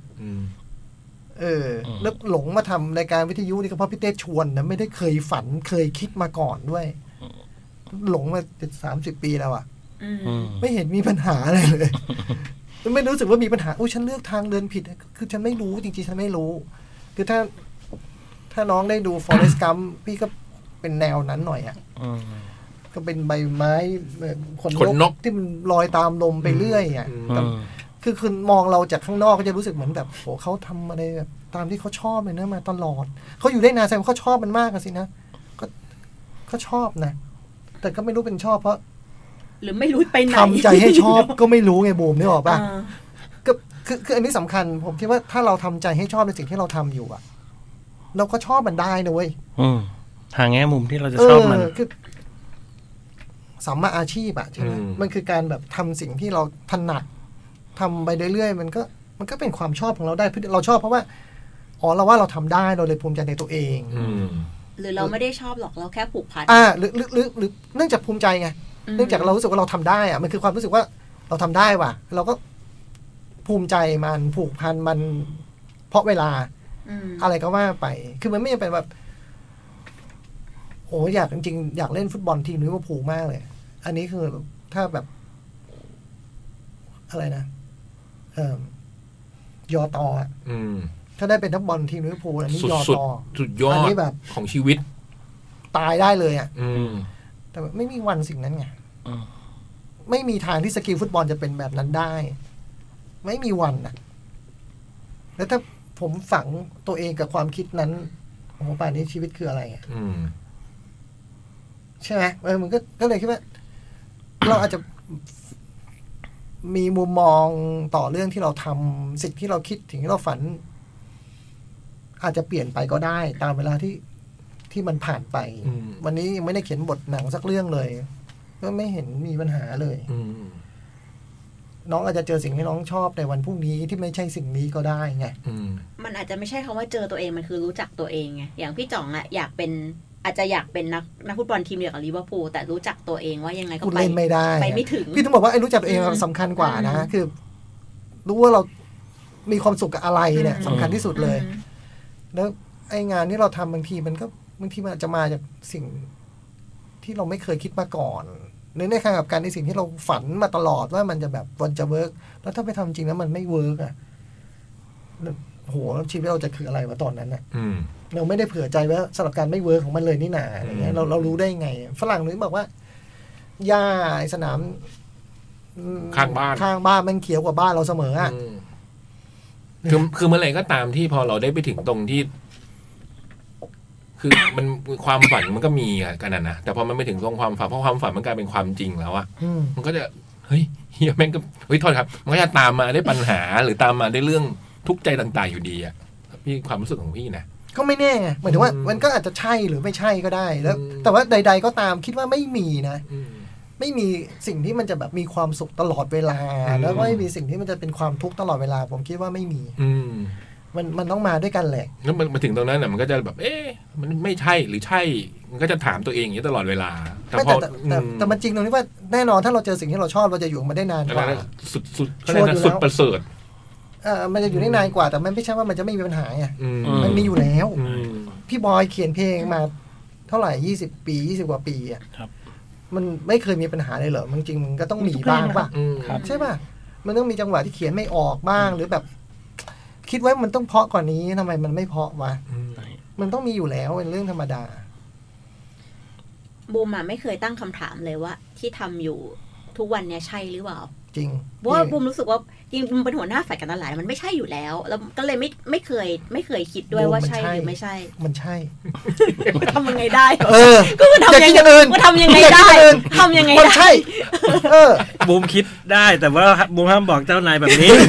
Speaker 4: แล้วหลงมาทำรายการวิทยุนี่ก็เพราะพี่เต้ชวนนะไม่ได้เคยฝันเคยคิดมาก่อนด้วยหลงมา30 ปีแล้วอ่ะไม่เห็นมีปัญหาอะไรเลยไม่รู้สึกว่ามีปัญหาฉันเลือกทางเดินผิดคือฉันไม่รู้จริงๆฉันไม่รู้คือถ้าน้องได้ดู Forrest Gump พี่ก็เป็นแนวนั้นหน่อยอ่ะก็เป็นใบไม้ขนนกที่มันลอยตามลมไปเรื่อยอ่ะคือคุณมองเราจากข้างนอกก็จะรู้สึกเหมือนแบบโหเขาทำอะไรแบบตามที่เขาชอบเลยนะมาตลอดเขาอยู่ได้นานแสดงว่าเขาชอบมันมากสินะก็เขาชอบนะแต่ก็ไม่รู้เป็นชอบเพราะ
Speaker 5: หรือไม่รู้ไปไหน
Speaker 4: ทำใจให้ชอบก็ไม่รู้ไงบูมนึกออกป่ะก็คืออันนี้สำคัญผมคิดว่าถ้าเราทำใจให้ชอบในสิ่งที่เราทำอยู่อ่ะเราก็ชอบมันได้นะเว้ย
Speaker 2: ทางแง่มุมที่เราจะชอบมัน
Speaker 4: คือสัมมาอาชีพอะใช่ไหมมันคือการแบบทำสิ่งที่เราถนัดทำไปเรื่อยๆมันก็เป็นความชอบของเราได้เราชอบเพราะว่าเราว่าเราทำได้เราเลยภูมิใจในตัวเอง
Speaker 5: หรือเราไม่ได้ชอบหรอกเราแค่ผูกพัน
Speaker 4: หรือเนื่องจากภูมิใจไงเนื่องจากเรารู้สึกว่าเราทำได้อะมันคือความรู้สึกว่าเราทำได้ว่ะเราก็ภูมิใจมันผูกพันมันเพราะเวลาอะไรก็ว่าไปคือมันไม่เป็นแบบอยากจริงๆอยากเล่นฟุตบอลทีมลิเวอร์พูลมากเลยอันนี้คือถ้าแบบอะไรนะยอตอถ้าได้เป็นนักบอลทีมลิเวอร์พูลอันนี้ยอตอ
Speaker 3: สุดยอดอันนี้แบบของชีวิต
Speaker 4: ตายได้เลยอ่ะแต่ไม่มีวันสิ่งนั้นไงไม่มีทางที่สกิลฟุตบอลจะเป็นแบบนั้นได้ไม่มีวันอ่ะแล้วถ้าผมฝังตัวเองกับความคิดนั้นโอ้โหป่านนี้ชีวิตคืออะไรอ่ะใช่ไหมมันก็เลยคิดว่า เราอาจจะมีมุมมองต่อเรื่องที่เราทำสิ่งที่เราคิดถึงที่เราฝัน อาจจะเปลี่ยนไปก็ได้ตามเวลาที่มันผ่านไปวันนี้ยังไม่ได้เขียนบทหนังสักเรื่องเลยก็ไม่เห็นมีปัญหาเลยน้องอาจจะเจอสิ่งที่น้องชอบในวันพรุ่งนี้ที่ไม่ใช่สิ่งนี้ก็ได้ไง
Speaker 5: มันอาจจะไม่ใช่คำว่าเจอตัวเองมันคือรู้จักตัวเองไงอย่างพี่จ่องอะอยากเป็นอาจจะอยากเป็นนักฟุตบอลทีมเดียวกับลิเวอร์พูลแต่รู้จักตัวเองว่ายังไงก็ไป
Speaker 4: ไม่ได้
Speaker 5: ไปไม่ถึง
Speaker 4: พี่ต้องบอกว่าไอ้รู้จักตัวเองสำคัญกว่านะคือรู้ว่าเรามีความสุขกับอะไรเนี่ยสำคัญที่สุดเลยแล้วไอ้งานที่เราทำบางทีมันอาจจะมาจากสิ่งที่เราไม่เคยคิดมาก่อนในขณะกับการในสิ่งที่เราฝันมาตลอดว่ามันจะแบบวันจะเวิร์กแล้วถ้าไปทำจริงแล้วมันไม่เวิร์กอ่ะโหชีวิตเราจะคืออะไรวะตอนนั้นอ่ะเราไม่ได้เผื่อใจว่าสำหรับการไม่เวิร์กของมันเลยนี่หนาอะไรเงี้ยเรารู้ได้ไงฝรั่งนึกบอกว่าหญ้าสนาม
Speaker 3: ข้างบ้
Speaker 4: านมันเขียวกว่าบ้านเราเสมออ่ะ
Speaker 3: คือเมื่อไหร่ก็ตามที่พอเราได้ไปถึงตรงที่คือมันความฝันมันก็มีกันนะแต่พอมันไม่ถึงตรงความฝันเพราะความฝันมันกลายเป็นความจริงแล้วอะมันก็จะเฮ้ยเฮียแม่งก็เฮ้ยโทษครับมันก็จะตามมาได้ปัญหาหรือตามมาได้เรื่องทุกข์ใจต่างๆอยู่ดีอะพี่ความรู้สึกของพี่นะ
Speaker 4: ก็ไม่แน่ไงหมายถึงว่ามันก็อาจจะใช่หรือไม่ใช่ก็ได้แล้วแต่ว่าใดๆก็ตามคิดว่าไม่มีนะไม่มีสิ่งที่มันจะแบบมีความสุขตลอดเวลาแล้วก็ไม่มีสิ่งที่มันจะเป็นความทุกข์ตลอดเวลาผมคิดว่าไม่มีมันต้องมาด้วยกันแหละ
Speaker 3: แล้วมันมาถึงตรงนั้นน่ะมันก็จะแบบมันไม่ใช่หรือใช่มันก็จะถามตัวเองอย่างนี้ตลอดเวลา
Speaker 4: แต่มันจริงตรงที่ว่าแน่นอนถ้าเราเจอสิ่งที่เราชอบเราจะอยู่มาได้นานกว่า
Speaker 3: สุดประเสริฐ
Speaker 4: มันจะอยู่ได้นานกว่าแต่มันไม่ใช่ว่ามันจะไม่มีปัญหาไงมันมีอยู่แล้วพี่บอยเขียนเพลงมาเท่าไหร่20 ปี20 กว่าปีอ่ะมันไม่เคยมีปัญหาเลยเหรอจริงๆมันก็ต้องมีบ้างป่ะใช่ป่ะมันต้องมีจังหวะที่เขียนไม่ออกบ้างหรือแบบคิดไว้มันต้องเพาะกว่านี้ทำไมมันไม่เพาะวะมันต้องมีอยู่แล้วเป็นเรื่องธรรมดา
Speaker 5: บูมไม่เคยตั้งคำถามเลยว่าที่ทำอยู่ทุกวันนี้ใช่หรือเปล่า
Speaker 4: จริง
Speaker 5: ว่าบูมรู้สึกว่าจริงบูมเป็นหัวหน้าฝ่ายการตลาดมันไม่ใช่อยู่แล้วแล้วก็เลยไม่เคยคิดด้วยว่าใช่หรือไม่ใช่
Speaker 4: มันใช่
Speaker 5: ทำยังไงได้ก็ทำยังไงได้ทำยังไงได้
Speaker 2: บูมคิดได้แต่ว่าบูมห้ามบอกเจ้านายแบบนี้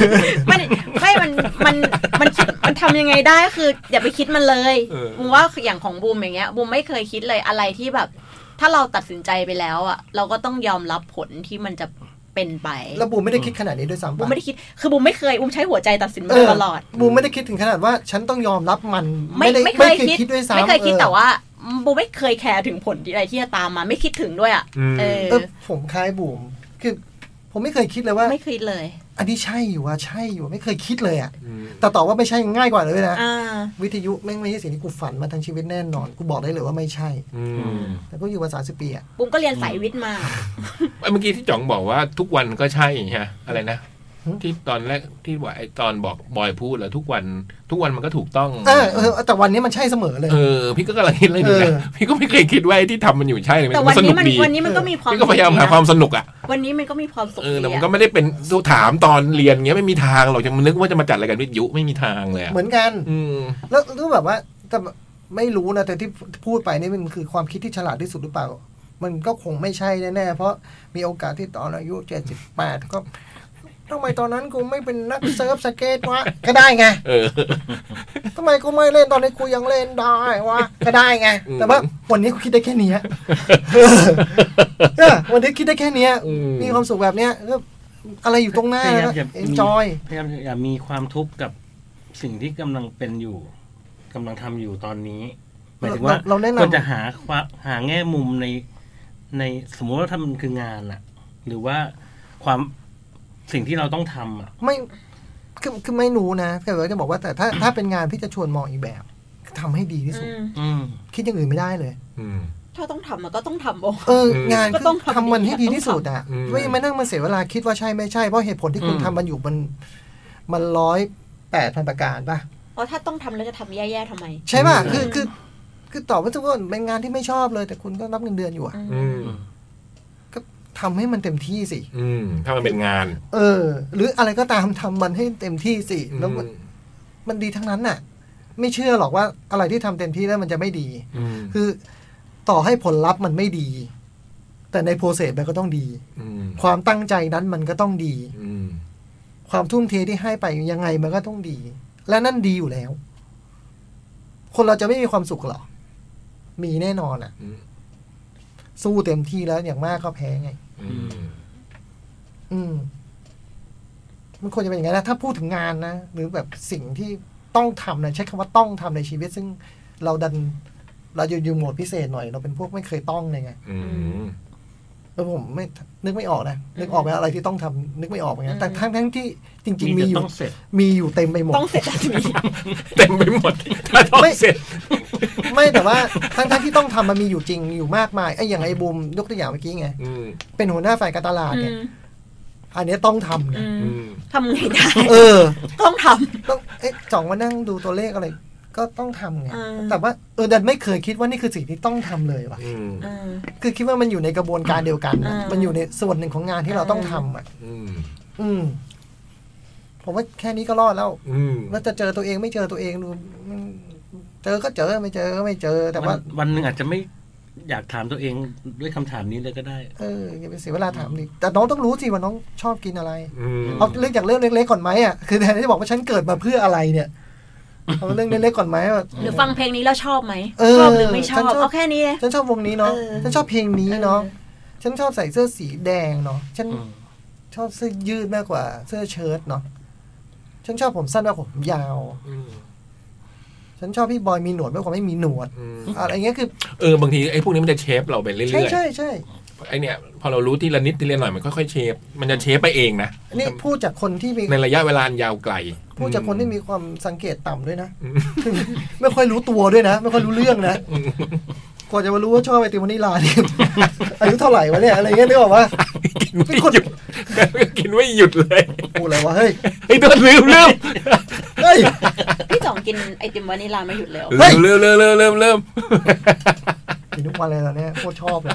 Speaker 5: มันทำยังไงได้คืออย่าไปคิดมันเลยบูมว่าอย่างของบูมอย่างเงี้ยบูมไม่เคยคิดเลยอะไรที่แบบถ้าเราตัดสินใจไปแล้วอ่ะเราก็ต้องยอมรับผลที่มันจะเป็นไป
Speaker 4: แล้วบูมไม่ได้คิดขนาดนี้ด้วยซ้ำ
Speaker 5: บูมไม่ได้คิดคือบูมไม่เคยบูมใช้หัวใจตัดสินมาตลอด
Speaker 4: บูมไม่ได้คิดถึงขนาดว่าฉันต้องยอมรับมัน
Speaker 5: ไม่เคยคิดด้วยซ้ำไม่เคยคิดแต่ว่าบูมไม่เคยแคร์ถึงผลอะไรที่จะตามมาไม่คิดถึงด้วยอ่ะ
Speaker 4: ผมคล้ายบูมคือผมไม่เคยคิดเลยว่า
Speaker 5: ไม่คิดเลย
Speaker 4: อันนี้ใช่อยู่ว่าใช่อยู่ไม่เคยคิดเลยอ่ะแต่ตอบว่าไม่ใช่ง่ายกว่าเลยนะวิทยุไม่ใช่สิ่งที่กูฝันมาทั้งชีวิตแน่นอนกูบอกได้เลยว่าไม่ใช่แต่ก็อยู่มา30 ปีอ่ะ
Speaker 5: บุ้มก็เรียนสายวิทย์มา
Speaker 3: เมื่อกี้ที่จ่องบอกว่าทุกวันก็ใช่ฮะอะไรนะที่ตอนแรกที่ว่าไอ้ตอนบอกบอยพูดแล้วทุกวันมันก็ถูกต้อง
Speaker 4: แต่วันนี้มันใช่เสมอเลย
Speaker 3: พี่ก็กำลังคิดเลยนะพี่ก็ไม่เคยคิดว่าที่ทำมันอยู่ใช่เลย
Speaker 5: มันสนุกดีวันนี้มันก็มีความ
Speaker 3: พี่ก็พยายามหาความสนุกอ่ะ
Speaker 5: วันนี้มันก็มีความสุข
Speaker 3: แต่มันก็ไม่ได้เป็นถามตอนเรียนเงี้ยไม่มีทางหรอกจะมันนึกว่าจะมาจัดรายการวิทยุไม่มีทางเลย
Speaker 4: เหมือนกันแล้วรู้แบบว่าแต่ไม่รู้นะแต่ที่พูดไปนี่มันคือความคิดที่ฉลาดที่สุดหรือเปล่ามันก็คงไม่ใช่แน่ๆเพราะมีโอกาสที่ตอนอายุ78ก็ทำไมตอนนั้นกูไม่เป็นนักเซิร์ฟสเก็ตวะก็ได้ไงทำไมกูไม่เล่นตอนนี้กูยังเล่นได้วะก็ได้ไงแต่ว่าวันนี้กูคิดได้แค่นี้วันนี้คิดได้แค่นี้มีความสุขแบบเนี้ยอะไรอยู่ตรงหน้าenjoy
Speaker 2: พยายามอย่ามีความทุกข์กับสิ่งที่กำลังเป็นอยู่กำลังทำอยู่ตอนนี้หมายถึงว่าควรจะหาแง่มุมในสมมติว่าถ้ามันคืองานอะหรือว่าความสิ่งที่เราต้องทำอ่ะ
Speaker 4: ไม่คือไม่รู้นะแต่เราจะบอกว่าแต่ถ้าเป็นงานที่จะชวนมองอีกแบบทำให้ดีที่สุดคิดอย่างอื่นไม่ได้เลย
Speaker 5: ถ้าต้องทำมันก็ต้องท
Speaker 4: ำงานก็ต้องทำมันให้ดีที่สุดอ่ะไม่มานั่งมาเสียเวลาคิดว่าใช่ไม่ใช่เพราะเหตุผลที่คุณทำมันอยู่มัน108,000 ประการป่ะ
Speaker 5: ถ้าต้องทำแล้วจะทำแย่ๆทำไม
Speaker 4: ใช่ป่ะคือตอบว่าทุกคนเป็นงานที่ไม่ชอบเลยแต่คุณก็รับเงินเดือนอยู่อ่ะทำให้มันเต็มที่สิ
Speaker 3: ถ้ามันเป็นงาน
Speaker 4: หรืออะไรก็ตามทำมันให้เต็มที่สิแล้วมันดีทั้งนั้นน่ะไม่เชื่อหรอกว่าอะไรที่ทำเต็มที่แล้วมันจะไม่ดีคือต่อให้ผลลัพธ์มันไม่ดีแต่ในโปรเซสมันก็ต้องดีความตั้งใจนั้นมันก็ต้องดีความทุ่มเทที่ให้ไปยังไงมันก็ต้องดีและนั่นดีอยู่แล้วคนเราจะไม่มีความสุขหรอมีแน่นอนอ่ะสู้เต็มที่แล้วอย่างมากก็แพ้ไงมันควรจะเป็นอย่างนั้นนะถ้าพูดถึงงานนะหรือแบบสิ่งที่ต้องทำนะใช้คำว่าต้องทำในชีวิตซึ่งเราอยู่โหมดพิเศษหน่อยเราเป็นพวกไม่เคยต้องเลยไงแล้วผมไม่นึกไม่ออกนะนึกออกไหมอะไรที่ต้องทำนึกไม่ออกเหมือนกันแต่ทั้งที่จริงๆมีอยู่เต็มไปหมด
Speaker 5: ต้องเสร็จ
Speaker 3: เต็มไปหมดถ้าต้องเสร็จ
Speaker 4: ไม่แต่ว่าทั้งที่ต้องทำมันมีอยู่จริงอยู่มากมายไอ้อย่างไอ้บูมยกตัวอย่างเมื่อกี้ไงเป็นหัวหน้าฝ่ายการตลาดเนี่ยอันนี้ต้องทำ
Speaker 5: ทำไงได้ต้องทำ
Speaker 4: ต้องจ่องมานั่งดูตัวเลขอะไรก็ต้องทำไงแต่ว่าดันไม่เคยคิดว่านี่คือสิ่งที่ต้องทำเลยว่ะคือคิดว่ามันอยู่ในกระบวนการเดียวกันมันอยู่ในส่วนหนึ่งของงานที่เราต้องทำอ่ะผมว่าแค่นี้ก็รอดแล้วแล้วจะเจอตัวเองไม่เจอตัวเองดูเจอก็เจอไม่เจอก็ไม่เจอแต่ว่า
Speaker 2: วันหนึ่งอาจจะไม่อยากถามตัวเองด้วยคำถามนี้เลยก็ได้
Speaker 4: อย่าไปเสียเวลาถามดิแต่น้องต้องรู้สิว่าน้องชอบกินอะไรเอาเรื่องจากเรื่องเล็กๆก่อนไหมอ่ะคือแทนที่จะบอกว่าฉันเกิดมาเพื่ออะไรเนี่ยเอาเรื่องเล็กๆก่อนไหม
Speaker 5: หรือฟังเพลงนี้แล้วชอบไหมชอบหรือไม่ชอบเอาแค่นี้
Speaker 4: ฉันชอบวงนี้เนาะฉันชอบเพลงนี้เนาะฉันชอบใส่เสื้อสีแดงเนาะฉันชอบเสื้อยืดมากกว่าเสื้อเชิ้ตเนาะฉันชอบผมสั้นมากกว่าผมยาวฉันชอบพี่บอยมีหนวดมากกว่าไม่มีหนวดอะไรเงี้ยคื
Speaker 3: อบางทีไอ้พวกนี้มันจะเชฟเราไปเรื่อย
Speaker 4: ๆใช่
Speaker 3: ไอ้เนี่ยพอเรารู้ทีละนิดทีละหน่อยมันค่อยๆเชฟมันจะเชฟไปเองนะ
Speaker 4: นี่พูดจากคนที่มี
Speaker 3: ในระยะเวลายาวไกล
Speaker 4: พูดจากคนที่มีความสังเกตต่ำด้วยนะไม่ค่อยรู้ตัวด้วยนะไม่ค่อยรู้เรื่องนะกว่าจะมารู้ว่าชอบไอติมวานิลาเนี่ยอายุเท่าไหร่วะเนี่ยอะไรเงี้ยนึกออกว่า
Speaker 3: กินไม่หยุดเลย
Speaker 4: พูดอะไรวะเฮ้ย
Speaker 3: โดนลืม
Speaker 4: เฮ้ย
Speaker 5: พี่จ่องกินไอติมวานิลาไม่หยุดแล้ว
Speaker 3: เริ่ม
Speaker 4: กินทุกวันเลยตอนนี้โคตรชอบเลย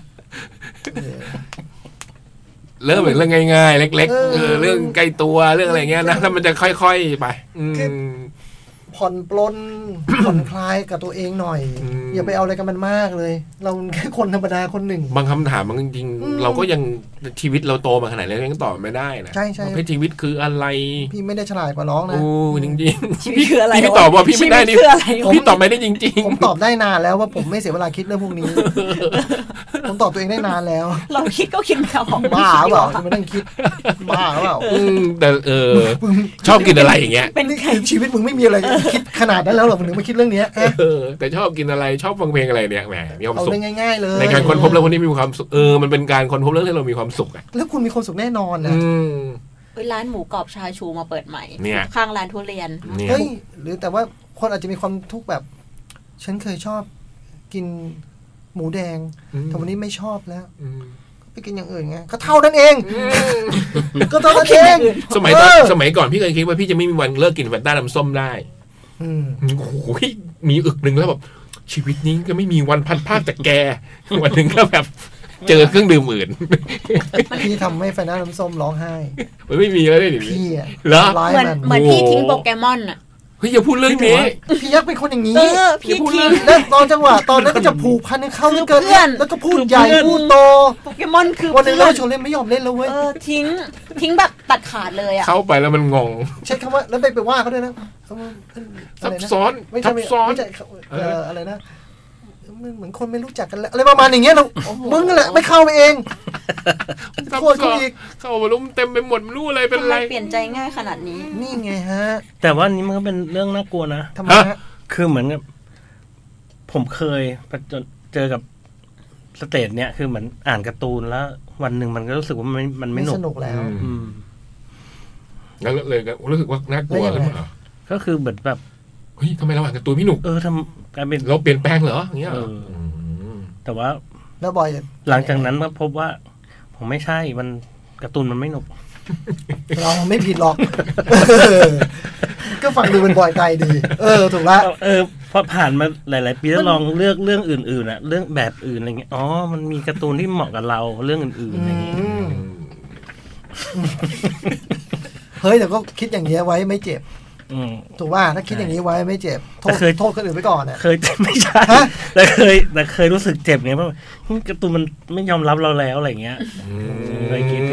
Speaker 3: เริ่มเป็นเรื่องง่ายๆเล็กๆเรื่องใกล้ตัวเรื่องอะไรเงี้ยนะถ้ามันจะค่อยๆไป
Speaker 4: ผ่อนปลนผ่อนคลายกับตัวเองหน่อยอย่าไปเอาอะไรกับมันมากเลยเราแค่คนธรรมดาคนหนึ่ง
Speaker 3: บางคำถามบางจริงๆเราก็ยังชีวิตเราโตมาขนาดนี้ยังตอบไม่ได้นะ
Speaker 4: ใช่
Speaker 3: เพราะชีวิตคืออะไร
Speaker 4: พี่ไม่ได้ฉลาดกว่าน้องนะ
Speaker 3: โอ้จริง
Speaker 5: ๆชีวิตคืออะไร
Speaker 3: พี่ตอบว่าพี่ไม่ได้นี่พี่ตอบไม่ได้จริง
Speaker 4: ๆผมตอบได้นานแล้วว่าผมไม่เสียเวลาคิดเรื่องพวกนี้ผมตอบตัวเองได้นานแล้ว
Speaker 5: เราคิดก็คิดแบบ
Speaker 4: บ้าเปล่าจะไม่ต้องคิดบ้าเปล่า
Speaker 3: แต่ชอบกินอะไรอย่างเงี้ย
Speaker 4: เป็นชีวิตมึงไม่มีอะไรคิดขนาดนั้นแล้วหรอมึงถึงมาคิดเรื่องนี้
Speaker 3: แต่ชอบกินอะไรชอบฟังเพลงอะไรเนี่ยแหมมีความสุข
Speaker 4: ง่ายๆเลย
Speaker 3: ในการค้นพบเรื่องพวกนี้มีความสุขมันเป็นการค้นพบเรื่องที่เรามีความสุขอ่ะ
Speaker 4: แล้วคุณมีความสุขแน่นอนนะ
Speaker 5: ร้านหมูกรอบชาชูมาเปิดใหม่ข้างร้านทุเรียน
Speaker 4: เฮ้ยหรือแต่ว่าคนอาจจะมีความทุกข์แบบฉันเคยชอบกินหมูแดงแต่วันนี้ไม่ชอบแล้วไปกินอย่างอื่นไงก็เท่านั้นเองก็เท่านั้นเอง
Speaker 3: สมัยก่อนพี่เคยคิดว่าพี่จะไม่มีวันเลิกกินแฟนต้าน้ำส้มได้โอ้โหมีอึกหนึ่งแล้วแบบชีวิตนี้ก็ไม่มีวันพัดพลาดจากแกวันหนึ่งก็แบบเจอเครื่องดื่มอื่น
Speaker 4: พี่ทำให้แฟนน้ำส้มร้องไห้
Speaker 3: ไม่มีแล้วดิ
Speaker 4: พี่อ่ะ
Speaker 5: เหมือนพี่ทิ้งโปเกมอนอ่ะ
Speaker 3: เฮ้ยอย่าพูดเรื่องนี้
Speaker 4: พี่ยักษ์เป็นคนอย่างนี้
Speaker 5: พี่ทิ้ง
Speaker 4: แล้วตอนจังหวะตอนนั้นก็จะผูกพันเข้าเกินแล้วก็พูดใหญ่พูดโต
Speaker 5: โปเกมอนคือ
Speaker 4: วันนึงเราชวนเล่นไม่ยอมเล่นแล้วเว้ย
Speaker 5: ทิ้งแบบตัดขาดเลยอ่ะ
Speaker 3: เข้าไปแล้วมันงง
Speaker 4: ใช้คำว่าแล้วไปว่าเขาด้วยนะ
Speaker 3: ซับซ้อนซับซ้อน
Speaker 4: อะไรนะเหมือนคนไม่รู้จักกันแล้วอะไรประมาณอย่างเงี้ยเรามึงนั่นแหละไม่เข้าไปเองโทษเขาอีก
Speaker 3: เข้ามาลุ้มเต็มไปหมดไม่รู้อะไรเป็นไร
Speaker 5: เปลี่ยนใจง่ายขนาดนี้
Speaker 4: นี่ไงฮะ
Speaker 2: แต่ว่านี้มันก็เป็นเรื่องน่ากลัวนะ
Speaker 4: ทำไมฮะ
Speaker 2: คือเหมือนกับผมเคยเจอกับสเตจเนี้ยคือเหมือนอ่านการ์ตูนแล้ววันหนึ่งมันก็รู้สึกว่ามันไม่
Speaker 4: สนุกแล้ว
Speaker 3: แล้วเลยรู้สึกว่าน่ากลัวขึ้นมา
Speaker 2: ก็คือเหมือนแบบ
Speaker 3: เฮ้ยทำไมเราอ่านการ์ตูนพี่หนุก
Speaker 2: ทำกลายเป็น
Speaker 3: เราเปลี่ยนแปลงเหรออย่างเงี้ย
Speaker 2: แต่ว่า
Speaker 4: แล้วบอย
Speaker 2: หลังจากนั้นมาพบว่าผมไม่ใช่มันการ์ตูนมันไม่หนุก
Speaker 4: เราไม่ผิดหรอกก็ฟังดูเป็นบอยไกลดีถูกละ
Speaker 2: พอผ่านมาหลายๆปีแล้วลองเลือกเรื่องอื่นๆเรื่องแบบอื่นอะไรเงี้ยอ๋อมันมีการ์ตูนที่เหมาะกับเราเรื่องอื่นๆอย่างงี้
Speaker 4: เฮ้ยแต่ก็คิดอย่างเงี้ยไว้ไม่เจ็บถูกว่าถ้าคิดอย่างนี้ไว้ไม่เจ็บโทษคนอื่นไปก่อนเนี่ย
Speaker 2: เคยไม่ใช่แต่เคยรู้สึกเจ็บไงว่าการ์ตูนมันไม่ยอมรับเราแล้วอะไรเงี้ยเคยคิด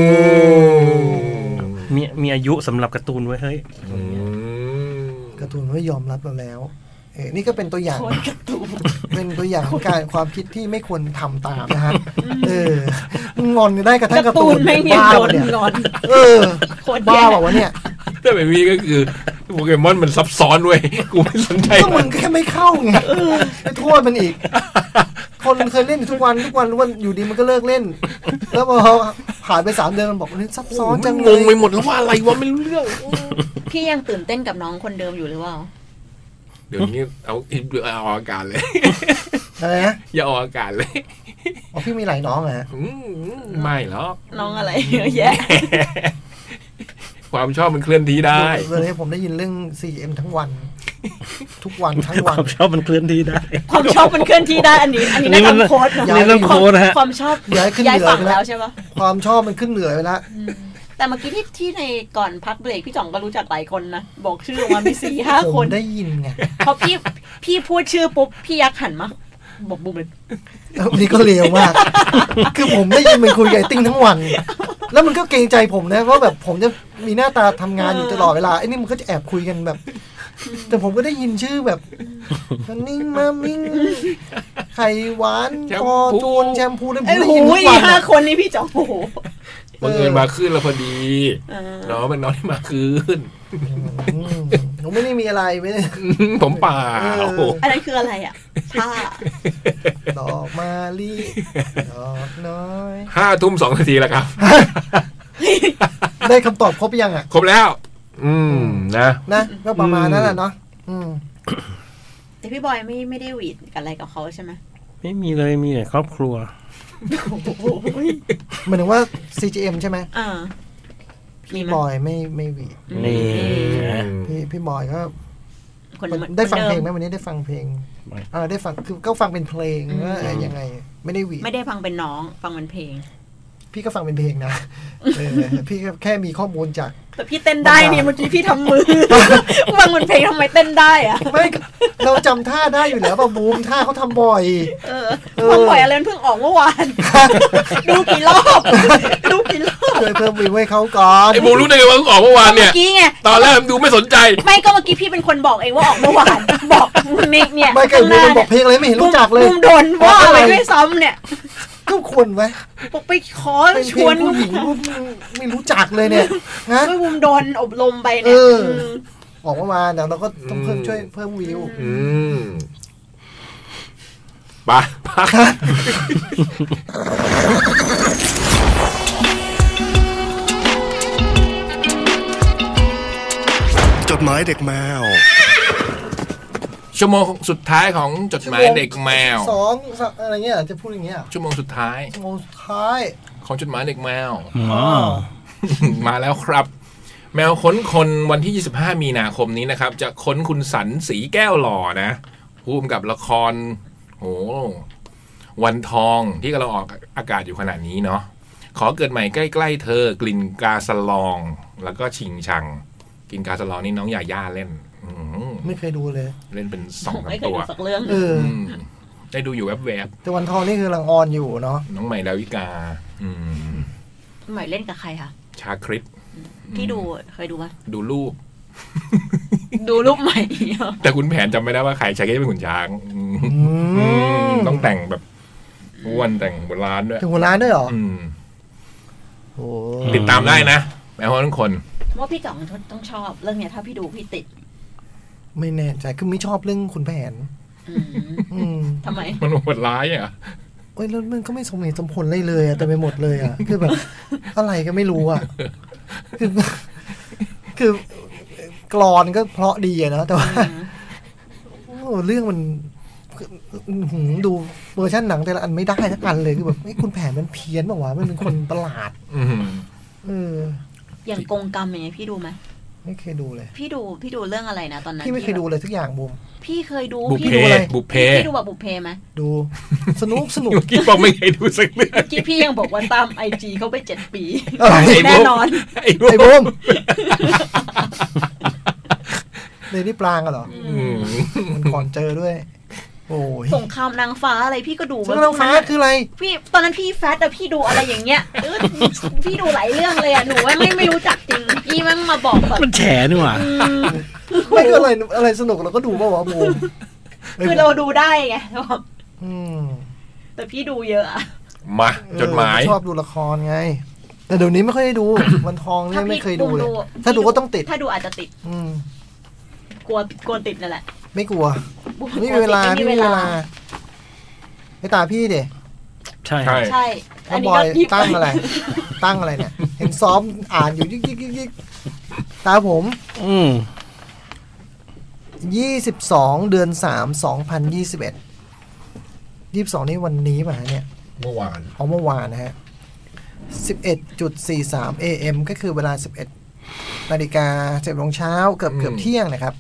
Speaker 2: มีอายุสำหรับการ์ตูนไว้เฮ้ย
Speaker 4: การ์ตูนไม่ยอมรับเราแล้วนี่ก็เป็นตัวอย่างเป็นตัวอย่างของการความคิดที่ไม่ควรทำตามนะฮะงอนได้กระทั่งการ์ตูน
Speaker 5: ไม่
Speaker 4: บ้า
Speaker 5: เนี่ยงอน
Speaker 4: บ้าบอกว่าเนี่ย
Speaker 3: แต่แบบนี้ก็คือโปเกมอนมันซับซ้อนเว้ยกูไม่สนใจ
Speaker 4: ก็มึงแค่ไม่เข้าไงไปโทษมันอีกคนเคยเล่นทุกวันอยู่ดีมันก็เลิกเล่นแล้วพอผ่านไป3 เดือนมันบอกนี่ซับซ้อนจังเลย
Speaker 3: งงไปหมดแล้วว่าอะไรวะไม่รู้เรื่อง
Speaker 5: พี่ยังตื่นเต้นกับน้องคนเดิมอยู่หรือเปล่า
Speaker 3: เดี๋ยวนี้เอาอากาศเลย
Speaker 4: อะไรนะ
Speaker 3: อย่าออกอากาศเลย
Speaker 4: อ๋อพี่มีหลายน้องเหรอ
Speaker 3: ไม่หรอก
Speaker 5: น้องอะไรเยอะแยะ
Speaker 3: ความชอบมันเคลื่อนที่ได้
Speaker 4: เลยผมได้ยินเรื่อง CM ทั้งวันทุกวันทั้งวัน
Speaker 2: ความชอบมันเคลื่อนที่ได้
Speaker 5: ความชอบมันเคลื่อนที่ได้อันนี้ได้ตามโค้ด
Speaker 2: นี่ต้องโค้ดนะฮะ
Speaker 5: ความชอบย้ายฝั่งแล้วใช่ปะ
Speaker 4: ความชอบมันขึ้นเหนือไปแล้ว
Speaker 5: แต่เมื่อกี้ที่ในก่อนพักเบรกพี่จ่องก็รู้จักหลายคนนะบอกชื่อออกมามี 4-5 คน
Speaker 4: ได้ยินไง
Speaker 5: พอพี่พูดชื่อปุ๊บพี่ยักษ์หันมาบอกบุ้มเลย
Speaker 4: นี่ก็เลวมากคือผมได้ยินมันคุยกับไอ้ติ้งทั้งวันแล้วมันก็เกรงใจผมนะเพราะแบบผมจะมีหน้าตาทำงานอยู่ตลอดเวลาไอ้นี่มันก็จะแอบคุยกันแบบแต่ผมก็ได้ยินชื่อแบบนิ่งมามิ่งไข่หวานพอจูนแชมพูแล้วผมได้ยินทุกวัน
Speaker 5: 5 คนนี้พี่จ่องโอ้โห
Speaker 3: บังเอิญมาขึ้นแล้วพอดีน้องเป็นน้องที่มาคืน
Speaker 4: ผมไม่ได้มีอะไรไม่ได้
Speaker 3: ผมเปล่า
Speaker 5: อันนั้นคืออะไรอ่ะท่า
Speaker 4: ดอกมาลีดอกน้อย
Speaker 3: 5:02 นาทีแล้วครับ
Speaker 4: ได้คำตอบครบยังอ่ะ
Speaker 3: ครบแล้วนะ
Speaker 4: ก็ประมาณนั้นแหละเนาะ
Speaker 5: แต่พี่บอยไม่ได้หวีดกันอะไรกับเขาใช่ไหม
Speaker 2: ไม่มีเลยมีแต่ครอบครัว
Speaker 4: หมายถึงว่า CGM ใช่ไหมพี่บอยไม่หวีดพี่บอยก็ได้ฟังเพลงไหมวันนี้ได้ฟังเพลงได้ฟังคือก็ฟังเป็นเพลงว่ายังไงไม่ได้หวีด
Speaker 5: ไม่ได้ฟังเป็นน้องฟังเป็นเพลง
Speaker 4: พี่ก็ฟังเป็นเพลงนะพี่แค่มีข้อมูลจาก
Speaker 5: แต่พี่เต้นได้นี่เมื่อกี้พี่ทำมือฟังเป็นเพลงทำไมเต้นได้อะ
Speaker 4: ไม่เราจำท่าได้อยู่แล้วป่ะบูมท่าเขาทำบ่อย
Speaker 5: ทำบ่อยอะไรเพิ่งออกเมื่อวานดูกี่รอบ
Speaker 4: ช่วยเพิ่มวิวให้เขาก่อน
Speaker 3: ไอ้บูมรู้ได้ไงว่าเพิ่งออกเมื่อวานเนี่ย
Speaker 5: เมื่อกี้ไง
Speaker 3: ตอนแรกดูไม่สนใจ
Speaker 5: ไม่ก็เมื่อกี้พี่เป็นคนบอกเองว่าออกเมื่อวานบอกนิกเนี่ย
Speaker 4: ไม่ไก่บูมมันบอกเพลงอะไรไม่เห็นรู้จักเลย
Speaker 5: บูมโดนว่าอะไรไม่ซ้ำเนี่ย
Speaker 4: ก็ควรไว้
Speaker 5: ไปขอชวน
Speaker 4: ผู้หญิงไม่รู้จักเลยเนี่ย
Speaker 5: นะไม่บุมโดนอบรมไปเนี่ย
Speaker 4: ออกมาเดี๋ยวเราก็ต้องช่วยเพิ่มวิว
Speaker 3: ป่ะ
Speaker 7: จดหมายเด็กแมว
Speaker 3: ชั่วโมงสุดท้ายของจดหมายเด็กแมว
Speaker 4: 2อะไรเงี้ยจะพูดอย่างเงี้ย
Speaker 3: ชั่วโมงสุดท้ายของจดหมายเด็กแมวมาแล้วครับแมวค้นคนวันที่25 มีนาคมนี้นะครับจะค้นคุณสันสีแก้วหล่อนะผู้กำกับละครวันทองที่กำลังออกอากาศอยู่ขณะนี้เนาะขอเกิดใหม่ใกล้ๆเธอกลิ่นกาสลองแล้วก็ชิงชังกลิ่นกาสลองนี่น้องยาย่าเล่น
Speaker 4: ไม่เคยดูเลย
Speaker 3: เล่นเป็น2 ตัว
Speaker 5: สักเรื่อง
Speaker 3: ได้ดูอยู่แวบ
Speaker 4: ๆแต่วันทองนี่คือลังออนอยู่เนาะ
Speaker 3: น้องใหม่ดาวิกา
Speaker 5: ใหม่เล่นกับใครคะ
Speaker 3: ชาคริส
Speaker 5: ที่ดูเคยดูไหม
Speaker 3: ดูรูป
Speaker 5: ใหม่
Speaker 3: แต่คุณแผนจำไม่ได้ว่าใครชาคริสเป็นขุนช้างต้องแต่งแบบอ้วนแต่งหัวล้านด้วย
Speaker 4: ถึงหัวล้านด้วยเหรอ
Speaker 3: ติดตามได้นะแม้ว่าทุกคน
Speaker 5: ว่าพี่จ่องต้องชอบเรื่องเนี้ยถ้าพี่ดูพี่ติด
Speaker 4: ไม่แน่ใจคือไม่ชอบเรื่องขุนแผน
Speaker 5: ทำไม
Speaker 3: มันโหดร้ายอ่ะ
Speaker 4: โอ้ยแล้วมันก็ไม่สมเหตุสมผลเลยอ่ะแต่ไปหมดเลยอ่ะคือแบบอะไรก็ไม่รู้อ่ะคือกลอนก็เพราะดีอะนะแต่ว่าเรื่องมันดูเวอร์ชันหนังแต่ละอันไม่ได้ทั้งอันเลยคือแบบไอ้คุณแผนมันเพี้ยนบอกว่ามันเป็นคนประหลาด
Speaker 5: อย่างกงกรรมอย่างเงี้ยพี่ดูไหม
Speaker 4: ไม่เคยดูเลย
Speaker 5: พี่ดูเรื่องอะไรนะตอนนั้น
Speaker 4: พี่ไม่เคยดูเลยทุกอย่างบูม
Speaker 5: พี่เคยดู
Speaker 3: พี่ดูอะไรบุพเพ
Speaker 5: พี่ดูแบบบุพเพไหม
Speaker 4: ดูสนุก
Speaker 3: กี้บอกไม่เคยดูสักเรื่อง
Speaker 5: กี้พี่ยังบอกว่าตาม IG เขาไป7 ปีแน่นอน
Speaker 4: ไอ้บูมในนี่ปลางอะเหรอมันก่อนเจอด้วยโอ้ย
Speaker 5: สงครามนางฟ้าอะไรพี่ก็ดู
Speaker 4: สงครามนางฟ้าคืออะไร
Speaker 5: พี่ตอนนั้นพี่แฟตแต่พี่ดูอะไรอย่างเงี้ยพี่ดูหลายเรื่องเลยอะหนูไม่รู้จักจริงพี่มันมาบอกแบบ
Speaker 2: มันแฉนี่หว่า
Speaker 4: ไม่ก็อะไรสนุกเราก็ดูป่าวะบูม
Speaker 5: คือเราดูได้ไงแต่พี่ดูเยอะ
Speaker 3: มาจดหมาย
Speaker 4: ชอบดูละครไงแต่เดี๋ยวนี้ไม่ค่อยได้ดูวันทองนี่ไม่เคยดูเลยถ้าดูก็ต้องติด
Speaker 5: ถ้าดูอาจจะติดกลัวติดนั่นแหละ
Speaker 4: ไม่กลัวไม่มีเวลาไม่มีเวลาไปตาพี่เด็
Speaker 2: ใช่
Speaker 5: ใช่
Speaker 4: อันนี้ก็ตั้งอะไรเนี่ยเห็นซ้อมอ่านอยู่ยิกตาผม22 เดือน 3 2021 22นี่วันนี้ป่ะเนี่ย
Speaker 3: เมื่อวาน
Speaker 4: เมื่อวานนะฮะ 11.43 AM ก็คือเวลา 11 นาฬิกา 10 โมงเช้าเกือบเที่ยงนะครับ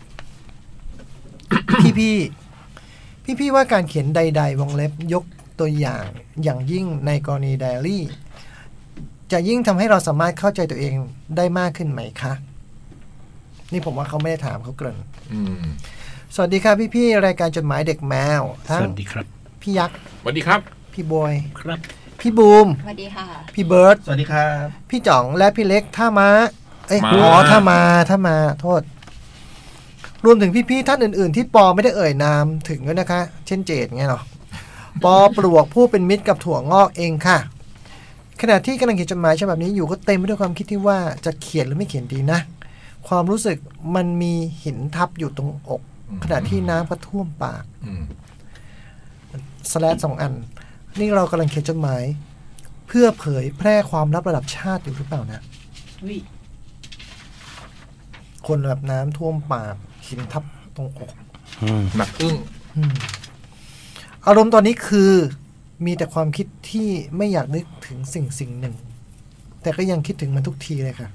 Speaker 4: พี่ว่าการเขียนใดๆวงเล็บยกตัวอย่างยิ่งในกรณีไดอารี่จะยิ่งทำให้เราสามารถเข้าใจตัวเองได้มากขึ้นไหมคะนี่ผมว่าเขาไม่ได้ถามเขาเกริ่นสวัสดีครับพี่รายการจดหมายเด็กแมว
Speaker 2: สวัสดีครับ
Speaker 4: พี่ยักษ์
Speaker 3: สวัสดีครับ
Speaker 4: พี่บอย
Speaker 2: ครับ
Speaker 4: พี่บูม
Speaker 5: สวัสดีค่ะ
Speaker 4: พี่เบิร์ด
Speaker 6: สวัสดีครับ
Speaker 4: พี่จ่องและพี่เล็กท่าม้าท่ามาโทษรวมถึงพี่ๆท่านอื่นๆที่ปอไม่ได้เอ่ยนามถึงด้วยนะคะเช่นเจดไงเนาะปอปลวกผู้เป็นมิตรกับถั่วงอกเองค่ะขณะที่กำลังเขียนจดหมายฉบับนี้อยู่ก็เต็มไปด้วยความคิดที่ว่าจะเขียนหรือไม่เขียนดีนะความรู้สึกมันมีหินทับอยู่ตรงอกขณะที่น้ำก็ท่วมปากสแลช2 อันนี่เรากำลังเขียนจดหมายเพื่อเผยแพร่ความลับระดับชาติอยู่หรือเปล่านะคนแบบน้ำท่วมปากหินทับตรงอก
Speaker 3: หนักอึ้ง
Speaker 4: อารมณ์ตอนนี้คือมีแต่ความคิดที่ไม่อยากนึกถึงสิ่งหนึ่งแต่ก็ยังคิดถึงมันทุกทีเลยค่ะ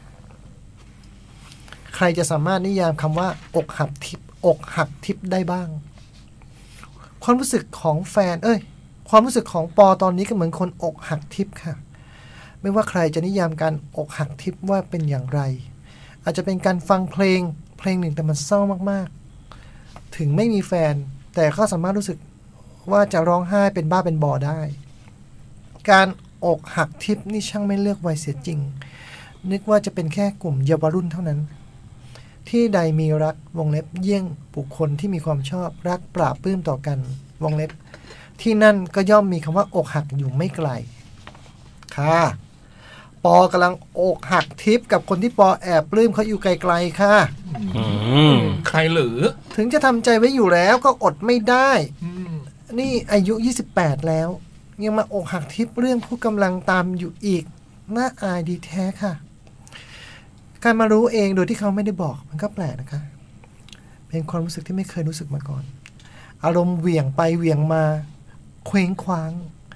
Speaker 4: ใครจะสามารถนิยามคำว่าอกหักทิพย์ได้บ้างความรู้สึกของแฟนความรู้สึกของปอตอนนี้ก็เหมือนคนอกหักทิพย์ค่ะไม่ว่าใครจะนิยามการอกหักทิพย์ว่าเป็นอย่างไรอาจจะเป็นการฟังเพลงหนึ่งแต่มันเศร้ามากๆถึงไม่มีแฟนแต่ก็สามารถรู้สึกว่าจะร้องไห้เป็นบ้าเป็นบอได้การอกหักทิพย์นี่ช่างไม่เลือกวัยเสียจริงนึกว่าจะเป็นแค่กลุ่มเยาวรุ่นเท่านั้นที่ใดมีรักวงเล็บเยี่ยงบุคคลที่มีความชอบรักปราบปลื้มต่อกันวงเล็บที่นั่นก็ย่อมมีคำว่าอกหักอยู่ไม่ไกลค่ะปอกำลังอกหักทิพย์กับคนที่ปอแอบปลื้มเขาอยู่ไกลๆค่ะ
Speaker 3: ใครหรือ
Speaker 4: ถึงจะทำใจไว้อยู่แล้วก็อดไม่ได้นี่อายุ28แล้วยังมาอกหักทิพย์เรื่องผู้กำลังตามอยู่อีกน่าอายดีแท้ค่ะการมารู้เองโดยที่เขาไม่ได้บอกมันก็แปลกนะคะเป็นความรู้สึกที่ไม่เคยรู้สึกมาก่อนอารมณ์เหวี่ยงไปเหวี่ยงมาเคว้งคว้าง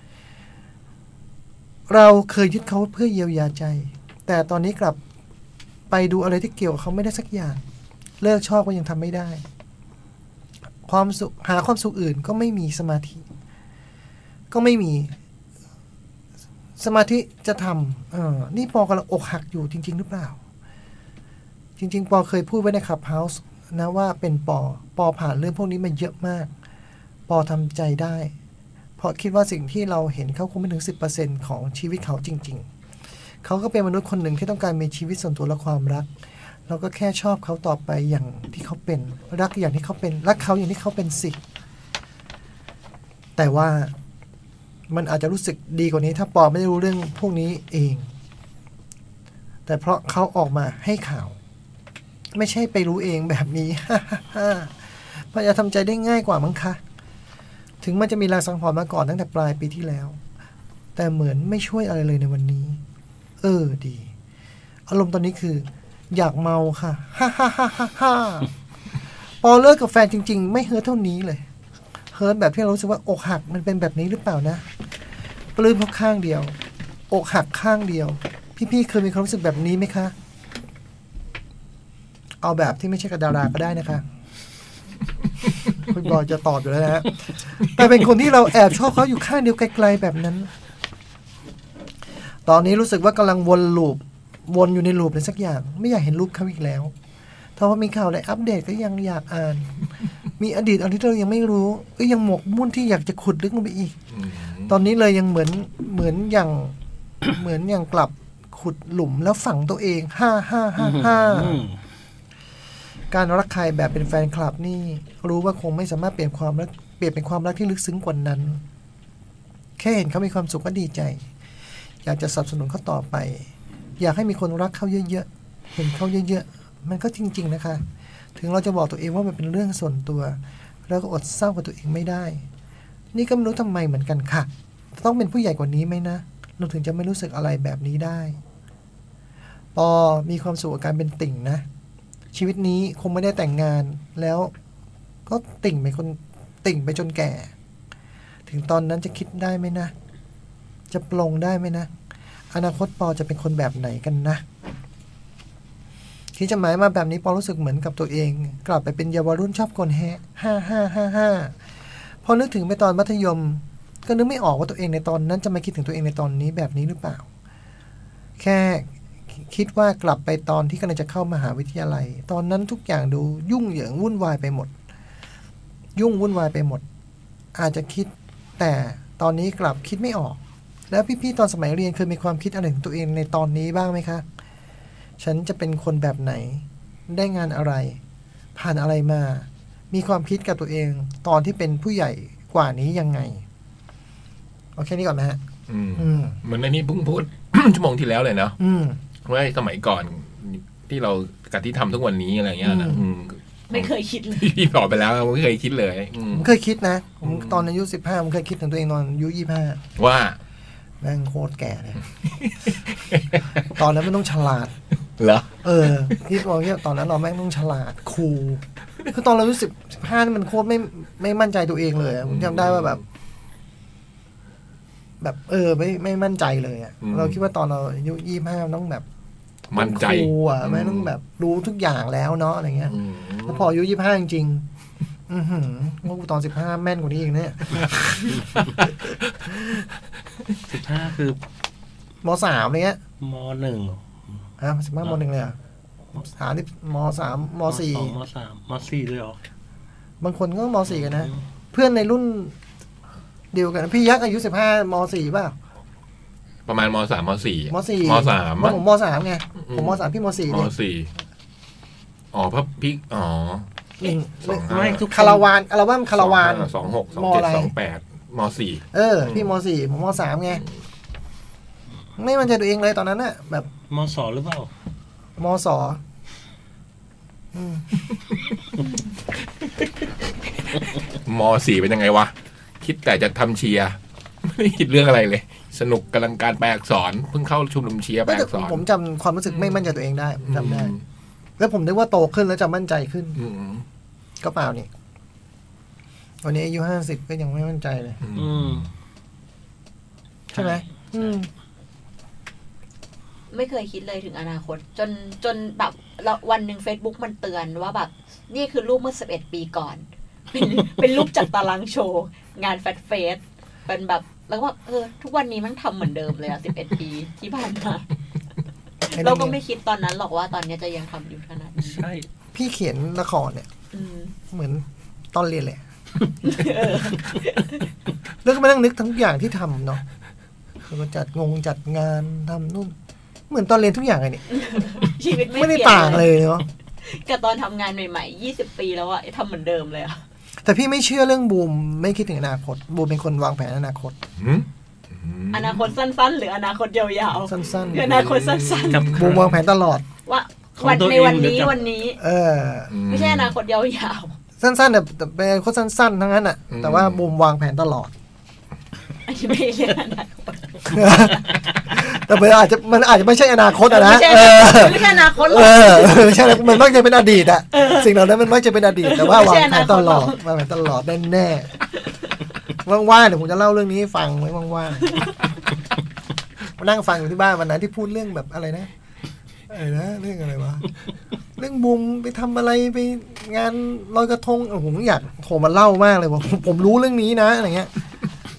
Speaker 4: เราเคยยึดเขาเพื่อเยียวยาใจแต่ตอนนี้กลับไปดูอะไรที่เกี่ยวกับเขาไม่ได้สักอย่างเลิกชอบก็ยังทำไม่ได้ความสุขหาความสุขอื่นก็ไม่มีสมาธิก็ไม่มีสมาธิจะทำนี่ปอกำลังอกหักอยู่จริงๆหรือเปล่าจริงๆปอเคยพูดไว้ในคลับเฮาส์นะว่าเป็นปอผ่านเรื่องพวกนี้มาเยอะมากปอทำใจได้เพราะคิดว่าสิ่งที่เราเห็นเขาคงไม่ถึง 10% ของชีวิตเขาจริงๆเขาก็เป็นมนุษย์คนหนึ่งที่ต้องการมีชีวิตส่วนตัวและความรักเราก็แค่ชอบเขาต่อไปอย่างที่เขาเป็นรักอย่างที่เขาเป็นรักเขาอย่างที่เขาเป็นสิแต่ว่ามันอาจจะรู้สึกดีกว่านี้ถ้าปอไม่ได้รู้เรื่องพวกนี้เองแต่เพราะเขาออกมาให้ข่าวไม่ใช่ไปรู้เองแบบนี้ พอจะทำใจได้ง่ายกว่ามั้งคะถึงมันจะมีลางสังหรณ์มาก่อนตั้งแต่ปลายปีที่แล้วแต่เหมือนไม่ช่วยอะไรเลยในวันนี้ดีอารมณ์ตอนนี้คืออยากเมาค่ะ ปอเลิกกับแฟนจริงๆไม่เฮิร์ทเท่านี้เลยเฮิร์ทแบบที่เรารู้สึกว่าอกหักมันเป็นแบบนี้หรือเปล่านะปลื้มเพราะข้างเดียวอกหักข้างเดียวพี่ๆเคยมีความรู้สึกแบบนี้ไหมคะเอาแบบที่ไม่ใช่กับดาราก็ได้นะคะคุณบอยจะตอบอยู่แล้วนะแต่เป็นคนที่เราแอบชอบเขาอยู่ข้างเดียวไกลๆแบบนั้นตอนนี้รู้สึกว่ากำลังวนอยู่ในลูปอะไรสักอย่างไม่อยากเห็นรูปเขาอีกแล้วถ้าว่ามีข่าวอะไรอัปเดตก็ยังอยากอ่าน มีอดีตอะไรที่เรายังไม่รู้ก็ยังหมกมุ่นที่อยากจะขุดลึกลงไปอีกตอนนี้เลยยังเหมือนอย่าง เหมือนอย่างกลับขุดหลุมแล้วฝังตัวเองการรักใครแบบเป็นแฟนคลับนี่รู้ว่าคงไม่สามารถเปลี่ยนเป็นความรักที่ลึกซึ้งกว่านั้นแค่เห็นเขามีความสุขก็ดีใจอยากจะสนับสนุนเขาต่อไปอยากให้มีคนรักเขาเยอะๆเห็นเขาเยอะๆมันก็จริงๆนะคะถึงเราจะบอกตัวเองว่ามันเป็นเรื่องส่วนตัวแล้วก็อดเศร้ากับตัวเองไม่ได้นี่ก็ไม่รู้ทำไมเหมือนกันค่ะต้องเป็นผู้ใหญ่กว่านี้ไหมนะเราถึงจะไม่รู้สึกอะไรแบบนี้ได้ปอมีความสุขกับการเป็นติ่งนะชีวิตนี้คงไม่ได้แต่งงานแล้วก็ติ่งไปจนแก่ถึงตอนนั้นจะคิดได้ไหมนะจะปลงได้ไหมนะอนาคตปอจะเป็นคนแบบไหนกันนะที่จะหมายมาแบบนี้ปอรู้สึกเหมือนกับตัวเองกลับไปเป็นเยาวรุ่นชอบคนแฮะพอนึกถึงไปตอนมัธยมก็นึกไม่ออกว่าตัวเองในตอนนั้นจะมาคิดถึงตัวเองในตอนนี้แบบนี้หรือเปล่าแค่คิดว่ากลับไปตอนที่กำลังจะเข้ามหาวิทยาลัยตอนนั้นทุกอย่างดูยุ่งเหยิงวุ่นวายไปหมดอาจจะคิดแต่ตอนนี้กลับคิดไม่ออกแล้วพี่ๆตอนสมัยเรียนเคยมีความคิดอะไรของตัวเองในตอนนี้บ้างไหมคะฉันจะเป็นคนแบบไหนได้งานอะไรผ่านอะไรมามีความคิดกับตัวเองตอนที่เป็นผู้ใหญ่กว่านี้ยังไงโอเคนี่ก่อนนะฮะ
Speaker 3: เหมือนในนี้เพิ่งพูด ชั่วโมงที่แล้วเลยเนาะว่าสมัยก่อนที่เรากับที่ทำทุกวันนี้อะไรเงี้ยนะ
Speaker 5: ไม่เคยคิดเลย
Speaker 3: พี่บอกไปแล้วไม่เคยคิดเลย
Speaker 4: ผมเคยคิดนะผมตอนอายุ15ผมเคยคิดถึงตัวเองตอนอายุ25
Speaker 3: ว่า
Speaker 4: แม่งโคตรแก่เลยตอนนั้นมันต้องฉลาด
Speaker 3: เหรอ
Speaker 4: คิดว่าเนี่ยตอนนั้นเราแม่งต้องฉลาดคูลคือตอนเราอายุ15นี่มันโคตรไม่มั่นใจตัวเองเลยผมจำได้ว่าแบบไม่มั่นใจเลยอ่ะเราคิดว่าตอนเราอายุ25ต้องแบบ
Speaker 3: มั่นใจ
Speaker 4: คูลอ่ะไม่ต้องแบบรู้ทุกอย่างแล้วเนาะอะไรเงี้ยแล้วพออายุ25จริงๆว่าตอน15แม่นกว่านี้อีกเนี่ย
Speaker 2: 15คือ
Speaker 4: ม.3 อะไรเงี้ย
Speaker 2: ม.1
Speaker 4: ฮะ15ม.1เลยอ่ะ3ที่ม.3 ม.4
Speaker 2: ม.3 ม.4 เลยเหรอบ
Speaker 4: างคนก็ม.4 กันนะเพื่อนในรุ่นเดียวกันพี่ยักษ์อายุ15ม.4 ป่ะ
Speaker 3: ประมาณม.3 ม
Speaker 4: .4
Speaker 3: ม.3
Speaker 4: ผมม.3 ไงผมม.3 พี่ม.4
Speaker 3: ม.4 อ๋อเพราะพี่
Speaker 4: ไม่ทุกคาราวานอัลบั้มคาราวาน
Speaker 3: 26 27 28ม.4
Speaker 4: พี่ม.4 ผมม.3 ไงไม่มั่นใจตัวเองเลยตอนนั้นน่ะแบบ
Speaker 2: ม.2 หรือเปล่าม
Speaker 3: ม.4 เป็นยังไงวะคิดแต่จะทำเชียร์ไม่ได้คิดเรื่องอะไรเลยสนุกกำลังการแปลอักษรเพิ่งเข้าชุมนุมเชียร์แปลอักษร
Speaker 4: ผมจำความรู้สึกไม่มั่นใจตัวเองได้จำได้แล้วผมนึกว่าโตขึ้นแล้วจะมั่นใจขึ้นก็เปล่านี่วันนี้อายุ50ก็ยังไม่มั่นใจเลยใช่ไหม
Speaker 5: ไม่เคยคิดเลยถึงอนาคตจนแบบวันหนึ่ง Facebook มันเตือนว่าแบบนี่คือรูปเมื่อ11 ปีก่อนเป็นรูปจากตารางโชว์งานแฟตเฟสเป็นแบบแล้วก็ทุกวันนี้มันทำเหมือนเดิมเลยอ่ะ11 ปีที่ผ่านมาเราก็ไม่คิดตอนนั้นหรอกว่าตอนนี้จะยังทำอยู่ขนาดนี้
Speaker 4: ใช่พี่เขียนละครเนี่ยเหมือนตอนเรียนแหละแล้วก็มานั่งนึกทั้งอย่างที่ทำเนาะก็จัดงานทำนู่นเหมือนตอนเรียนทุกอย่างเลยเนี่ย
Speaker 5: ชีวิต
Speaker 4: ไม่ได้ต่างเลยเนาะ
Speaker 5: กับตอนทำงานใหม่ๆ20 ปีแล้วอะทำเหมือนเดิมเลยอะ
Speaker 4: แต่พี่ไม่เชื่อเรื่องบูมไม่คิดถึงอนาคตบูมเป็นคนวางแผนอนาคต
Speaker 5: อนาคตสั้นๆหรืออนาคตยาว
Speaker 4: ๆสั้น
Speaker 5: ๆอนาคตสั้น
Speaker 4: ๆบูมวางแผนตลอด
Speaker 5: ว่าในวันนี้ไม่ใช่อนาคตยาว
Speaker 4: ๆสั้นๆแต่เป็นอนาคตสั้นๆทั้งนั้นอะแต่ว่าบูมวางแผนตลอด
Speaker 5: อันนี้ไม่ใช่อนาคต
Speaker 4: แต่มันอาจจะไม่ใช่อนาคตอะนะ
Speaker 5: ไม่ใช่อนาคตหรอก
Speaker 4: ใช่มันมักจะเป็นอดีตอะสิ่งเหล่านั้นมันมักจะเป็นอดีตแต่ว่าวางแผนตลอดวางแผนตลอดแน่ๆว่างๆเดี๋ยวผมจะเล่าเรื่องนี้ให้ฟังไว้ว่างๆมานั่งฟังอยู่ที่บ้านวันนั้นที่พูดเรื่องแบบอะไรนะเรื่องอะไรวะเรื่องบูมไปทำอะไรไปงานลอยกระทงผมอยากโทรมาเล่ามากเลยว่าผมรู้เรื่องนี้นะอะไรเงี้ย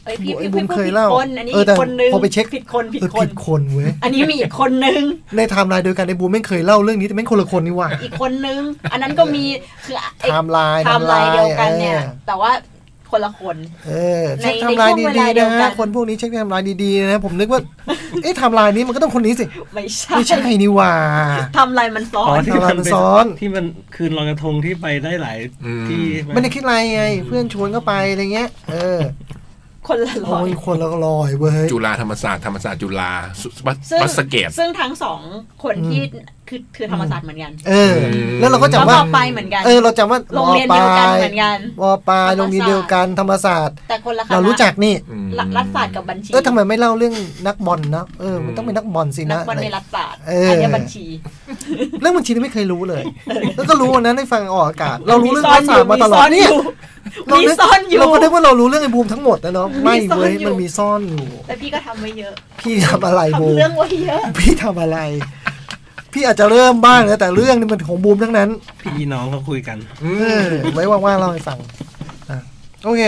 Speaker 5: เอ้ยพี่
Speaker 4: ไอ้
Speaker 5: พี่
Speaker 4: บูม
Speaker 5: พูด
Speaker 4: เคย
Speaker 5: ผิด
Speaker 4: เล่า
Speaker 5: คนอันนี้
Speaker 4: เออ
Speaker 5: อี
Speaker 4: แต่
Speaker 5: กคนนึง
Speaker 4: พอไปเช็ค
Speaker 5: ผิดคนผิดคน
Speaker 4: ผิดคนเว้ย
Speaker 5: อันนี้มีอีกคนนึง
Speaker 4: ในไทม์ไลน์เดียวกันไอ้บูมไม่เคยเล่าเรื่องนี้แต่แม่งคนละคนนี่ว่ะ
Speaker 5: อีกคนนึง อันนั้นก็มีคือ
Speaker 4: ไทม์ไลน์
Speaker 5: ไทม์ไลน์เดียวกันเนี่ย แต่ว่าคนละคน
Speaker 4: เช็คไทม์ไลน์
Speaker 5: ในช่วงเว
Speaker 4: ดี
Speaker 5: ลา
Speaker 4: ๆ
Speaker 5: เดียว
Speaker 4: นะ
Speaker 5: กั
Speaker 4: ฮะ
Speaker 5: น
Speaker 4: คนพวกนี้เช็คไทม์ไลน์ดีๆนะผมนึกว่าไทม์ไลน์นี้มันก็ต้องคนนี้สิ
Speaker 5: ไม่ใช่
Speaker 4: ไม่ใช่นี่ว่ะ
Speaker 5: ทำอะไรมันซ้อ
Speaker 2: อ๋อน ที่
Speaker 4: ทำไมมันซ้อน
Speaker 2: ที่มันคืนลอยกระทงที่ไปได้หลายที่
Speaker 4: ไม่ได้คิดอะไรไงเพื่อนชวนก็ไปอะไรเงี้ย
Speaker 5: คนละร้อ
Speaker 4: โอ้
Speaker 5: ย
Speaker 4: ยคนละลอยเว้ย
Speaker 3: จุฬาธรรมศาสตร์จุฬาวัดสะเกษ
Speaker 5: ซึ่งทั้งสองคนที่คือธรรมศาสตร์เหมือนกัน
Speaker 4: แล้วเราก็จำว่า
Speaker 5: ก็ไปเหมือนกัน
Speaker 4: เราจำว่า
Speaker 5: โรงเรียนเดียวกันเหมือนกัน
Speaker 4: วปลายโรงเรียนเดียวกันธรรมศาสตร์
Speaker 5: แต่คนละคณะ
Speaker 4: เรารู้จักนี่
Speaker 5: รัฐศาสตร์กับบัญชี
Speaker 4: ทำไมไม่เล่าเรื่องนักบอลนะมันต้องเป็นนักบอลสิ
Speaker 5: นั
Speaker 4: นะ
Speaker 5: กบอลในรัฐศาสตร์
Speaker 4: อั
Speaker 5: นนี้บัญชี
Speaker 4: เรื่องบัญชีนี่ไม่เคยรู้เลย แล้วก็รู้วันนั้นได้ฟังออกอากาศ เรารู้เรื่องรัฐศาสตร์มาตลอดเนี่ย
Speaker 5: มีซ่อนอยู่
Speaker 4: เราก็นึกว่าเรารู้เรื่องไอ้บูมทั้งหมดนะเนาะไม่เว้ยมันมีซ่อนอยู่
Speaker 5: แต่พี่ก็ทำไว้เยอะ
Speaker 4: พี่ทำอะไรบูม
Speaker 5: ทำเรื่องไว้เยอะ
Speaker 4: พี่ทำอะไร พี่อาจจะเริ่มบ้างนะแต่เรื่องนี้มันของบูมทั้งนั้น
Speaker 2: พี่น้องเขาคุยกัน
Speaker 4: ไว้ว่างๆเล่าให้ฟังโอเค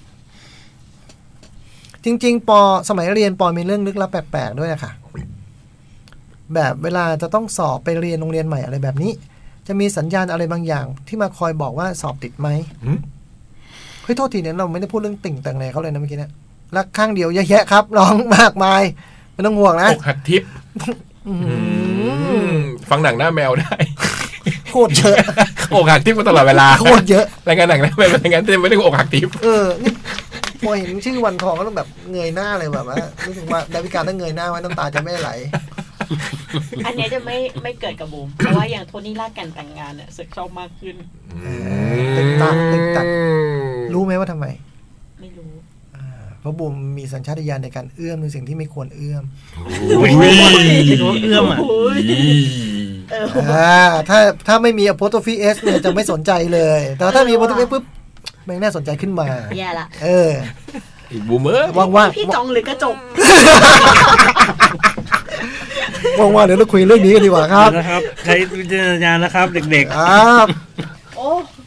Speaker 4: จริงๆสมัยเรียนปอมีเรื่องลึกลับแปลกๆด้วยนะคะแบบเวลาจะต้องสอบไปเรียนโรงเรียนใหม่อะไรแบบนี้ จะมีสัญญาณอะไรบางอย่างที่มาคอยบอกว่าสอบติดไหมเฮ้ยโทษทีเนี่ยเราไม่ได้พูดเรื่องติ่งแต่งไหนเขาเลยนะเมื่อกี้เนี่ยรักข้างเดียวเยอะแยะครับร้องมากมายไม่ต้องห่วงนะ
Speaker 3: อกหักทิพย์ฟังหนังหน้าแมวได้
Speaker 4: โคตรเยอะ
Speaker 3: อกหักทิพย์มาตลอดเวลา
Speaker 4: โคตรเยอะ
Speaker 3: รายการหนังหน้าแมวเป็นรายการที่ไม่ได้อกหักทิพย์
Speaker 4: นี่พอเห็นชื่อวันทองก็ต้องแบบเงยหน้าเลยแบบว่ารู้สึกว่าดาวิกาต้องเงยหน้าไว้น้ำตาจะไม่ไหล
Speaker 5: อันนี้จะไม่เกิดกับบูมเพราะว่าอย่างโทนี่ลากกันแต่งงานเนี่ยสึกชอบมากขึ้น
Speaker 4: ตึงตักรู้ไหมว่าทำไม
Speaker 5: ไม่รู้
Speaker 4: เพราะบูมมีสัญชาตญาณในการเอื้อมในสิ่งที่ไม่ควรเอื้อม
Speaker 2: ที่เขาเอื้อมอ่ะ
Speaker 4: ถ้าไม่มี apostrophe s เนี่ยจะไม่สนใจเลยแต่ถ้ามี apostrophe s ปุ๊บแม่งน่าสนใจขึ้นมา
Speaker 5: แย่ละ
Speaker 3: อีกบูมเมอร์
Speaker 4: ว่างๆ
Speaker 5: พี่จองหรือกระจก
Speaker 4: ว่างๆเดี๋ยวเราคุยเรื่องนี้กันดีกว่าครับ
Speaker 2: นะครับใช้วิจารณญาณนะครับ เด็กๆ
Speaker 5: โอ้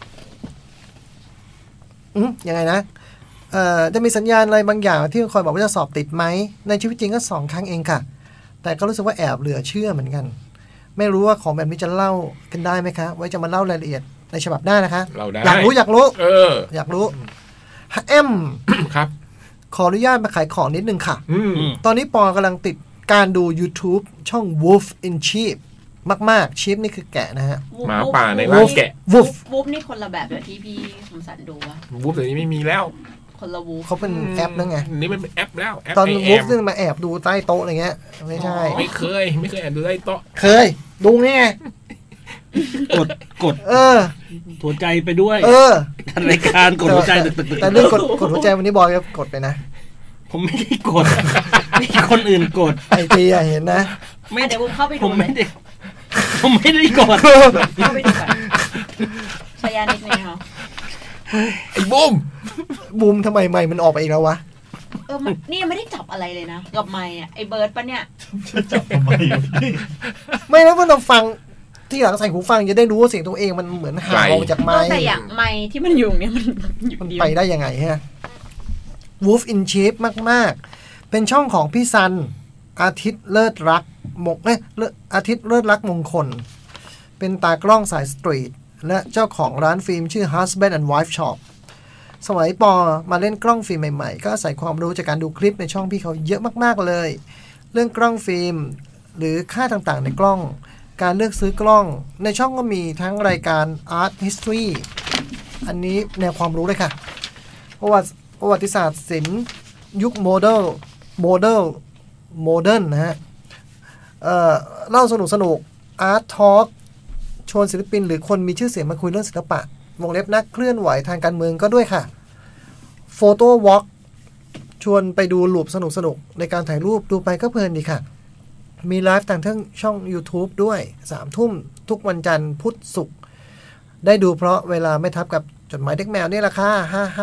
Speaker 4: ยังไงนะจะมีสัญญาณอะไรบางอย่างที่คอยบอกว่าจะสอบติดไหมในชีวิตจริงก็2 ครั้งเองค่ะแต่ก็รู้สึกว่าแอบเหลือเชื่อเหมือนกันไม่รู้ว่าของแบบนี้จะเล่ากันได้ไหมคะไว้จะมาเล่ารายละเอียดในฉบับหน้านะคะอยากรู้อยากรู้ครับขออนุญาตมาขายของนิดนึงค่ะตอนนี้ปอกำลังติดการดู YouTube ช่อง Wolf in Sheep มากๆ Sheep นี่คือแกะนะฮะ
Speaker 3: หมาป่าในร่างแกะ
Speaker 5: Wolf นี่คนละแบบเลยที่พี่สมสันดูวะ
Speaker 3: Wolf แต่นี้ไม่มีแล้ว
Speaker 5: คนละ Wolf
Speaker 4: เขาเป็นแอปนั่นไง
Speaker 3: นี่มันเป็นแอปแล้วแอป
Speaker 4: ตอน Wolf นี่มาแอบดูใต้โต๊ะอะไรเงี้ยไม่ใช่
Speaker 3: ไม่เคยแอบดูใต้โต๊ะ
Speaker 4: เคยดูไง
Speaker 2: กดหัวใจไปด้วยรายการกดหัวใจตึก
Speaker 4: แต่เรื่องกดหัวใจวันนี้บอยก็กดไปนะ
Speaker 2: ผมไม่ได้กดมีคนอื่นกด
Speaker 4: ไอทีเห็นนะ
Speaker 5: ไม่เดี๋ยวผมเข้าไปดู
Speaker 2: ผมไม่ได้กด
Speaker 5: เข้าไปดูก่อนชายานิดนึงค่ะ
Speaker 3: ไอ้บูม
Speaker 4: ทำไมไมค์มันออกไปอีกแล้ววะ
Speaker 5: มันนี่ยังไม่ได้จับอะไรเลยนะกับไมค์ไอ้เบิร์ดปะเนี่ย
Speaker 6: จับทำไม
Speaker 4: ไม่แล้วเราฟังที่หลังใส่หูฟังจะได้รู้ว่าเสียงตัวเองมันเหมือนห่างออกจากไมค์
Speaker 5: แต่อย่างไมค์ที่มันอยู่เนี่ยมัน
Speaker 4: ไปได้ยังไงฮะ Wolf in Sheep มากๆเป็นช่องของพี่ซันอาทิตย์เลิศรักอาทิตย์เลิศรักมงคลเป็นตากล้องสายสตรีทและเจ้าของร้านฟิล์มชื่อ Husband and Wife Shop สมัยปอมาเล่นกล้องฟิล์มใหม่ๆก็อาศัยความรู้จากการดูคลิปในช่องพี่เขาเยอะมากๆเลยเรื่องกล้องฟิล์มหรือค่าต่างๆในกล้องการเลือกซื้อกล้องในช่องก็มีทั้งรายการ Art History อันนี้แนวความรู้เลยค่ะประวัติศาสตร์ศิลป์ยุคโมเดิร์นนะฮะเล่าสนุกArt Talk ชวนศิลปินหรือคนมีชื่อเสียงมาคุยเรื่องศิลปะวงเล็บนักเคลื่อนไหวทางการเมืองก็ด้วยค่ะ Photo Walk ชวนไปดูรูปสนุกในการถ่ายรูปดูไปก็เพลินดีค่ะมีไลฟ์ทางช่อง YouTube ด้วย 3 ทุ่มทุกวันจันทร์พุธศุกร์ได้ดูเพราะเวลาไม่ทับกับจดหมายเด็กแมวนี่แหละค่ะ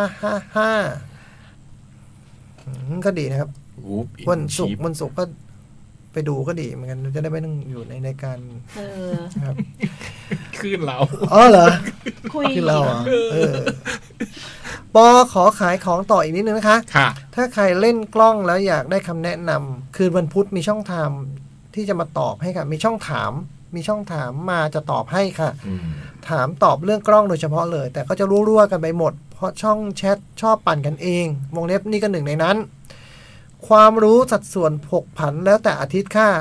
Speaker 4: 5ก็ดีนะครับวันศุกร์ก็ไปดูก็ดีเหมือนกันจะได้ไม่ต้องอยู่ในรายการครับ
Speaker 3: ขึ้นเรา
Speaker 4: เหรอคุยเราปอขอขายของต่ออีกนิดนึงนะคะ
Speaker 3: ค่ะ
Speaker 4: ถ้าใครเล่นกล้องแล้วอยากได้คำแนะนำคืนวันพุธมีช่องทางที่จะมาตอบให้ค่ะมีช่องถามมาจะตอบให้ค่ะ ถามตอบเรื่องกล้องโดยเฉพาะเลยแต่ก็จะรั่วๆกันไปหมดเพราะช่องแชทชอบปั่นกันเองวงเล็บนี่ก็หนึ่งในนั้นความรู้สัดส่วนผกผันแล้วแต่อาทิตย์ค่ะ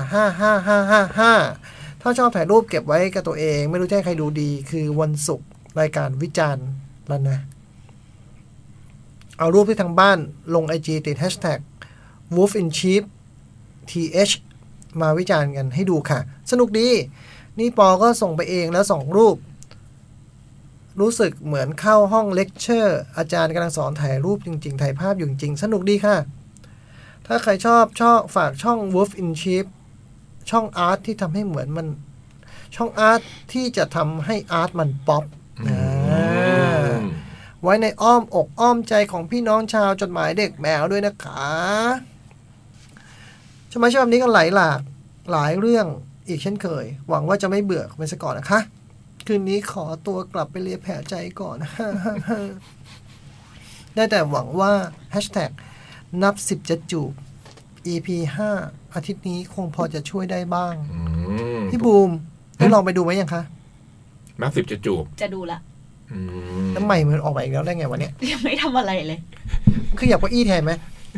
Speaker 4: 55ถ้าชอบถ่ายรูปเก็บไว้กับตัวเองไม่รู้จะให้ใครดูดีคือวันศุกร์รายการวิจารณ์แล้วนะเอารูปที่ทางบ้านลง IG ติด hashtag wolf in sheep th มาวิจารณ์กันให้ดูค่ะสนุกดีนี่ปอก็ส่งไปเองแล้ว2 รูปรู้สึกเหมือนเข้าห้องเลคเชอร์อาจารย์กำลังสอนถ่ายรูปจริงๆถ่ายภาพอยู่จริงสนุกดีค่ะถ้าใครชอบฝากช่อง wolf in sheep ช่องอาร์ตที่ทำให้เหมือนมันช่องอาร์ตที่จะทำให้อาร์ตมันป๊อปไว้ในอ้อมอกอ้อมใจของพี่น้องชาวจดหมายเด็กแมวด้วยนะคะฉบับนี้ก็หลายเรื่องอีกเช่นเคยหวังว่าจะไม่เบื่อไปซะก่อนนะคะคืนนี้ขอตัวกลับไปเลียแผลใจก่อน ได้แต่หวังว่า hashtag นับ10จะจูบ EP 5อาทิตย์นี้คงพอจะช่วยได้บ้างพี่บูมได้ลองไปดูไหมยังคะ
Speaker 3: นับ10จะจูบ
Speaker 5: จะดูละ
Speaker 4: น้ำใหม่มันออกมาอีกแล้วได้ไงวันนี้
Speaker 5: ยังไม่ทำอะไรเลย
Speaker 4: คืออยากเก้าอี้แทนไหม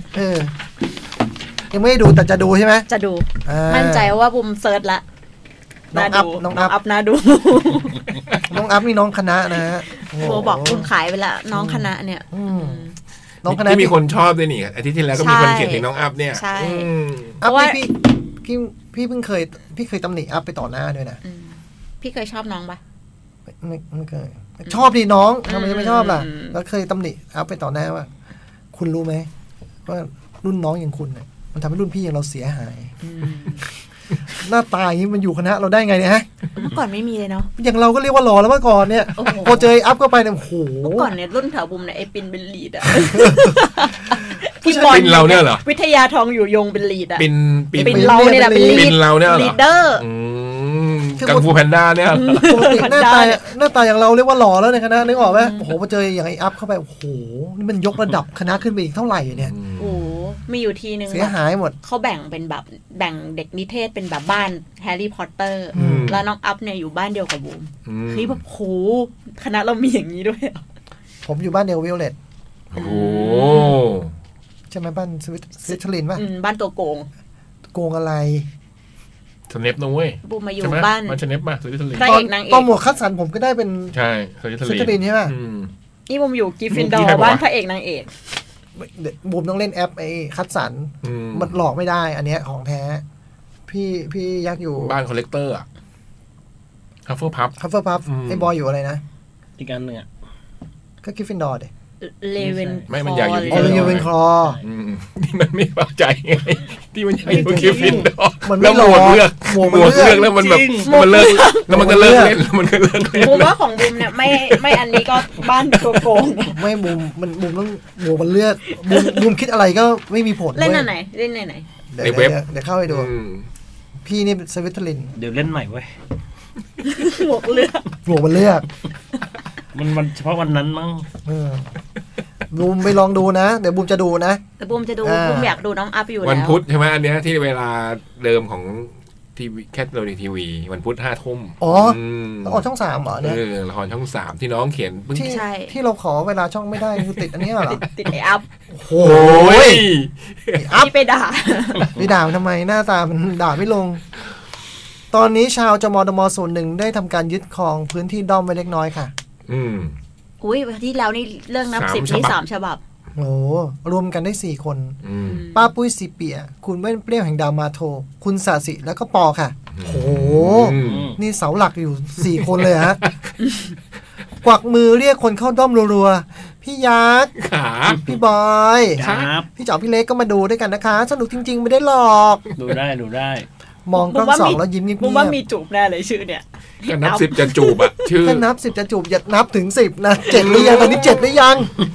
Speaker 4: ยังไม่ได้ดูแต่จะดูใช่ไหม
Speaker 5: จะดูมั่นใจว่าบุมเซิร์ชละ
Speaker 4: น้องอัพ
Speaker 5: น่าดู
Speaker 4: น้องอัพนี่น้องคณะนะฮะ
Speaker 5: โบบอกบุมขายไปละน้องคณะเนี่ย
Speaker 3: น้องคณะที่มีคนชอบด้วยนี่อาทิตย์ที่แล้วก็มีคนเขียนถึงน้องอัพเนี่ย
Speaker 5: ใช่
Speaker 4: อัพพี่เพิ่งเคยตำหนิอัพไปต่อหน้าด้วยนะ
Speaker 5: พี่เคยชอบน้องปะ
Speaker 4: ไม่เคยชอบดีน้องทำไมไม่ชอบล่ะแล้วเคยตำหนิอัพไปต่อหน้าว่าคุณรู้ไหมว่ารุ่นน้องอย่างคุณเนี่ยมันทำให้รุ่นพี่อย่างเราเสียหายหน้าตาอย่างนี้มันอยู่คณะเราได้ไงเนี่ยฮะ
Speaker 5: เมื่อก่อนไม่มีเลยเนาะ
Speaker 4: อย่างเราก็เรียกว่าหล่อแล้วเมื่อก่อนเนี่ยพอเจออัพเข้าไปเนี่ยโอ้โห
Speaker 5: เมื่อก่อนเนี่ยรุ่นแถวบุมเนี่ยไอปินเป็นลีดอะ
Speaker 3: พี่บอลเราเนี่ยเหรอ
Speaker 5: วิทยาทองอยู่ยงเป็นลีดอะ
Speaker 3: ปิน
Speaker 5: เราเนี่ยแหละเป็นลีด
Speaker 3: เราเนี่ยเหรอ
Speaker 5: ลีดเดอร์
Speaker 3: กังฟูแพนด้าเนี่ย
Speaker 4: ปกติหน้าตาอย่างเราเรียกว่าหล่อแล้วในคณะนึกออกไหมโอ้โหพอเจออย่างไออัพเข้าไปโอ้โหนี่มันยกระดับคณะขึ้นไปอีกเท่าไหร่เนี่ย
Speaker 5: โอ้มีอยู่ทีนึง
Speaker 4: เสียหายหมด
Speaker 5: เขาแบ่งเป็นแบบแบ่งเด็กนิเทศเป็นแบบบ้านแฮร์รี่พอตเตอร์แล้วน้องอัพเนี่ยอยู่บ้านเดียวกับบูมคือแบบโหคณะเรามีอย่างนี้ด้วย
Speaker 4: ผมอยู่บ้านเดียววิโอเลต
Speaker 3: โอ้
Speaker 4: ใช่ไหมบ้านสวิตเซอร์แลนด์ป่ะ
Speaker 5: บ้านตัวโกง
Speaker 4: อะไร
Speaker 3: สเนปนะเว้ย
Speaker 5: บูมมาอยู่บ้าน
Speaker 3: มันสเนปมาสวิตเซอร์แลนด์
Speaker 4: ตอนหมวกคัดสรรผมก็ได้เป็น
Speaker 3: ใช่สวิตเซอร์แลนด์
Speaker 4: ใช่ป่ะ
Speaker 5: นี่บูมอยู่กริฟฟินดอร์บ้านพระเอกนางเอก
Speaker 4: บูมต้องเล่นแอปไอ้คัดสรรมันหลอกไม่ได้อันเนี้ยของแท้พี่ยักอยู่
Speaker 3: บ้านคอลเลกเตอร์อะฮัฟเฟิลพัฟ
Speaker 4: ไอ้บอยอยู่อะไรนะ
Speaker 2: อีกอันนึงอ่ะ
Speaker 4: ก็กริฟฟินดอร์ดิ
Speaker 5: เลเวน
Speaker 3: ไม่มันอยากอยู่ที่
Speaker 4: เลเวนคลอ
Speaker 3: ที่มันไม่พอใจไงที่มันอยากอยู่กริฟฟินดอร์
Speaker 4: มันไม่หลอก
Speaker 3: หมวกเลือกแล้วมันแบบมันเลิกแล้วมันก็เลิกเล่นแล้วมันก็เลิกเล่น
Speaker 5: บูมว่าของบูมเนี่ยไม่อันนี้ก็บ้านตัวโกง
Speaker 4: ไม่บูมต้องหมวกมันเลือกบูมคิดอะไรก็ไม่มีผล
Speaker 5: เล่นไหนเล่นไหน
Speaker 4: ในเว็บเดี๋ยวเข้าไปดูพี่นี่สวิตเซอร์แลนด์
Speaker 2: เดี๋ยวเล่นใหม่เว้ย
Speaker 5: หมวกมันเลื
Speaker 4: อก
Speaker 2: มันเฉพาะวันนั้นมั้ง
Speaker 4: บูมไปลองดูนะเดี๋ยวบูมจะดูนะ
Speaker 5: แต่บูมจะดูบูมอยากดูน้องอัพอยู่แล้ว
Speaker 3: วันพุธใช่ไหมอันเนี้ยที่เวลาเดิมของทีวีแคทโรดีทีวีวันพุธ5 ทุ่ม
Speaker 4: อ๋อละครช่อง3เหรอเนี่ย
Speaker 3: ละครช่อง3ที่น้องเขียน
Speaker 4: ที่เราขอเวลาช่องไม่ได้คือติดอันนี้เหรอ
Speaker 5: ติดไออัพ
Speaker 3: โอ้ย
Speaker 5: อัพไปด่า
Speaker 4: ทำไมหน้าตามันด่าไม่ลงตอนนี้ชาวจมดม01ได้ทำการยึดครองพื้นที่ด้อมไว้เล็กน้อยค่ะ
Speaker 5: อุ้ยที่แล้วนี่เรื่องนับ10นี่3ฉบับ
Speaker 4: โอ้รวมกันได้4คนป้าปุ้ยสีเปียคุณเว้นเปรี้ยวแห่งดาวมาโทคุณสาสิแล้วก็ปอค่ะโหนี่เสาหลักอยู่4คนเลยฮะกวักมือเรียกคนเข้าด้อมรัวๆพี่ยักษ์พี่บอยพี่จ๋อพี่เล็กก็มาดูด้วยกันนะคะสนุกจริงๆไม่ได้หลอก
Speaker 2: ดูได้
Speaker 4: มองกล้อง2แล้วยิ้มเงียบๆ
Speaker 5: มึงว่ามีจูบแน่เลยชื่อเนี่ย
Speaker 3: ก็นับ10จะจูบอ่ะชื่อ
Speaker 4: ถ้านับ10จะจูบอย่านับถึง10นะ7หรือยังตอนนี้7หรือยัง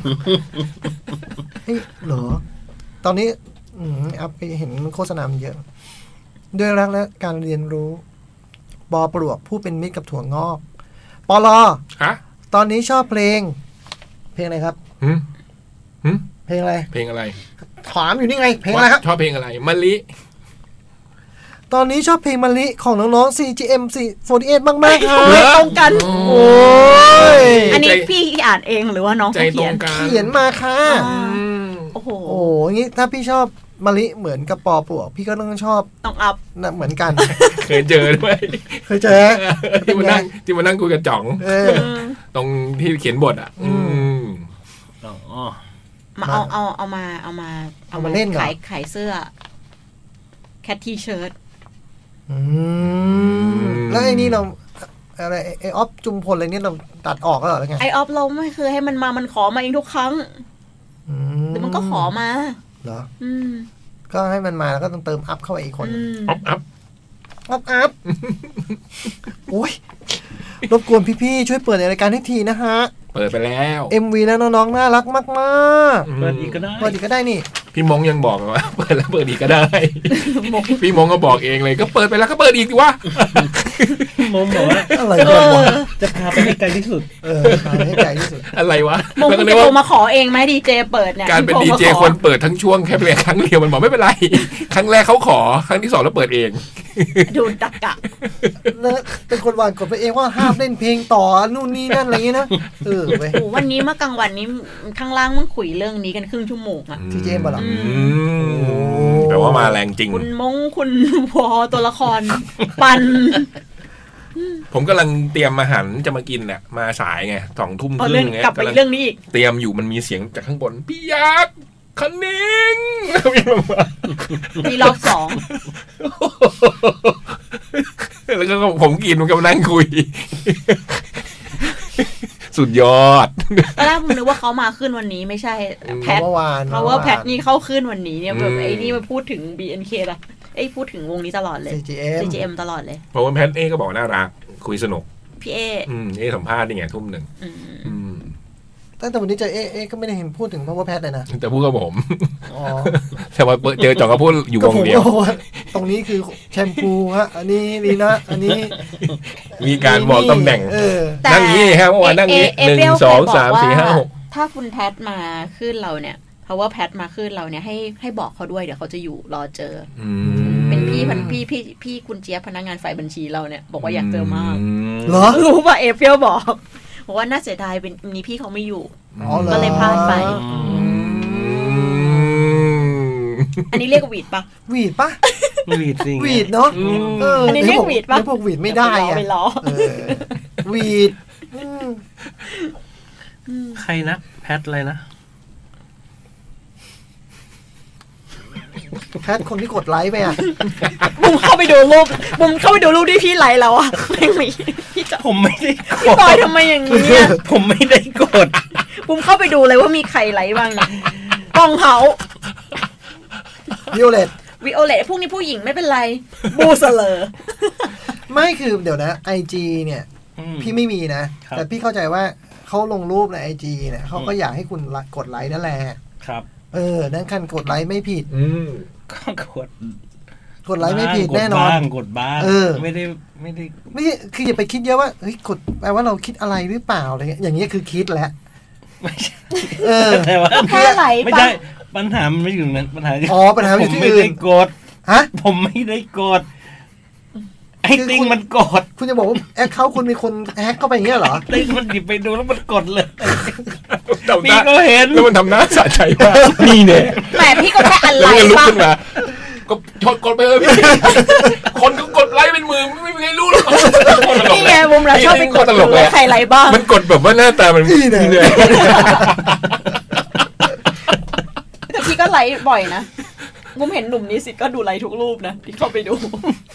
Speaker 4: เฮ้ยเหรอตอนนี้อัพไปเห็นโฆษณามันเยอะด้วยรักและการเรียนรู้ปอปลวกผู้เป็นมิตรกับถั่วงอกปลอตอนนี้ชอบเพลงอะไรครับเพลงอะไร
Speaker 3: เพลงอะไร
Speaker 4: ถามอยู่นี่ไงเพลงอะไรครับ
Speaker 3: ชอบเพลงอะไรมะลิ
Speaker 4: ตอนนี้ชอบเพลงมะลิของน้องๆ CGM 48มากๆครับ
Speaker 5: ตรงกัน
Speaker 4: โอ้ย
Speaker 5: อันนี้พี่อ่านเองหรือว่าน้องเขาเ
Speaker 4: ขียนมาค่ะ
Speaker 5: โอ้โห
Speaker 4: งี้ถ้าพี่ชอบมะลิเหมือนกับปอปลวกพี่ก็ต้องชอบ
Speaker 5: ต้องอัพ
Speaker 4: นะเหมือนกัน
Speaker 3: เคยเจอด้วยที่มานั่งคุยกับจ่องตรงที่เขียนบทอ่ะ
Speaker 5: มาเอามาเล่นขายเสื้อแคททีเชิ้ต
Speaker 4: แล้วไอ้นี่เราอะไรไอออฟจุมพลอะไรเนี่ยเราตัดออกแล้วเหรอไง
Speaker 5: ไอออฟเราไม่คือให้มันขอมาเองทุกครั้งหรือมันก็ขอมา
Speaker 4: เหรอก็ให้มันมาแล้วก็ต้องเติมอัพเข้าไปอีกคน
Speaker 3: อัพ
Speaker 4: โอ้ยรบกวนพี่ๆช่วยเปิดรายการให้ทีนะฮะ
Speaker 3: เปิดไปแล้ว
Speaker 4: MV แล้วน้องๆน่ารักมาก
Speaker 2: ๆเปิดอีกก็
Speaker 4: ได้นี่
Speaker 3: พี่มงยังบอกว่าเปิดแล้วเปิดอีกก็ได้พี่มงก็บอกเองเลยก็เปิดไปแล้วก็เปิดอีกดิวะ
Speaker 2: มงบอกว่าอะไรจะพาไปให้ไกลที่สุด
Speaker 4: พาไปให้ไกลที่สุด
Speaker 3: อะไรวะ
Speaker 5: มงจะโทรมาขอเองไหมดีเจเปิดเนี่ย
Speaker 3: การเป็นดีเจคนเปิดทั้งช่วงแค่เพียงครั้งเดียวมันบอกไม่เป็นไรครั้งแรกเขาขอครั้งที่2แล้วเปิดเอง
Speaker 5: ดูดักกะ
Speaker 4: เป็นคนวางกฎไปเองว่าห้ามเล่นเพลงต่อนู่นนี่นั่นอะไรอย่างนี้นะ
Speaker 5: วันนี้เมื่อกลางวันนี้ข้างล่างมึงคุยเรื่องนี้กันครึ่งชั่วโมงอะ
Speaker 4: ที่เจมส์เหรอ
Speaker 3: แต่ว่ามาแรงจริง
Speaker 5: คุณมงคุณวอตัวละครปัน
Speaker 3: ผมกำลังเตรียมอาหารจะมากินเนี่ยมาสายไง20:30
Speaker 5: เนี่ยกลับไปเรื่องนี้อีก
Speaker 3: เตรียมอยู่มันมีเสียงจากข้างบนพี่ยักษ์คันนิง
Speaker 5: มีรอบ2
Speaker 3: แล้วก็ผมกินมันก็นั่งคุยสุดยอด
Speaker 5: ตอนแรกผมนึกว่าเขามาขึ้นวันนี้ไม่ใช่แพทเพราะว่าแพทนี่เข้าขึ้นวันนี้เนี่ยแบบไอ้นี่มาพูดถึง BNK ละพูดถึงวงนี้ตลอดเลย CGM ตลอดเลย
Speaker 3: เพราะว่าแพทก็บอกน่ารักคุยสนุก
Speaker 5: พี่
Speaker 3: สัมภาษณ์นี่ไง 19:00
Speaker 4: ตั้งแต่วันนี้เจอก็ไม่ได้เห็นพูดถึงเพราะว่าแพทเลยนะ
Speaker 3: แต่พูดกับผมแต่ว่าเจอจ่องก็พูดอยู่วงเดียว
Speaker 4: ตรงนี้คือแชมพูฮะอันนี้นี่นะอันนี้
Speaker 3: มีการบอกตำแหน่งนั่งนี้ครับเมื่อวานนั่งนี้1 2 3 4 5 6
Speaker 5: ถ้าคุณแพทมาขึ้นเราเนี่ยเพราะว่าแพทมาขึ้นเราเนี่ยให้บอกเขาด้วยเดี๋ยวเขาจะอยู่รอเจอเป็นพี่คุณเจี๊ยบพนักงานฝ่ายบัญชีเราเนี่ยบอกว่าอยากเจอมาก
Speaker 4: เหรอ
Speaker 5: รู้ป่ะเอเปียวบอกว่าน่าเสียดายเป็นนี้พี่เขาไม่อยู่ก็เลยพลาดไปอันนี้เรียกวีดปะ
Speaker 4: วีด
Speaker 2: สิ
Speaker 4: วีดเนาะ
Speaker 5: อันนี้เรียกวีดปะ
Speaker 4: พวกวีดไม่ได้อะวีด
Speaker 2: ใครนะแพทอะไรนะ
Speaker 4: แพทคนที่กดไลค์ไปอ่ะ
Speaker 5: บุ้มเข้าไปดูรูปที่พี่ไลค์แล้วอ่ะไม่มีพี่จะ
Speaker 2: ผมไม่ได้
Speaker 5: พี่บอยทำไมอย่างนี้เนี่ย
Speaker 2: ผมไม่ได้กด
Speaker 5: บุ้มเข้าไปดูเลยว่ามีใครไลค์บ้างเนี่ยกองเขา
Speaker 4: วิโอเลต
Speaker 5: พวกนี้ผู้หญิงไม่เป็นไรบูเสลอ
Speaker 4: ไม่คือเดี๋ยวนะ IG เนี่ยพี่ไม่มีนะแต่พี่เข้าใจว่าเขาลงรูปใน IG เนี่ยเขาก็อยากให้คุณกดไลค์นั่นแหละ
Speaker 2: ครับ
Speaker 4: นั่นคันกดไลค์ไม่ผิด
Speaker 2: ก็
Speaker 4: กดไลค์ไม่ผิดแน่นอน
Speaker 2: กดบ้างไม่
Speaker 4: คืออย่าไปคิดเยอะว่าเฮ้ยกดแปลว่าเราคิดอะไรหรือเปล่าอะไรเงี้ยอย่างเงี้ยคือคิดแล้ว
Speaker 2: ไม่ใช่แต่ว่า
Speaker 5: แค่ไหล
Speaker 2: ไม่ใช่ปัญหามันไม่อยู่นั้นปัญหา
Speaker 4: ปัญหาอยู่ที่อื่น
Speaker 2: ผมไม่ได้กดผมไม่ได้กดไอ้ติ้งมันกด
Speaker 4: คุณจะบอกว่าแอคเคาท์คุณมีคนแฮกเข้าไปอย่างเงี้ยเหรอ
Speaker 2: ติ้งมันหยิบไปดูแล้วมันกดเลยพี่ก็เห็น
Speaker 3: แล้วมันทำหน้าสะใจมากนี่เนี่ย
Speaker 5: แหมพี่ก็แค่อะไร
Speaker 3: ลุกขึ้นมาก็กดไปเลยพี่คนก็กดไลค์เป็นมือไม่มีใครรู้หรอก
Speaker 5: นี่ไงมุมเราชอบไปกดเลยใครไลค์บ้าง
Speaker 3: มันกดแบบว่าหน้าตามัน
Speaker 4: นี่เนี่ย
Speaker 5: แต่พี่ก็ไลค์บ่อยนะมุมเห็นหนุ่มนี้สิก็ดูไลค์ทุกรูปนะที่เข้าไปดู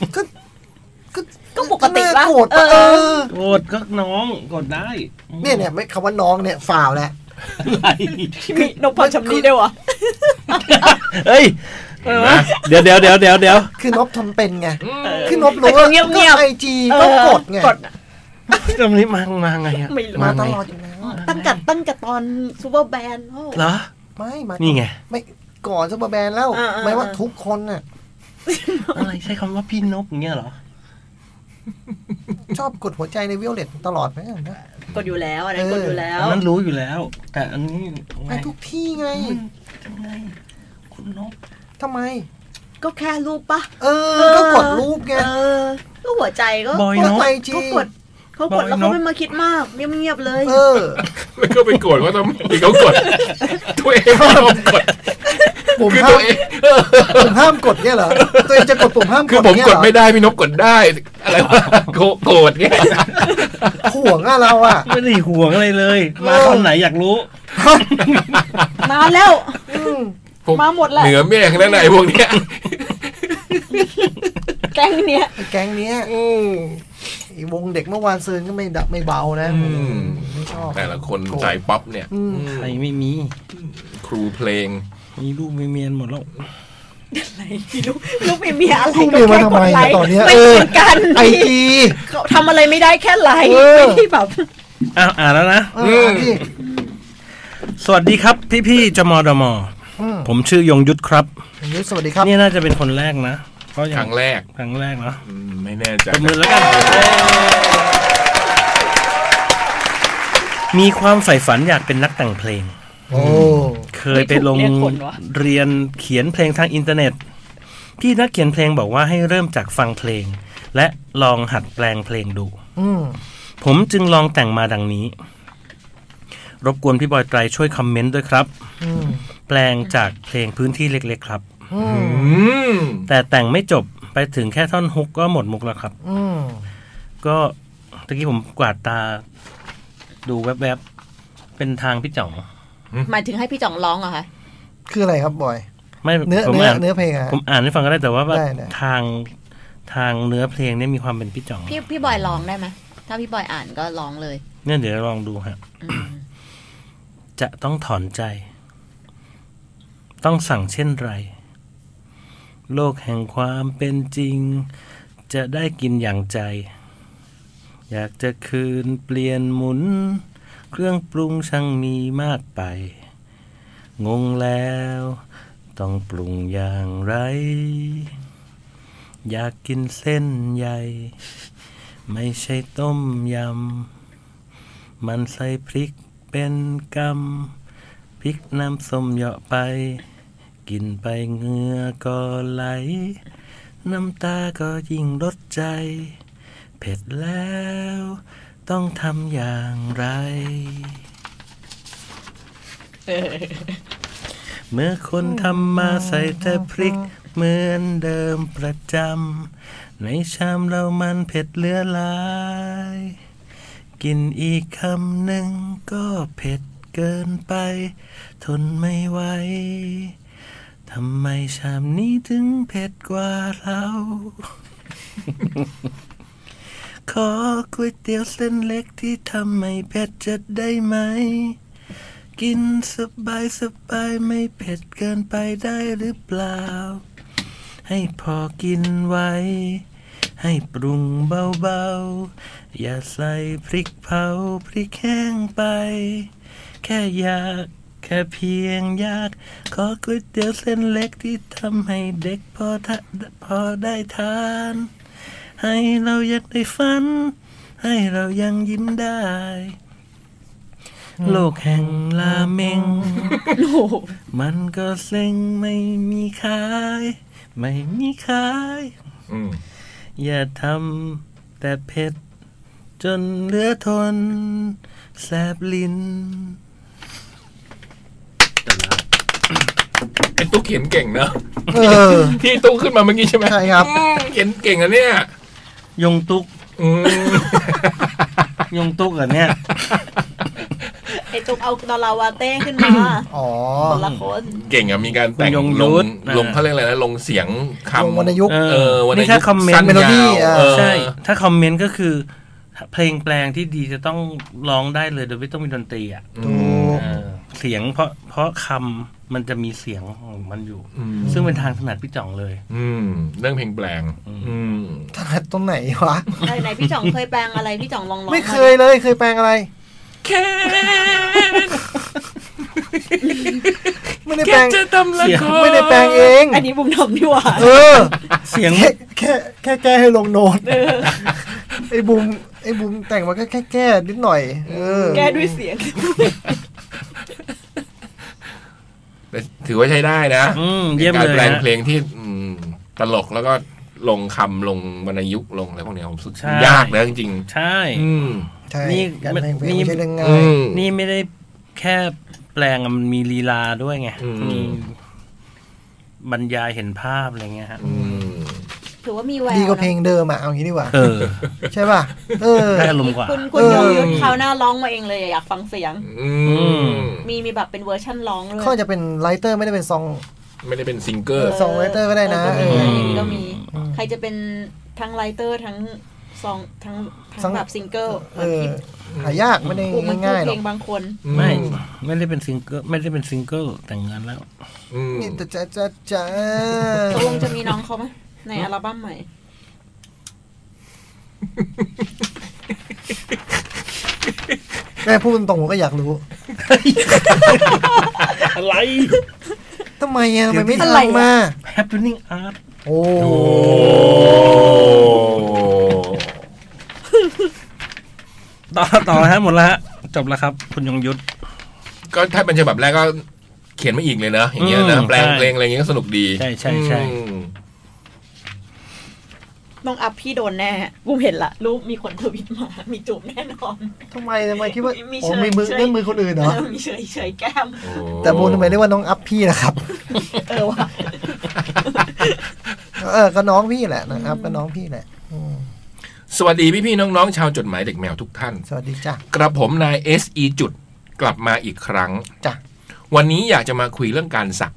Speaker 5: ก็ปกติว่า
Speaker 4: โกรธ
Speaker 2: ก็น้องกดได้
Speaker 4: เนี่ยไม่คำว่าน้องเนี่ยฝ่าวแหละ
Speaker 2: อะไร
Speaker 5: มีนพพรชำนิด้วยวะ
Speaker 2: เฮ้ยเดี๋ยว
Speaker 4: คือนพทำเป็นไงคือนพรู้ว่า
Speaker 5: เงียบ
Speaker 4: ๆ IG ก็กดไง
Speaker 2: ตรงนี้มาไงอ่ะ
Speaker 4: มาตลอดอยู่แล้ว
Speaker 5: ตั้งแต่ตอนซูเปอร์แบนด์
Speaker 2: เหรอ
Speaker 4: ไม่มา
Speaker 2: นี่ไง
Speaker 4: ไม่ก่อนซูเปอร์แบนด์แล้วไม่ว่าทุกคนน่ะ
Speaker 2: อะไรใช้คำว่าพี่นพอย่างเงี้ยเหรอ
Speaker 4: ชอบกดหัวใจในวิโอเลตตลอดไหมนะ
Speaker 5: กดอยู่แล้วอะไรกดอยู่แล้ว
Speaker 2: อันนั้นรู้อยู่แล้ว แต่อันนี้
Speaker 4: ไปทุกที่ไง
Speaker 2: ยังไงคุณนก
Speaker 4: ทำไม
Speaker 5: ก็แค่รูปปะ
Speaker 4: ก็กดรูปไง
Speaker 5: ก็หัวใจก็
Speaker 2: บอยนก
Speaker 5: เขากดแล้วเขาไม่มาคิดมากเงียบๆเลย
Speaker 3: แล้วก็ไปโกรธว่าทำไมเขากดตัวเองไม่ยอมกด
Speaker 4: ผมห้ามกดเนี่ยเหรอตัวเองจะกดปุ่มห้ามกด
Speaker 3: คือผมกดไม่ได้พี่นพกดได้อะไรวะโกรธเนี่ย
Speaker 4: ห่วงอะเราอะ
Speaker 2: ไม่ได้ห่วงอะไรเลยมาตอนไหนอยากรู้
Speaker 5: มาแล้วมาหมดแล้ว
Speaker 3: เหนือเมฆแล้วไหนพวกเนี้ย
Speaker 5: แก๊งเนี้ย
Speaker 4: ไอ้วงเด็กเมื่อวานซืนก็ไม่เบานะไม่ชอบ
Speaker 3: แต่ละคนใจป๊อปเนี่ย
Speaker 2: ใครไม่มี
Speaker 3: ครูเพลง
Speaker 2: มีลูกมีเมียหมดแล้ว
Speaker 5: อะไรลูกมีเมียอะไร
Speaker 4: ลูกมีมาทำไมตอนนี้
Speaker 5: ไม่เหมือนกัน
Speaker 4: ไอจี
Speaker 5: ทำอะไรไม่ได้แค่ไลน์ไม่ได้แบบ
Speaker 2: อ่านแล้วนะสวัสดีครับพี่ๆจมดมผมชื่อยงยุทธครับ
Speaker 4: ยงยุทธสวัสดีครับ
Speaker 2: นี่น่าจะเป็นคนแรกนะ
Speaker 3: ครั้งแรก
Speaker 2: เนาะ
Speaker 3: ไม่แน่ใจ
Speaker 2: มือแล้วกันมีความใฝ่ฝันอยากเป็นนักแต่งเพลงเคยไปลงเรียนเขียนเพลงทางอินเทอร์เน็ตพี่นักเขียนเพลงบอกว่าให้เริ่มจากฟังเพลงและลองหัดแปลงเพลงดูผมจึงลองแต่งมาดังนี้รบกวนพี่บอยไตรช่วยคอมเมนต์ด้วยครับแปลงจากเพลงพื้นที่เล็กๆครับแต่แต่งไม่จบไปถึงแค่ท่อนฮุกก็หมดมุกแล้วครับก็ตะกี้ผมกวาดตาดูแวบๆเป็นทางพี่จ่อง
Speaker 5: หมายถึงให้พี่จ่องร้องเหรอคะ
Speaker 4: คืออะไรครับบอย
Speaker 2: ไม่
Speaker 4: เนื้อเพลง
Speaker 2: ผมอ่านให้ฟังก็ได้แต่ว่าทางเนื้อเพลงเนี่ยมีความเป็นพี่จ่อง
Speaker 5: พี่บอยร้องได้ไหมถ้าพี่บอยอ่านก็ร้องเลย
Speaker 2: เนี่ยเดี๋ยวลองดูฮะจะต้องถอนใจต้องสั่งเช่นไรโลกแห่งความเป็นจริงจะได้กินอย่างใจอยากจะคืนเปลี่ยนหมุนเครื่องปรุงช่างมีมากไปงงแล้วต้องปรุงอย่างไรอยากกินเส้นใหญ่ไม่ใช่ต้มยำมันใส่พริกเป็นกำพริกน้ำส้มเหยาะไปกินไปเหงื่อก็ไหลน้ำตาก็ยิ่งลดใจเผ็ดแล้วต้องทำอย่างไรเมื่อคนทำมาใส่แต่พริกเหมือนเดิมประจำในชามเรามันเผ็ดเหลือหลายกินอีกคำหนึ่งก็เผ็ดเกินไปทนไม่ไหวทำไมชามนี้ถึงเผ็ดกว่าเราขอก๋วยเตี๋ยวเส้นเล็กที่ทำไม่เผ็ดจะได้ไหมกินสบายไม่เผ็ดเกินไปได้หรือเปล่าให้พอกินไว้ให้ปรุงเบาๆอย่าใส่พริกเผาพริกแห้งไปแค่เพียงอยากขอก๋วยเตี๋ยวเส้นเล็กที่ทำให้เด็กพอได้ทานให้เราอยากได้ฝันให้เรายังยิ้มได้โลกแห่งราเมงมันก็เซ็งไม่มีขายอย่าทำแต่เผ็ดจนเหลือทนแสบลิ้น
Speaker 3: ไอ้ตุ๊กเขียนเก่งเนอะที่ตุ๊กขึ้นมาเมื่อกี้ใช่ไหม
Speaker 4: ใช่ครับ
Speaker 3: เขียนเก่งอะเนี่ย
Speaker 2: ยงตุ๊กเหรอเนี่ย
Speaker 5: ไอ้ตุ๊กเอาดอลลาร์วาเต้ขึ้นมาคนละคน
Speaker 3: เก่งอะมีการแต่งลงเขาเรียกอะไรนะลงเสียงคำ
Speaker 4: วรรณยุกต์
Speaker 2: นี่ถ้าคอมเมนต์
Speaker 4: เมโลดี้
Speaker 2: ใช่ถ้าคอมเมนต์ก็คือเพลงแปลงที่ดีจะต้องร้องได้เลยโดยไม่ต้องมีดนตรีอ่ะเสียงเพราะคำมันจะมีเสียงของมันอยู่ซึ่งเป็นทางถนัดพี่จ่องเลย
Speaker 3: เรื่องเพลงแปลง
Speaker 4: ถนัดตรงไหนวะ
Speaker 5: ไหนพี่จ่องเคยแปลงอะไรพี่จ่องลอง
Speaker 4: ไม่เคยเลยเคยแปลงอะไร
Speaker 3: แค่
Speaker 4: ไม่ได้แปลง
Speaker 3: จะทำละคร
Speaker 4: ไม่ได้แปลงเอง
Speaker 5: อันนี้บุ้มทำดีกว่า
Speaker 2: เสียง
Speaker 4: แค่แก้ให้ลงโน้ตไอ้บูมแต่งมาแค่แก้นิดหน่อย
Speaker 5: แก้ด้วยเสียง
Speaker 3: ถือว่าใช้ได้นะการแปลงเพลงที่ตลกแล้วก็ลงคำลงวรรณยุกต์ลงอะไรพวกนี้ผมรู้สึกยากนะจริง
Speaker 2: ๆใช่
Speaker 4: นี่การแปลงเพลงไม่ใช่เรื่องง่าย
Speaker 2: นี่ไม่ได้แค่แปลงมันมีลีลาด้วยไงมีบรรยายเห็นภาพอะไรเงี้ยฮะ
Speaker 5: ถือว่ามีแวว
Speaker 4: ดีกว่าเพลงเดิมเอางี้ดีกว่าใช่ป่ะ
Speaker 2: ได้อารมณ์กว่า
Speaker 5: คุณยงยุทธเขาหน้าร้องมาเองเลยอยากฟังเสียงมีแบบเป็นเวอร์ชั่นร้องเลย
Speaker 4: เขาจะเป็นไรเตอร์ไม่ได้เป็นซอง
Speaker 3: ไม่ได้เป็นซิงเกอร์
Speaker 4: ซองไรเตอร์ก็ได้นะ
Speaker 5: ก็มีใครจะเป็นทั้งไรเตอร์ทั้งซองทั้งแบบซิงเกิล
Speaker 4: หายากไม่ได้ง่ายๆหรอก
Speaker 5: เพลงบางคน
Speaker 2: ไม่ได้เป็นซิงเกิลไม่ได้เป็นซิงเกิลแต่งงานแล้ว
Speaker 4: นี่แต่จะ
Speaker 5: ตกลงจะมีน้องเขาไหมในอัลบั้มใหม่
Speaker 4: แม่พูดตรงๆก็อยากรู้
Speaker 2: อะไร
Speaker 4: ทำไมไม่ทำมา
Speaker 2: Happening Art
Speaker 4: โอ้
Speaker 2: ต่อฮะหมดแล้วจบแล้วครับคุณยงยุทธ
Speaker 3: ก็ถ้าเป็นฉบับแรกก็เขียนมาอีกเลยนะอย่างเงี้ยนะแปลงเพลงอะไรอย่างเงี้ยก็สนุกดี
Speaker 2: ใช่
Speaker 5: น้องอัพพี่โดนแน่กูเห็นละรูปมีคนทวิตมามีจูบแน่นอน
Speaker 4: ทำไมคิดว่ามีมือเล่นมือคนอื่นเหรอ
Speaker 5: มีเฉยแก้ม
Speaker 4: แต่โบทำไมเรียกว่าน้องอัพพี่นะครับ
Speaker 5: ว่ะ
Speaker 4: ก็น้องพี่แหละนะครับก็น้องพี่แหละ
Speaker 3: สวัสดีพี่ๆน้องๆชาวจดหมายเด็กแมวทุกท่าน
Speaker 4: สวัสดีจ้ะ
Speaker 3: กระผมนาย SE จุดกลับมาอีกครั้ง
Speaker 4: จ้ะ
Speaker 3: วันนี้อยากจะมาคุยเรื่องการสัก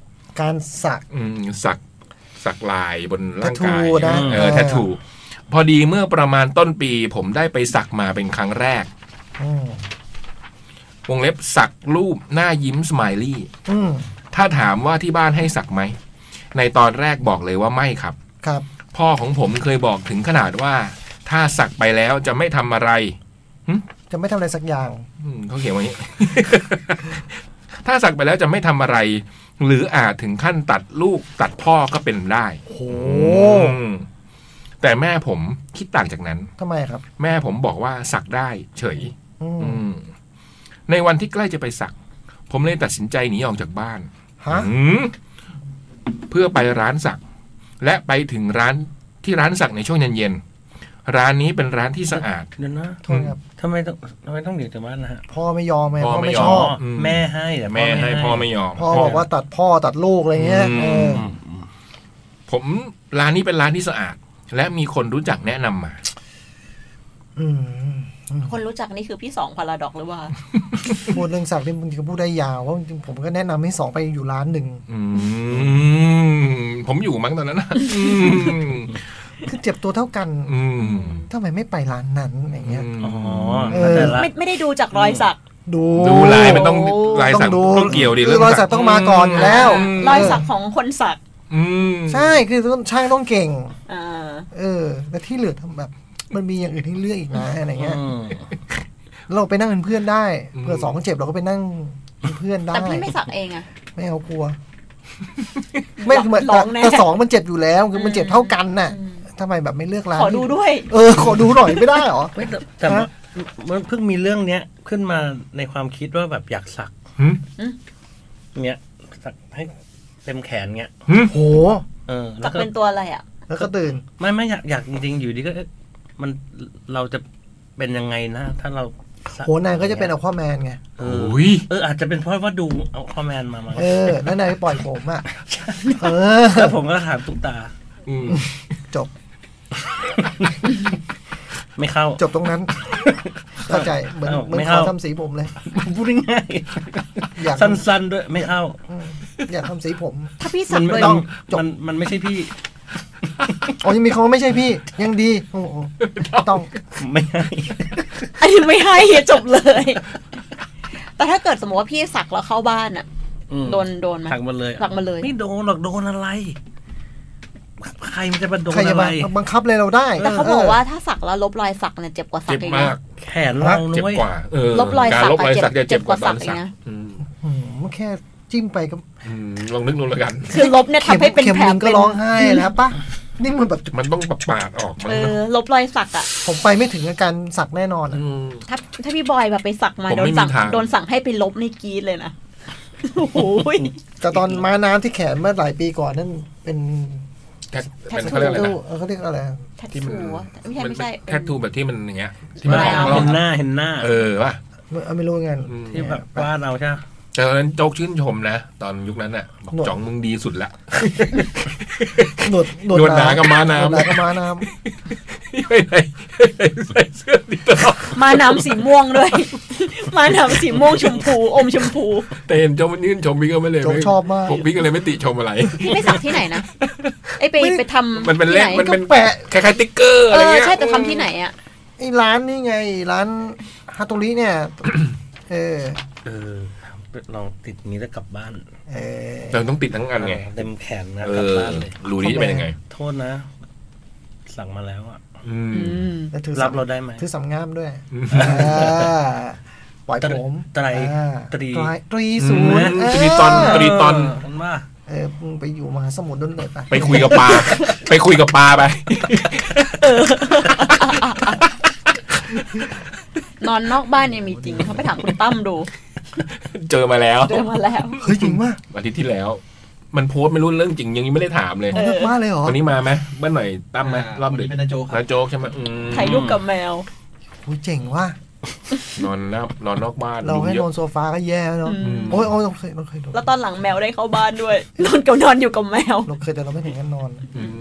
Speaker 3: สักลายบนร่างกายแทททูพอดีเมื่อประมาณต้นปีผมได้ไปสักมาเป็นครั้งแรกวงเล็บสักรูปหน้ายิ้มสไมลี่ถ้าถามว่าที่บ้านให้สักไหมในตอนแรกบอกเลยว่าไม่ครับพ่อของผมเคยบอกถึงขนาดว่าถ้าสักไปแล้วจะไม่ทำอะไร
Speaker 4: จะไม่ทำอะไรสักอย่าง
Speaker 3: เขาเขียนว่าอย่างนี้ ถ้าสักไปแล้วจะไม่ทำอะไรหรืออาจถึงขั้นตัดลูกตัดพ่อก็เป็นได้
Speaker 4: โอ้
Speaker 3: แต่แม่ผมคิดต่างจากนั้น
Speaker 4: ทำไมครับ
Speaker 3: แม่ผมบอกว่าสักได้เฉยในวันที่ใกล้จะไปสักผมเลยตัดสินใจหนีออกจากบ้านเพื่อไปร้านสักและไปถึงร้านสักในช่วงเย็นๆร้านนี้เป็นร้านที่สะอาด
Speaker 2: เดี๋ยวนะโทษครับทำไมต้องหนีจากบ้านนะฮะ
Speaker 4: พ่อไม่ยอมพ่อไม่ชอบ
Speaker 2: แม่ให้แต่
Speaker 3: แม่ให้พ่อไม่ยอม
Speaker 4: พ่อบอกว่าตัดพ่อตัดลูกอะไรเงี้ย
Speaker 3: ผมร้านนี้เป็นร้านที่สะอาดและมีคนรู้จักแนะนำมา
Speaker 5: คนรู้จักนี่คือพี่สองพาราดอกหรือว่า
Speaker 4: พูดเรื่องสักที่บางทีก็พูดได้ยาวว่าผมก็แนะนำให้สองไปอยู่ร้านหนึ่ง
Speaker 3: ผมอยู่มั้งตอนนั้นนะ
Speaker 4: คือเจ็บตัวเท่ากันทำไมไม่ไปร้านนั้นอย่างเงี้ย
Speaker 5: ไม่ได้ดูจากรอยสัก
Speaker 3: ดูลายมันต้องลายสักต้องเกี่ยวดิ
Speaker 4: รอยสักต้องมาก่อนอยู่แล้ว
Speaker 5: รอยสักของคนสัก
Speaker 4: ใช่คือช่างต้องเก่งแต่ที่เหลือทำแบบมันมีอย่างอื่นที่เลือกอีกนะอะไรเงี้ยเราไปนั่งเป็นเพื่อนได้เผื่อสองเจ็บเราก็ไปนั่งเป็นเพื่อนได้
Speaker 5: แต่พี่ไม่สักเองอะ
Speaker 4: ไม่เอากลัวไม่เหมือนแต่สองมันเจ็บอยู่แล้วคือมันเจ็บเท่ากันน่ะทำไมแบบไม่เลือกร้าน
Speaker 5: ขอดูด้วย
Speaker 4: ขอดูหน่อยไม่ได้หรอ
Speaker 2: แต่มันเพิ่งมีเรื่องเนี้ยขึ้นมาในความคิดว่าแบบอยากสักเนี้ยสักให้เต็มแขนเงี้ย
Speaker 4: โห
Speaker 5: สักเป็นตัวอะไรอ่ะ
Speaker 4: แล้วก็ตื่น
Speaker 2: ไม่อยากจริงๆอยู่ดีก็มันเราจะเป็นยังไงนะถ้าเรา
Speaker 4: โหนายก็จะเป็นอัลควาแมนไง
Speaker 2: อาจจะเป็นเพราะว่าดูอัลควาแมนมา
Speaker 4: แล้วนายปล่อยผมอ่ะ
Speaker 2: แล้วผมก็ถามตุ๊กตา
Speaker 4: จบ
Speaker 2: ไม่เข้า
Speaker 4: จบตรงนั้นเข้าใจเหมือนเขาทำสีผมเลย
Speaker 2: พูดง่ายสั้นๆด้วยไม่เข้า
Speaker 4: อยากทำสีผม
Speaker 5: ถ้าพี่สักเลย
Speaker 2: มันไม่ใช่พี่
Speaker 4: ยังมีคำว่าไม่ใช่พี่ยังดีโอ้ต้อง
Speaker 2: ไม่ให้
Speaker 5: อันนี้ไม่ให้จบเลยแต่ถ้าเกิดสมมติว่าพี่สักแล้วเข้าบ้านอ่ะโดนไหม
Speaker 2: สักมาเลย
Speaker 5: ไม่
Speaker 2: โดนหรอกโดนอะไรใครมันจะมาโดนอะไร
Speaker 4: บังคับเลยเราได้
Speaker 5: แต่เขาบอกว่าถ้าสักแล้วลบรอยสักเนี่ยเจ็บกว่าสักอีกนะ
Speaker 2: แขนเรา
Speaker 3: เจ็บกว่า
Speaker 5: ลบรอยสักจะเจ็บกว่าสักอีกนะ
Speaker 4: มันแค่จิ้มไปก็
Speaker 3: ลองนึกดูแล้วกัน
Speaker 5: คือลบเนี่ยทำให้เป็นแผล
Speaker 4: ก็ร้องไห้แล้วปะนี่มันแบบ
Speaker 3: มันต้องปาดออกมั้ง
Speaker 5: ลบรอยสักอ่ะ
Speaker 4: ผมไปไม่ถึงกับการสักแน่นอนอะ
Speaker 5: ถ้าพี่บอยแบบไปสักมาโดนสั่งให้ไปลบนี่กรี๊ดเลยนะโอ้โห
Speaker 4: แต่ตอนม้าน้ำที่แขนเมื่อหลายปีก่อนนั่นเป็น
Speaker 3: เป็นเขาเรียกอะไรนะ
Speaker 4: เขาเรียกอะไร
Speaker 5: แทททูไม่ใช่
Speaker 3: แทททูแบบที่มันอย่างเงี้ยที่มันออก
Speaker 2: เห็นหน้า
Speaker 3: ป่ะ
Speaker 4: ไม่รู้ไง
Speaker 2: ที่แบบวาดเอาใช่ไหม
Speaker 3: แต่ตอนนั้นโจ๊กชื่นชมนะตอนยุคนั้นน่ะบอกจ๋องมึงดีสุดละ
Speaker 4: หนวดหนา
Speaker 3: กับม้าน้ำไม่ไหนใส่เสื้อสีตลอด
Speaker 5: ม้าน้ำสีม่วงด้วยม้าน้ำสีม่วงชมพูอมชมพู
Speaker 3: แต่เห็นโจ๊กมันยื่นชมพี่ก็ไม่เลย
Speaker 4: ชอบมาก
Speaker 3: พี่ก็เลยไม่ติชมอะไร
Speaker 5: พี่ไปสักที่ไหนนะไปทำ
Speaker 3: มันเป็นเล่มมันเป็นแปะคล้ายๆติ๊กเกอร์อะไรเงี้ย
Speaker 5: ใช่แต่ทำที่ไหนอ่ะ
Speaker 4: ไอ้ร้านนี่ไงร้านฮาโตริเนี่ย
Speaker 2: ลองติดนี้แล้วกลับบ้าน
Speaker 3: เราต้องติดทั้งอันไง
Speaker 2: เต็มแขนนะกลับบ้านเลย
Speaker 3: รู้นี้จะเป็นยังไง
Speaker 2: โทษนะสั่งมาแล้วอ่ะ
Speaker 4: รับ
Speaker 2: เราได้ไหม
Speaker 4: ถือสำงามด้วยปล่อยผม
Speaker 2: ตรี
Speaker 4: ศูนย์
Speaker 3: ตรีตอน
Speaker 2: มันว่า
Speaker 4: ไปอยู่มหาสมุทรนั่นเลย
Speaker 3: ไปคุยกับปลาไป
Speaker 5: นอนนอกบ้านเนี่ยมีจริงเขาไปถามคุณตั้มดู
Speaker 3: เจอมาแล้ว
Speaker 4: เฮ้ยจริงป่ะ
Speaker 3: อาทิตย์ที่แล้วมันโพสต์ไม่รู้เรื่องจริงยังไม่ได้ถามเลย
Speaker 4: มาเลยเหรอ
Speaker 3: วันนี้มาไหมเมื่อหน่อยตั้มไหมรอบดึก
Speaker 6: เป็นนาโ
Speaker 3: จ๊กใช่ไหม
Speaker 5: ถ่ายรูปกับแมว
Speaker 4: โอ้ยเจ๋งว่ะ
Speaker 3: นอนนอกบ้าน
Speaker 4: เราให้นอนโซฟาก็แย่แล้วโอ้ยเราเคย
Speaker 5: แล้วตอนหลังแมวได้เข้าบ้านด้วยนอนอยู่กับแมว
Speaker 4: เราเคยแต่เราไม่ถึงกันนอน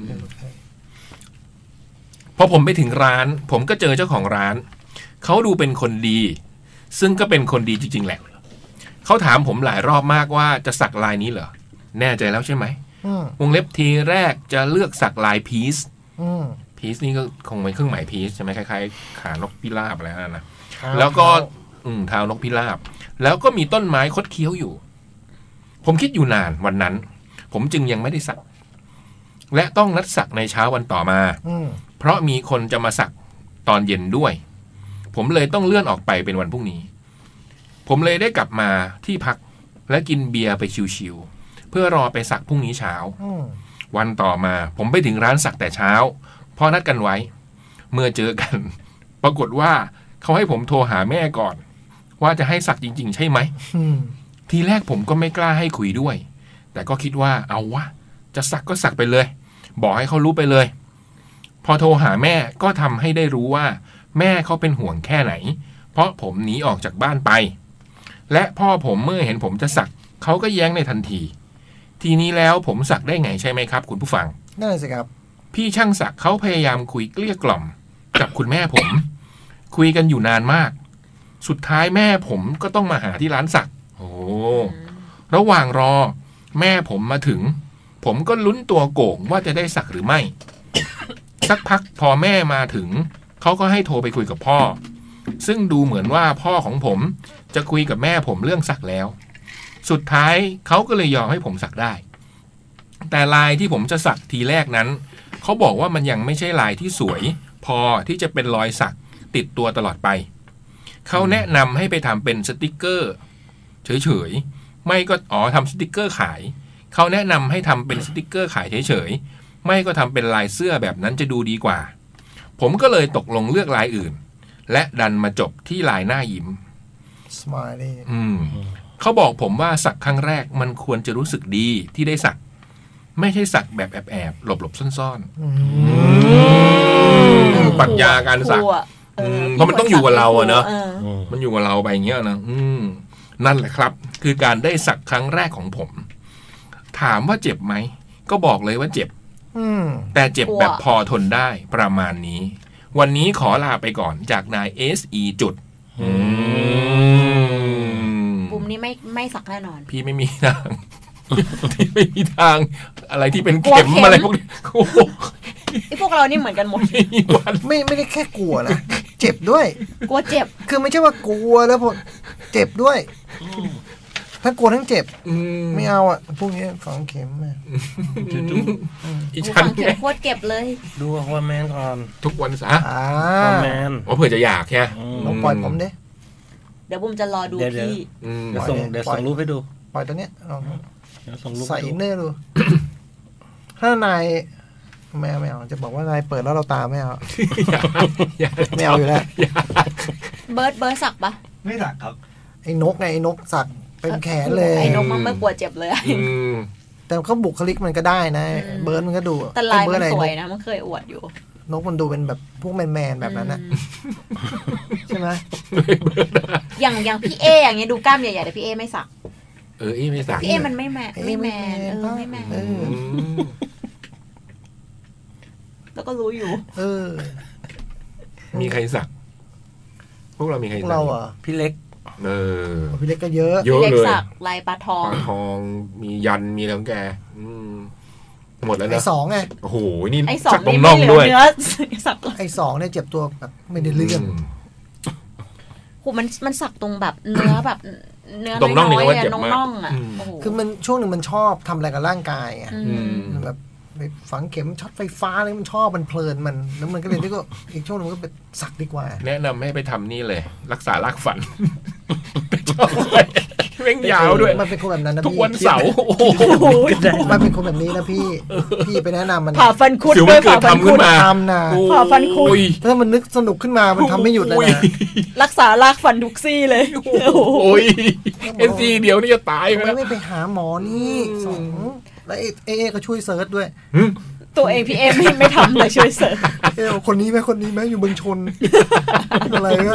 Speaker 3: พอผมไปถึงร้านผมก็เจอเจ้าของร้านเขาดูเป็นคนดีซึ่งก็เป็นคนดีจริงๆแหละเขาถามผมหลายรอบมากว่าจะสักลายนี้เหรอแน่ใจแล้วใช่ไหมวงเล็บทีแรกจะเลือกสักลายพีซนี่ก็คงเป็นเครื่องหมายพีซใช่ไหมคล้ายๆขานกพิราบอะไรนั่นนะแล้วก็เท้านกพิราบแล้วก็มีต้นไม้คดเคี้ยวอยู่ผมคิดอยู่นานวันนั้นผมจึงยังไม่ได้สักและต้องนัดสักในเช้าวันต่อมาเพราะมีคนจะมาสักตอนเย็นด้วยผมเลยต้องเลื่อนออกไปเป็นวันพรุ่งนี้ผมเลยได้กลับมาที่พักและกินเบียร์ไปชิวๆเพื่อรอไปสักพรุ่งนี้เช้าวันต่อมาผมไปถึงร้านสักแต่เช้าเพราะนัดกันไว้เมื่อเจอกันปรากฏว่าเขาให้ผมโทรหาแม่ก่อนว่าจะให้สักจริงๆใช่ไหมทีแรกผมก็ไม่กล้าให้คุยด้วยแต่ก็คิดว่าเอาวะจะสักก็สักไปเลยบอกให้เขารู้ไปเลยพอโทรหาแม่ก็ทำให้ได้รู้ว่าแม่เขาเป็นห่วงแค่ไหนเพราะผมหนีออกจากบ้านไปและพ่อผมเมื่อเห็นผมจะสักเขาก็แย้งในทันทีทีนี้แล้วผมสักได้ไงใช่ไหมครับคุณผู้ฟัง
Speaker 4: นั่นสิครับ
Speaker 3: พี่ช่างสักเขาพยายามคุยเกลี้ยกล่อมกับคุณแม่ผมคุยกันอยู่นานมากสุดท้ายแม่ผมก็ต้องมาหาที่ร้านสักโอ้ระหว่างรอแม่ผมมาถึงผมก็ลุ้นตัวโก่งว่าจะได้สักหรือไม่ สักพักพอแม่มาถึงเขาก็ให้โทรไปคุยกับพ่อซึ่งดูเหมือนว่าพ่อของผมจะคุยกับแม่ผมเรื่องสักแล้วสุดท้ายเขาก็เลยยอมให้ผมสักได้แต่ลายที่ผมจะสักทีแรกนั้นเขาบอกว่ามันยังไม่ใช่ลายที่สวยพอที่จะเป็นรอยสักติดตัวตลอดไปเขาแนะนำให้ไปทำเป็นสติกเกอร์เฉยๆไม่ก็ทำสติกเกอร์ขายเขาแนะนำให้ทำเป็นสติกเกอร์ขายเฉยๆไม่ก็ทำเป็นลายเสื้อแบบนั้นจะดูดีกว่าผมก็เลยตกลงเลือกลายอื่นและดันมาจบที่ลายหน้ายิ้ม
Speaker 4: Smiley
Speaker 3: เขาบอกผมว่าสักครั้งแรกมันควรจะรู้สึกดีที่ได้สักไม่ใช่สักแบบแอบๆหลบๆซ่อนๆปรัชญาการสักเพราะมันต้องอยู่กับเราอะเนอะมันอยู่กับเราไปอย่างเงี้ยนะนั่นแหละครับคือการได้สักครั้งแรกของผมถามว่าเจ็บไหมก็บอกเลยว่าเจ็บแต่เจ็บแบบพอทนได้ประมาณนี้วันนี้ขอลาไปก่อนจากนาย SE จุด
Speaker 5: ปุ่มนี้ไม่สักแน่นอน
Speaker 3: พี่ไม่มีทางที่ไม่มีทางอะไรที่เป็นเข็มอะไรพวกนี้
Speaker 5: ไอ้พวกเรานี่เหมือนกันหมด
Speaker 4: ไม่ได้แค่กลัวนะเจ็บด้วย
Speaker 5: กลัวเจ็บ
Speaker 4: คือไม่ใช่ว่ากลัวแล้วพอเจ็บด้วยทั้งกลัวทั้งเจ็บไม่เอาอ่ะพวกนี้ฝังเข็มแม่
Speaker 5: ฝังเข็มโคตรเก็บเลย
Speaker 2: ดูว่าแมนก่อน
Speaker 3: ทุกวันซะ
Speaker 2: แมน
Speaker 3: ว่าเผื่อจะอยากแค่
Speaker 4: ต้องปล่อยผมดิ
Speaker 5: เดี๋ยวบุ้มจะรอดูพี่
Speaker 2: เดี๋ยวส่งรูปให้ดู
Speaker 4: ปล่อยตัวเนี้ยใส่อินเนอร์ดูถ้านายไม่เอาจะบอกว่านายเปิดแล้วเราตามไม่เอา
Speaker 3: อย่า
Speaker 4: ไม่เอาอยู่แล้ว
Speaker 5: เบิร์ดสักปะ
Speaker 6: ไม่สักครับ
Speaker 4: ไอ้นกไงไอ้นกสักเป็นแขนเลย
Speaker 5: ไอ้นกมันไม่กลัวเจ็บเลย
Speaker 4: แต่เขาบุคลิกมันก็ได้นะเบิร์ดมันก็ดู
Speaker 5: แต่ลายมัน
Speaker 4: ไอ้
Speaker 5: ส
Speaker 4: เบิ
Speaker 5: ว
Speaker 4: ร์
Speaker 5: ย
Speaker 4: ด
Speaker 5: นะมันเคยอวดอยู่
Speaker 4: นกมันดูเป็นแบบพวกแมนๆแบบนั้นนะใช่ไหม
Speaker 5: อย่างพี่เออย่างเงี้ยดูกล้ามใหญ่ๆแต่พี่เอไม่สัก
Speaker 3: ไม่สัก
Speaker 5: พี่เอมันไม่แมนไม่แมนไม่แมนแล้วก็รู้อยู่
Speaker 3: มีใครสักพวกเรามีใครสัก
Speaker 4: เราอ่ะ
Speaker 2: พี่เล็ก
Speaker 4: พี่เล็กก็เยอะ
Speaker 3: เยอะ
Speaker 5: พี่เล็ก
Speaker 3: เลย
Speaker 5: สักลายปลาทอง
Speaker 3: ปลาทองมียันมีอะไรของแกหมดแล้วนะ
Speaker 4: ไอ้สองไง
Speaker 3: โอ้โหนี่
Speaker 5: ไอ้สอง
Speaker 3: สักตร
Speaker 5: นี่
Speaker 3: ง
Speaker 5: ไม่
Speaker 3: น่อง
Speaker 5: เหลื
Speaker 3: ด้
Speaker 5: อ
Speaker 3: วย
Speaker 5: เนื้อสัก
Speaker 4: ไอ้สองเนี่ยเจ็บตัวแบบไม่ได้เรื่อง
Speaker 5: โหมันสักตรงแบบเนื้อแบบเนื้อ
Speaker 3: ตรงน่องนี่
Speaker 5: น้อย
Speaker 3: ก็ว่า
Speaker 5: ๆ
Speaker 3: เจ็บ
Speaker 5: อะ
Speaker 3: มาก
Speaker 5: น่องๆอ่ะโอ้โห
Speaker 4: คือมันช่วงหนึ่งมันชอบทำอะไรกับร่างกายไง
Speaker 3: ม
Speaker 4: แบบไปฝังเข็มช็อตไฟฟ้าอะไรมันชอบมันเพลินมันแล้วมันก็เลยนี่ก็อีกช่วงหนึงมันก็ไปสักดีกว่า
Speaker 3: แนะนำให้ไปทำนี่เลย รักษารากฟันชอบไปแม่งยาวด้วย
Speaker 4: มันเป็นคนแบบนั้นนะ
Speaker 3: ทุก
Speaker 4: พี่
Speaker 3: วันเสาร์โอ้โห
Speaker 4: มันเป็นคนแบบนี้นะพี่ไปแนะนำมัน
Speaker 5: ผ่าฟันคุด
Speaker 3: สิว
Speaker 5: ด้
Speaker 3: มั
Speaker 5: วน ย
Speaker 3: เกิ
Speaker 5: ผ่า
Speaker 3: ด
Speaker 5: ฟัน
Speaker 3: ทำ
Speaker 5: คุ
Speaker 3: ขึ้
Speaker 5: ด
Speaker 3: นมา
Speaker 4: ทำนะ
Speaker 5: ผ่าฟันคุด
Speaker 3: โอ้ย
Speaker 4: ถ้ามันนึกสนุกขึ้นมามันทำไม่หยุดเลยนะ
Speaker 5: รักษารากฟันทุกซี่เลยโอ้โห
Speaker 3: โอ้ยเอ็นซีเดียวนี่จะตายไหม
Speaker 4: ไม่ไปหาหมอนี่สองแล้วเอก็ช่วยเซิร์ชด้วย
Speaker 5: ตัวเองพี่เอไม่ทำเลยช่วยเสริม
Speaker 4: คนนี้ไหมอยู่เมืองชนอะไรก็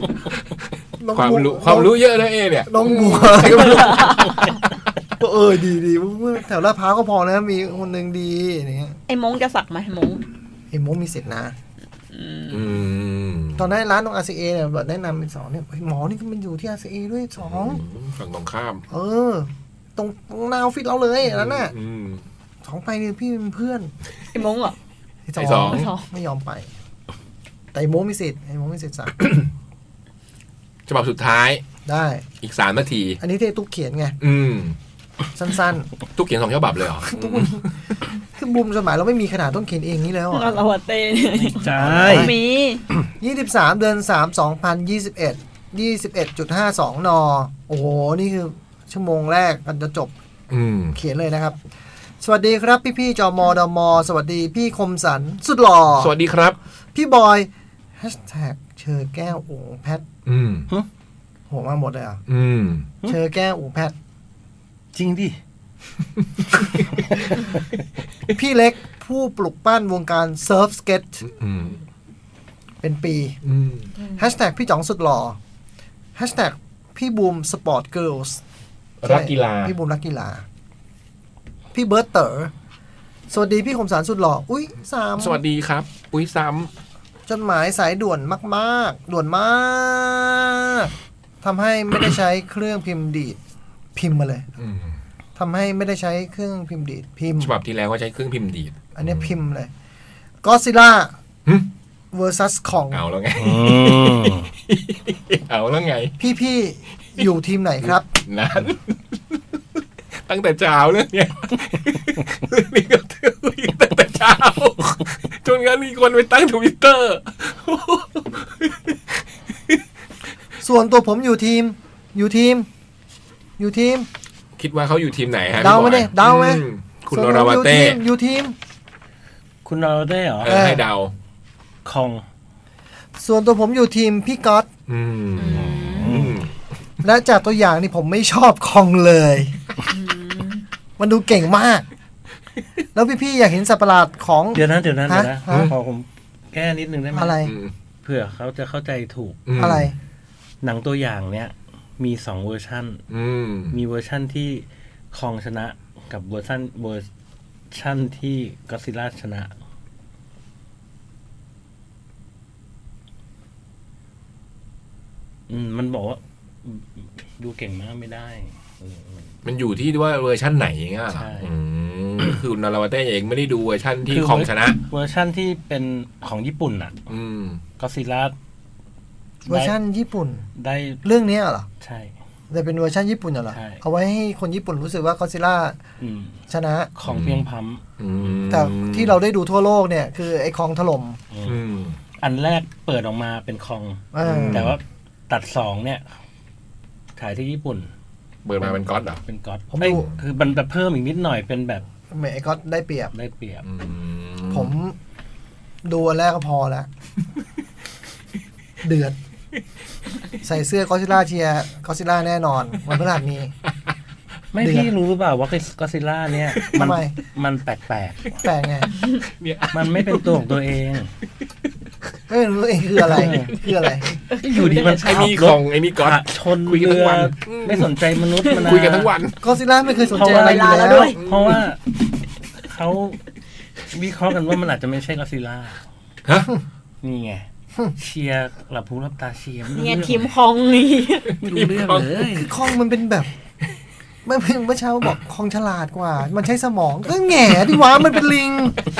Speaker 3: ความรู้เยอะนะเนี่ย
Speaker 4: น้องบัวก็ดีแถวลาดพร้าวก็พอนะมีคนหนึ่งดีนี่
Speaker 5: ไอ้มงจะสักไหมมง
Speaker 4: ไอ้โมมีสิทธินะตอนนั้นร้านตรง RCA เนี่ยแบบแนะนำเป็นสองเนี่ยหมอนี่ก็มันอยู่ที่ RCA ด้วยสอง
Speaker 3: ฝั่งตรงข้าม
Speaker 4: ตรงหน้าออฟฟิศเราเลยนั่นน่ะสองไปเนี่ยพี่เป็นเพื่อน
Speaker 5: ไอ้มงเหรอ
Speaker 4: ไอ้สองไม่ยอมไป แต่ไอ้โมมีสิทธิ์สั่ง
Speaker 3: ฉบับสุดท้าย
Speaker 4: ได้
Speaker 3: อีก3 นาที
Speaker 4: อันนี้ที่ตุ๊กเขียนไงสั้น
Speaker 3: ทุกเขียน2 ฉบับเลยเหรอ
Speaker 4: ๆคือบุมสมัยเราไม่มีขนาดต้องเขียนเองนี้แล้ว
Speaker 5: เราละวัเต้เนี่ย
Speaker 2: ใช่
Speaker 5: มี
Speaker 4: 23 เดือน 3 2021 21.52 น. โอ้โหนี่คือชั่วโมงแรกกันจะจบเขียนเลยนะครับ สวัสดีครับพี่จมดมสวัสดีพี่คมสันสุดหล่อ
Speaker 3: สวัสดีครับ
Speaker 4: พี่บอยแฮชแท็กเชอแก้วโอ่งแพทโหมาหมดเลยอ่ะเชอแก้วโอ่งแพท
Speaker 2: จริงดิ
Speaker 4: พี่เล็กผู้ปลุกปั้นวงการเซิร์ฟสเก็ตเป็นปีแฮชแท็กพี่จ๋องสุดหล่อแฮชแท็กพี่บูมสปอร์ตเกิร์ลส์
Speaker 3: รักกีฬา
Speaker 4: พี่บูมรักกีฬาพี่เบิร์ตเต๋อสวัสดีพี่คมสารสุดหล่ออุ้ย3
Speaker 3: สวัสดีครับอุ้ยซ้
Speaker 4: จดหมายสายด่วนมากๆด่วนมากทำให้ไม่ได้ใช้เครื่องพิมพ์ดีดพิมพ์มาเลยทำให้ไม่ได้ใช้เครื่องพิมพ์ดีดพิมพ์
Speaker 3: ำฉบับที่แล้วก็ใช้เครื่องพิมพ์ดีด
Speaker 4: อันนี้พิมพ์เลยก็ซิล่าvs ของ
Speaker 3: เอาแล้วไงเอาแล้วไง
Speaker 4: พี่อยู่ทีมไหนครับ
Speaker 3: นั่นตั้งแต่เช้าเรื่องเนี้ยนี่ก็ตั้งแต่เช้าจนงั้นมีคนไปตั้งTwitter
Speaker 4: ส่วนตัวผมอยู่ทีม
Speaker 3: คิดว่าเขาอยู่ทีมไหนฮะ
Speaker 4: เดาไหมเนี่ยเดาไหม
Speaker 3: คุณนรวเต้
Speaker 4: อยู่ทีม
Speaker 2: คุณนอร์ได้เหรอ
Speaker 3: ให้เดา
Speaker 2: คอง
Speaker 4: ส่วนตัวผมอยู่ทีมพี่ก๊อตและจากตัวอย่างนี่ผมไม่ชอบคองเลย มันดูเก่งมาก แล้วพี่อยากเห็นสัตว์ประหลาดของ
Speaker 2: เดี๋ยวนะ
Speaker 4: ฮะ
Speaker 2: ขอผมแก้นิดนึงได้ไหม
Speaker 4: อะไร
Speaker 2: เพื่อเขาจะเข้าใจถูก
Speaker 4: อะไร
Speaker 2: หนังตัวอย่างเนี้ยมี2 เวอร์ชันมีเวอร์ชันที่คองชนะกับเวอร์ชันที่ก็อดซิลล่าชนะมันบอกว่าดูเก่งมากไม่ได้
Speaker 3: มันอยู่ที่ว่าเวอร์ชันไหนอย่างเงี้ยเหรอ
Speaker 2: ใช่
Speaker 3: คือนาราวเต้เองไม่ได้ดูเวอร์ชันที่ของชนะ
Speaker 2: เวอร์ชันที่เป็นของญี่ปุ่นอ่ะก็อดซิลล่า
Speaker 4: เวอร์ชันญี่ปุ่น
Speaker 2: ได้
Speaker 4: เรื่องนี้เหรอ
Speaker 2: ใช่
Speaker 4: แต่เป็นเวอร์ชันญี่ปุ่นเหรอ
Speaker 2: ใช่
Speaker 4: เอาไว้ให้คนญี่ปุ่นรู้สึกว่าก็อดซิลล่าชนะ
Speaker 2: ของเพียงพัม
Speaker 4: แต่ที่เราได้ดูทั่วโลกเนี่ยคือไอ้คองถล่ม
Speaker 2: อันแรกเปิดออกมาเป็นคอง แต่ว่าตัด2เนี่ยขายที่ญี่ปุ่น
Speaker 3: เปิดมาเป็นก๊อตเหรอ
Speaker 2: เป็นก๊อตคือมันแบบเพิ่มอีกนิดหน่อยเป็นแบบ
Speaker 4: ไอ้ก๊อตได้เปรียบผมดูอันแรกก็พอแล้วเดือดใส่เสื้อก็อดซิลล่าเชียร์ก็อดซิลล่าแน่นอนวันพฤหัสนี้
Speaker 2: ไม่พี่รู้หรือเปล่าว่าก็อดซิลล่าเนี่ยมันแปลก
Speaker 4: แปลกไง
Speaker 2: มันไม่เป็นตัวของตัวเอง
Speaker 4: ไม่รู้เองคืออะไร
Speaker 2: อยู่ดีมัน
Speaker 3: ไอ้นี่ของไอ้นี่ก๊อต
Speaker 2: ชนคุยกันทั้งวันไม่สนใจมนุษย์มัน
Speaker 3: คุยกันทั้งวัน
Speaker 4: ก็อดซิลล่าไม่เคยสนใจอะไรแล้ว
Speaker 2: เพราะว่าเขาวิเคราะห์กันว่ามันอาจจะไม่ใช่ก็อดซิลล่า
Speaker 3: ฮะ
Speaker 2: นี่ไงเชียร์หลับหูหลับตาเชียร์
Speaker 5: เนี่ยทีมคองนี่
Speaker 2: ไม่รู้เรื่องเลย
Speaker 4: คือคองมันเป็นแบบเมื่อเช้าบอกคองฉลาดกว่ามันใช้สมองก็แง่ดิวะมันเป็นลิง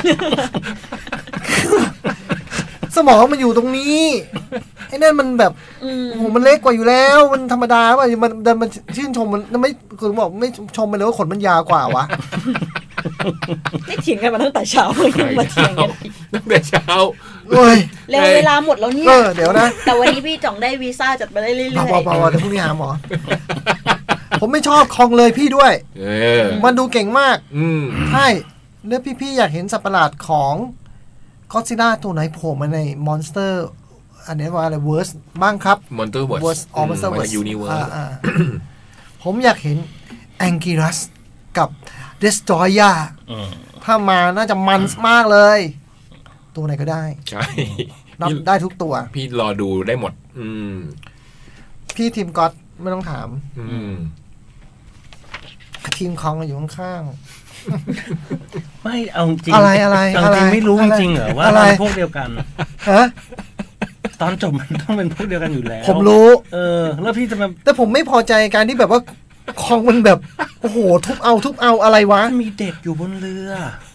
Speaker 4: สมองมันอยู่ตรงนี้ไอ้นั่นมันแบบโหมันเล็กกว่าอยู่แล้วมันธรรมดาป่ะมันชื่นชมมันไม่คือบอกไม่ชมมันเลยว่าขนมันยาวกว่าวะ
Speaker 5: ไม่เถียงกันมาตั้งแต่เช้ายังมาเถียงกัน
Speaker 3: ตั้งแต่เช้า
Speaker 5: เร็วเวลาหมดแล้วเนี่ย
Speaker 4: เดี๋ยวนะ
Speaker 5: แต่วันนี้พี่จ่องได้วีซ่าจัดมาได้เรื่อยๆ
Speaker 4: พอแต่พรุ่งนี้หาหมอผมไม่ชอบคองเลยพี่ด้วยมันดูเก่งมากใช่เนื้อพี่อยากเห็นสัตว์ประหลาดของก็อดซิลล่าตัวไหนโผล่มาในมอนสเตอร์อันนี้ว่าอะไรเวิร์สบ้างครับ
Speaker 3: มอนสเตอร์เวิร์ส
Speaker 4: มอนสเตอร์เวิร์ส
Speaker 3: ยูนิเวิร์ส
Speaker 4: ผมอยากเห็นแองกิรัสกับเดสทรอยาถ้ามาน่าจะมันมากเลยตัวไหนก็ได้
Speaker 3: ใช่
Speaker 4: รับได้ทุกตัว
Speaker 3: พี่รอดูได้หมด
Speaker 4: พี่ทีมก็อดไม่ต้องถามทีมคองอยู่ข้าง
Speaker 2: ๆไม่เอาจริง
Speaker 4: อะไร
Speaker 2: ไม่รู้จริงเหรอว่าเป็นพวกเดียวกัน
Speaker 4: ฮะ
Speaker 2: ตอนจบมันต้องเป็นพวกเดียวกันอยู่แล้ว
Speaker 4: ผมรู้
Speaker 2: แล้วพี่จะมา
Speaker 4: แต่ผมไม่พอใจการที่แบบว่าคองมันแบบโอ้โหทุบเอาอะไรวะ
Speaker 2: มีเด็กอยู่บนเรือ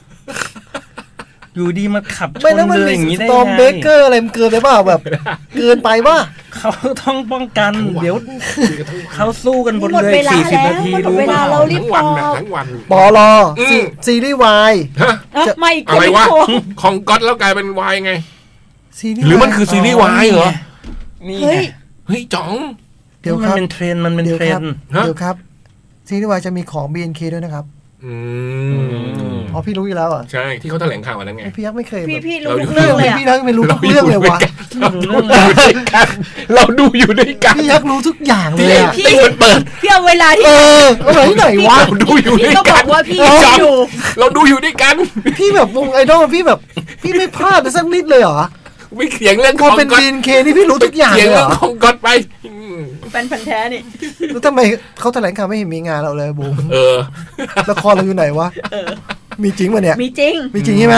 Speaker 2: อยู่ดีมาขับชนเรืออย่างนี้ได้ไง
Speaker 4: สตอมเบเกอร์อะไรมันเกินไปเปล่าแบบเกินไปป่ะ
Speaker 2: เขาต้องป้องกันเดี๋ยวเขาสู้กันบนเรือ40 นาทีรู้
Speaker 5: ป่ะ
Speaker 3: ทั้งวัน
Speaker 4: ปอลอซีรีส์วาย
Speaker 5: ไม่
Speaker 3: อะไรวะของก๊อตแล้วกลายเป็นวายไงหรือมันคือซีรีส์วายเหรอ
Speaker 2: นี่
Speaker 3: เฮ้ยจ๋อง
Speaker 4: เดี๋ยว
Speaker 2: มันเป็นเทรนด์เ
Speaker 4: ดี๋ยวครับซีรีส์วายจะมีของ BNK ด้วยนะครับอ๋อพี่รู้อยู่แล้วอ่ะ
Speaker 3: ใช่ที่เขาแถลงข่าววันนั้นไง
Speaker 4: พี่ยักษ์ไม่เคย
Speaker 5: พี่รู้ทุกเรื่องเลย
Speaker 4: พี่ยักษ์ไม่รู้ทุกเรื่องเลยวะ
Speaker 3: เราดูอยู่ด้วยกัน
Speaker 4: พี่ยักษ์รู้ทุกอย่างเลยอ่ะ
Speaker 5: พี่เปิดพี่เอาเวลาที่
Speaker 4: เอาไหนไหนวะ
Speaker 3: เราดูอยู่ด้วยกันก็
Speaker 5: บอกว่าพี่อยู่
Speaker 3: เราดูอยู่ด้วยกัน
Speaker 4: พี่แบบวงไอดอลพี่แบบพี่ไม่พลาดสักนิดเลยเหรอ
Speaker 3: ไม่เถียงเรื่องของ
Speaker 4: เป็น BNK นี่พี่รู้ทุกอย่างเลยเหรอ
Speaker 3: ของก๊อตไป
Speaker 5: แฟนพันธุ์แท้นี่
Speaker 4: แล้วทำไมเขาแถลงข่าวไม่เห็นมีงานเราเลยบูมละครเราอยู่ไหนวะมีจริงป่ะเนี่ย
Speaker 5: มีจริง
Speaker 4: ใช่ไหม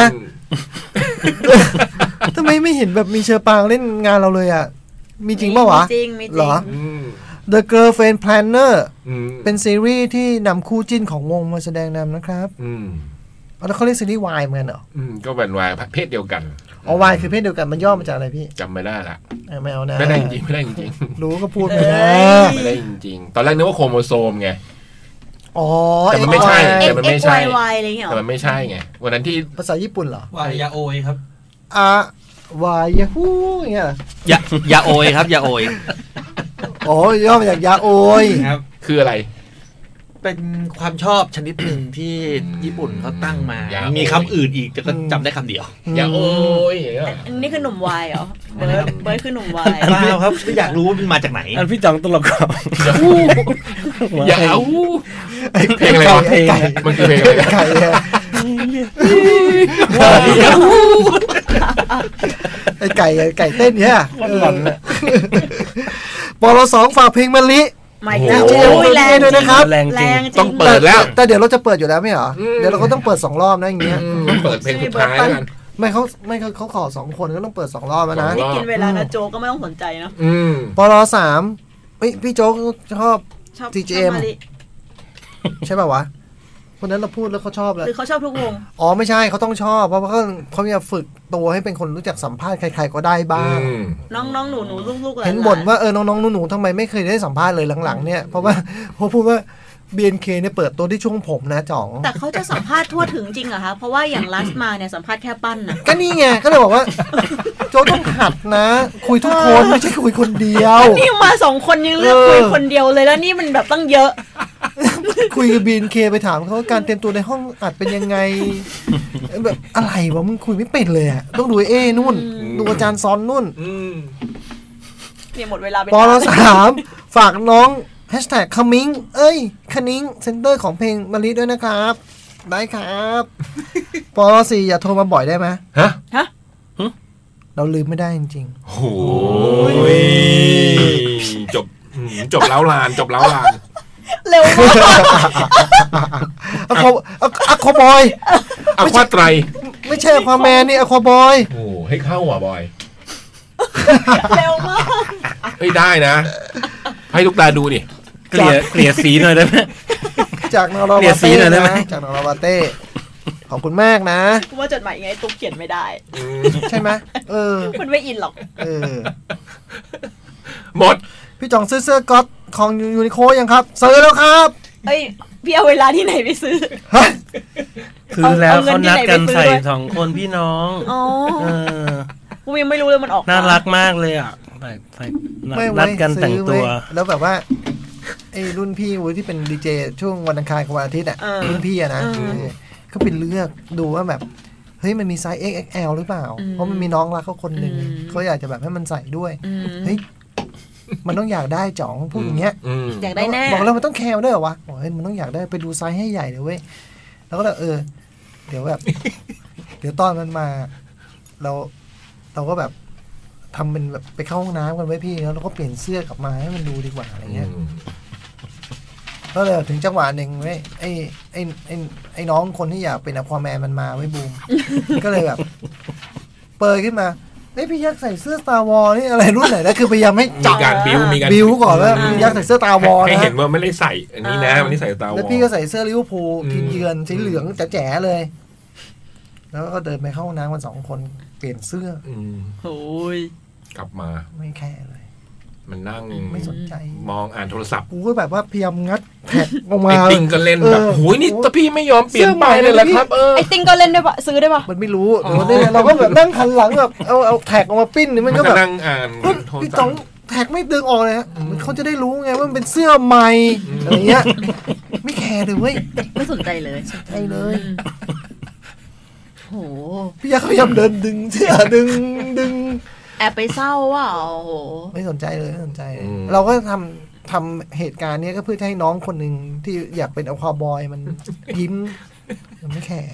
Speaker 4: ทำไมไม่เห็นแบบมีเชอปางเล่นงานเราเลยอ่ะมีจริงป่ะวะเหรอ The Girlfriend Planner เป็นซีรีส์ที่นำคู่จิ้นของวงมาแสดงนำนะครับแล้วเขาเรียกซีรีส์วายเหมือนกันเหรอ
Speaker 3: ก็เป็นวายเพศเดียวกัน
Speaker 4: วายคือเพศเดียวกันมันย่อมาจากอะไรพี่
Speaker 3: จำไม่ได้ละ
Speaker 4: ไม่เอานะ
Speaker 3: ไม่ได้จริง
Speaker 4: รู้ก็พูดไม่
Speaker 3: ได้จริงตอนแรกนึกว่าโครโมโซมไงแต่
Speaker 5: มัน
Speaker 3: ไม่ใช่แต่มัน
Speaker 5: ไม่ใช่แต่
Speaker 3: มันไม่ใช่ไงวันนั้นที่
Speaker 4: ภาษาญี่ปุ่นเหรอ
Speaker 6: วายาโอยครับ
Speaker 4: วายาฮู้อย่างเงี้ย
Speaker 6: ยาโอยครับยาโอย
Speaker 4: ย่อมาจากยาโอย
Speaker 6: ครับ
Speaker 3: คืออะไร
Speaker 6: เป็นความชอบชนิดหนึ่งที่ญี่ปุ่นเขาตั้งมามีคำอื่นอีกแต่ก็จำได้คำเดียว
Speaker 3: อย่าโอย
Speaker 5: นี่คือหนุ่มวายเหรอเบิร์ดคือหนุ่มวาย
Speaker 6: ครับอยากรู้ว่ามันมาจากไหน
Speaker 2: อันพี่จังตลกเขา
Speaker 3: อย่าเพลงอะไรวะมันคือเพลงอะไร
Speaker 4: ไก่ไอ้ไก่เต้นเนี่ยปล2ฝากเพลงมะลิ
Speaker 5: ไม่แล้ว
Speaker 4: แรงด้วยนะครับ
Speaker 2: แรงจริง
Speaker 3: ต้องเปิดแล้ว
Speaker 4: แต่เดี๋ยวเราจะเปิดอยู่แล้วไม่เหรอเดี๋ยวเราก็ต้องเปิด2รอบนะอย่างเงี้ย
Speaker 3: เปิดเพลงสุดท้ายกัน
Speaker 4: ไม่เขาขอ2คนก็ต้องเปิด2รอบแล้วนะ
Speaker 5: ไม่กินเวลานะโจก็ไม่ต้องสนใจนะ
Speaker 4: ปล3พี่โจชอบ TGM ใช่ป่าววะคนนั้นเราพูดแล้วเขาชอบเลย
Speaker 5: หรือเขาชอบทุกวง
Speaker 4: ไม่ใช่เขาต้องชอบเพราะเขาอยากฝึกตัวให้เป็นคนรู้จักสัมภาษณ์ใครๆก็ได้บ้าง
Speaker 5: น้องๆหนูๆลูกๆ
Speaker 4: เห็นบ่นว่าน้องๆหนูๆทำไมไม่เคยได้สัมภาษณ์เลยหลังๆเนี่ยเพราะว่าเขาพูดว่า BNK เนี่ยเปิดตัวที่ช่วงผมนะจ๋อง
Speaker 5: แต่เขาจะสัมภาษณ์ทั่วถึงจริงเหรอคะเพราะว่าอย่างลัสมาเนี่ยสัมภาษณ์แค่ปั้นนะ
Speaker 4: ก็นี่ไงก็เลยบอกว่าโจต้องหัดนะคุยทุกคนไม่ใช่คุยคนเดียว
Speaker 5: นี่มา2คนยังเลือกคุยคนเดียวเลยแล้วนี่มันแบบตั้งเยอะ
Speaker 4: คุยกับบีนเคไปถามเขาว่าการเตรียมตัวในห้องอัดเป็นยังไงแบบอะไรวะมึงคุยไม่เป็นเลยอะต้องดูนู่นดูอาจารย์ซอนนู่น
Speaker 5: เนี่ยหมดเวลา
Speaker 4: ปล3ฝากน้อง#coming คันนิ้งเซ็นเตอร์ของเพลงมะลิด้วยนะครับได้ครับป4อย่าโทรมาบ่อยได้ไหม
Speaker 3: ฮะ
Speaker 4: เราลืมไม่ได้จริง
Speaker 3: ๆโอ้ยจบแล้วลาน
Speaker 5: เร็วมาก
Speaker 4: อะคอบอย
Speaker 3: อะควาไตร
Speaker 4: ไม่ใช่อะควาแมนนี่อะควาบอย
Speaker 3: โอ้ให้เข้าอ่ะบอย
Speaker 5: เร็วมาก
Speaker 3: เฮ้ยได้นะให้ลูกตาดูดิ
Speaker 2: เกลี่ยสีหน่อยได้ไหม
Speaker 4: จากนอร์วาเต้นะจากนอร์วาเต้ขอบคุณมากนะ
Speaker 5: ว่าจดหมายไงตุ๊กเขียนไม่ได้
Speaker 4: ใช่ไหม
Speaker 5: มันไม่อินหรอก
Speaker 3: หมด
Speaker 4: พี่จ่องซื้อเสื้อก๊อตของยูนิโคยังครับซื้อแล้วครับ
Speaker 5: พี่เอาเวลาที่ไหนไปซื้อ
Speaker 2: คือแล้วเขานัดกันใส่2คนพี่น้อง
Speaker 5: กูยังไม่รู้เลยมันออก
Speaker 2: น่ารักมากเลยอ่ะใส่นัดกันแต่งตัว
Speaker 4: แล้วแบบว่าไอ้รุ่นพี่ที่เป็นดีเจช่วงวันอังคารกับวันอาทิตย์อ่ะรุ่นพี่อ่ะนะก็เป็นเลือกดูว่าแบบเฮ้ยมันมีไซส์ XXL หรือเปล่าเพราะมันมีน้องรักเขาคนหนึ่งเขาอยากจะแบบให้มันใส่ด้วยเฮ้ยมันต้องอยากได้จ๋องพูดอย่างเงี้ย
Speaker 5: อยากได้แน่
Speaker 4: บอกแล้วมันต้องแคร์ด้วยเหรอวะเฮ้ยมันต้องอยากได้ไปดูไซส์ให้ใหญ่เลยเว้ยแล้วก็เดี๋ยวแบบเดี๋ยวตอนมันมาเราก็แบบทำเป็นแบบไปเข้าห้องน้ำกันไว้พี่แล้วเราก็เปลี่ยนเสื้อกลับมาให้มันดูดีกว่าอะไรเงี้ยก็เลยถึงจังหวะหนึ่งไว้ไอ้น้องคนที่อยากเป็นอควาแมนมันมาไว้บูมก็เลยแบบเปิดขึ้นมาพี่ยักษ์ใส่เสื้อ Star Wars นี่อะไรรุ่นไหนนะคือพยายามให้
Speaker 3: มีการ
Speaker 4: บิวก่อนแล้วพี่ยักษ์ใส่เสื้อ Star Wars
Speaker 3: ให้เห็นว่าไม่ได้ใส่อันนี้นะวันนี้ใส่ Star Wars
Speaker 4: แล้วพี่ก็ใส่เสื้อลิเวอร์พูลทีมเยือนสีเหลืองแจ๋ๆเลยแล้วก็เดินไปเข้าห้องน้ำกัน2คนเปลี่ยนเสื้อ
Speaker 5: โอ้ย
Speaker 3: กลับมา
Speaker 4: ไม่แค่เลย
Speaker 3: มันนั่ง
Speaker 4: ไม่สนใจ
Speaker 3: มองอ่านโทรศัพท์
Speaker 4: กูก็แบบว่าพยายามงัดแท็กออกมา
Speaker 3: ไอ้ติงก็เล่นแบบโหนี่แต่พี่ไม่ยอมเปลี่ยนไปเลยละครับ
Speaker 5: ไอ้ติงก็เล่นได้ปะซื้อได้ปะ
Speaker 4: มันไม่รู้เราก็แบบนั่งหันหลังแบบเอาแท็กออกมาปิ้นนี่มันก็แบบ
Speaker 3: นั่งอ่าน
Speaker 4: พี่ต้องแท็กไม่ดึงออกเลยฮะเขาจะได้รู้ไงว่ามันเป็นเสื้อใหม่อะไรเงี้ยไม่แคร์เลยเว้ย
Speaker 5: ไม่สนใจเลย
Speaker 4: ใช่เลย
Speaker 5: โห
Speaker 4: พี่ยักษ์พยายามเดินดึงเสื้อดึง
Speaker 5: แอบไปเศร้าว่ะโอ้โห
Speaker 4: ไม่สนใจเลยไม่สนใจเราก็ทำเหตุการณ์นี้ก็เพื่อให้น้องคนหนึ่งที่อยากเป็นอควาบอยมันยิ้มมันไม่แคร์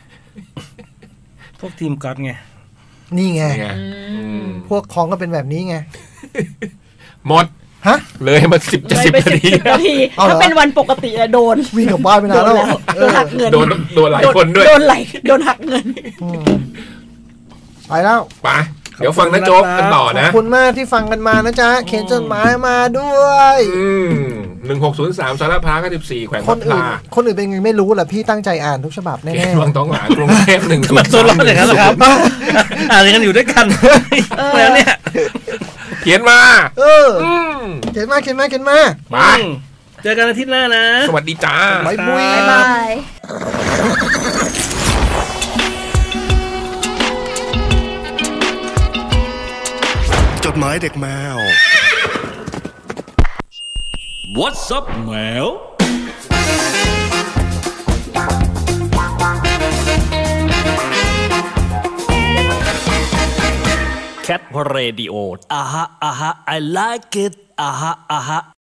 Speaker 2: พวกทีมก๊อตไง
Speaker 4: นี่ไงพวกของก็เป็นแบบนี้ไง
Speaker 3: หมด
Speaker 4: ฮะ
Speaker 3: เลยมา10 นาที
Speaker 5: ถ้าเป็นวันปกติอะโดน
Speaker 4: วิ่งกลับบ้านไปนานแล้ว
Speaker 5: โดนหักเงิน
Speaker 3: โดนหลายคนด้วย
Speaker 5: โดนหักเงิน
Speaker 4: ไปแล้ว
Speaker 3: ไปเดี๋ยวฟังนะโจ๊กกันต่อนะ
Speaker 4: ขอบคุณมากที่ฟังกันมานะจ๊ะเขียนจดหมายมาด้วย
Speaker 3: 1603สารพา94แขวงพัทยา
Speaker 4: คนอื่นเป็นไงไม่รู้แหละพี่ตั้งใจอ่านทุกฉบับแน่ๆ
Speaker 3: วังท้องหลางกรุงเทพ1
Speaker 2: มันโซนอย่างนั้นเหรอครับอ่านกันอยู่ด้วยกันแล้วเนี่ย
Speaker 3: เขียนมา
Speaker 4: เขียนมา
Speaker 3: ไป
Speaker 2: เจอกันอาทิตย์หน้านะ
Speaker 3: สวัสดีจ้า
Speaker 4: บ๊าย
Speaker 5: บาย
Speaker 7: จดหมายเด็กแมว
Speaker 1: What's up แมวCat Radio I like it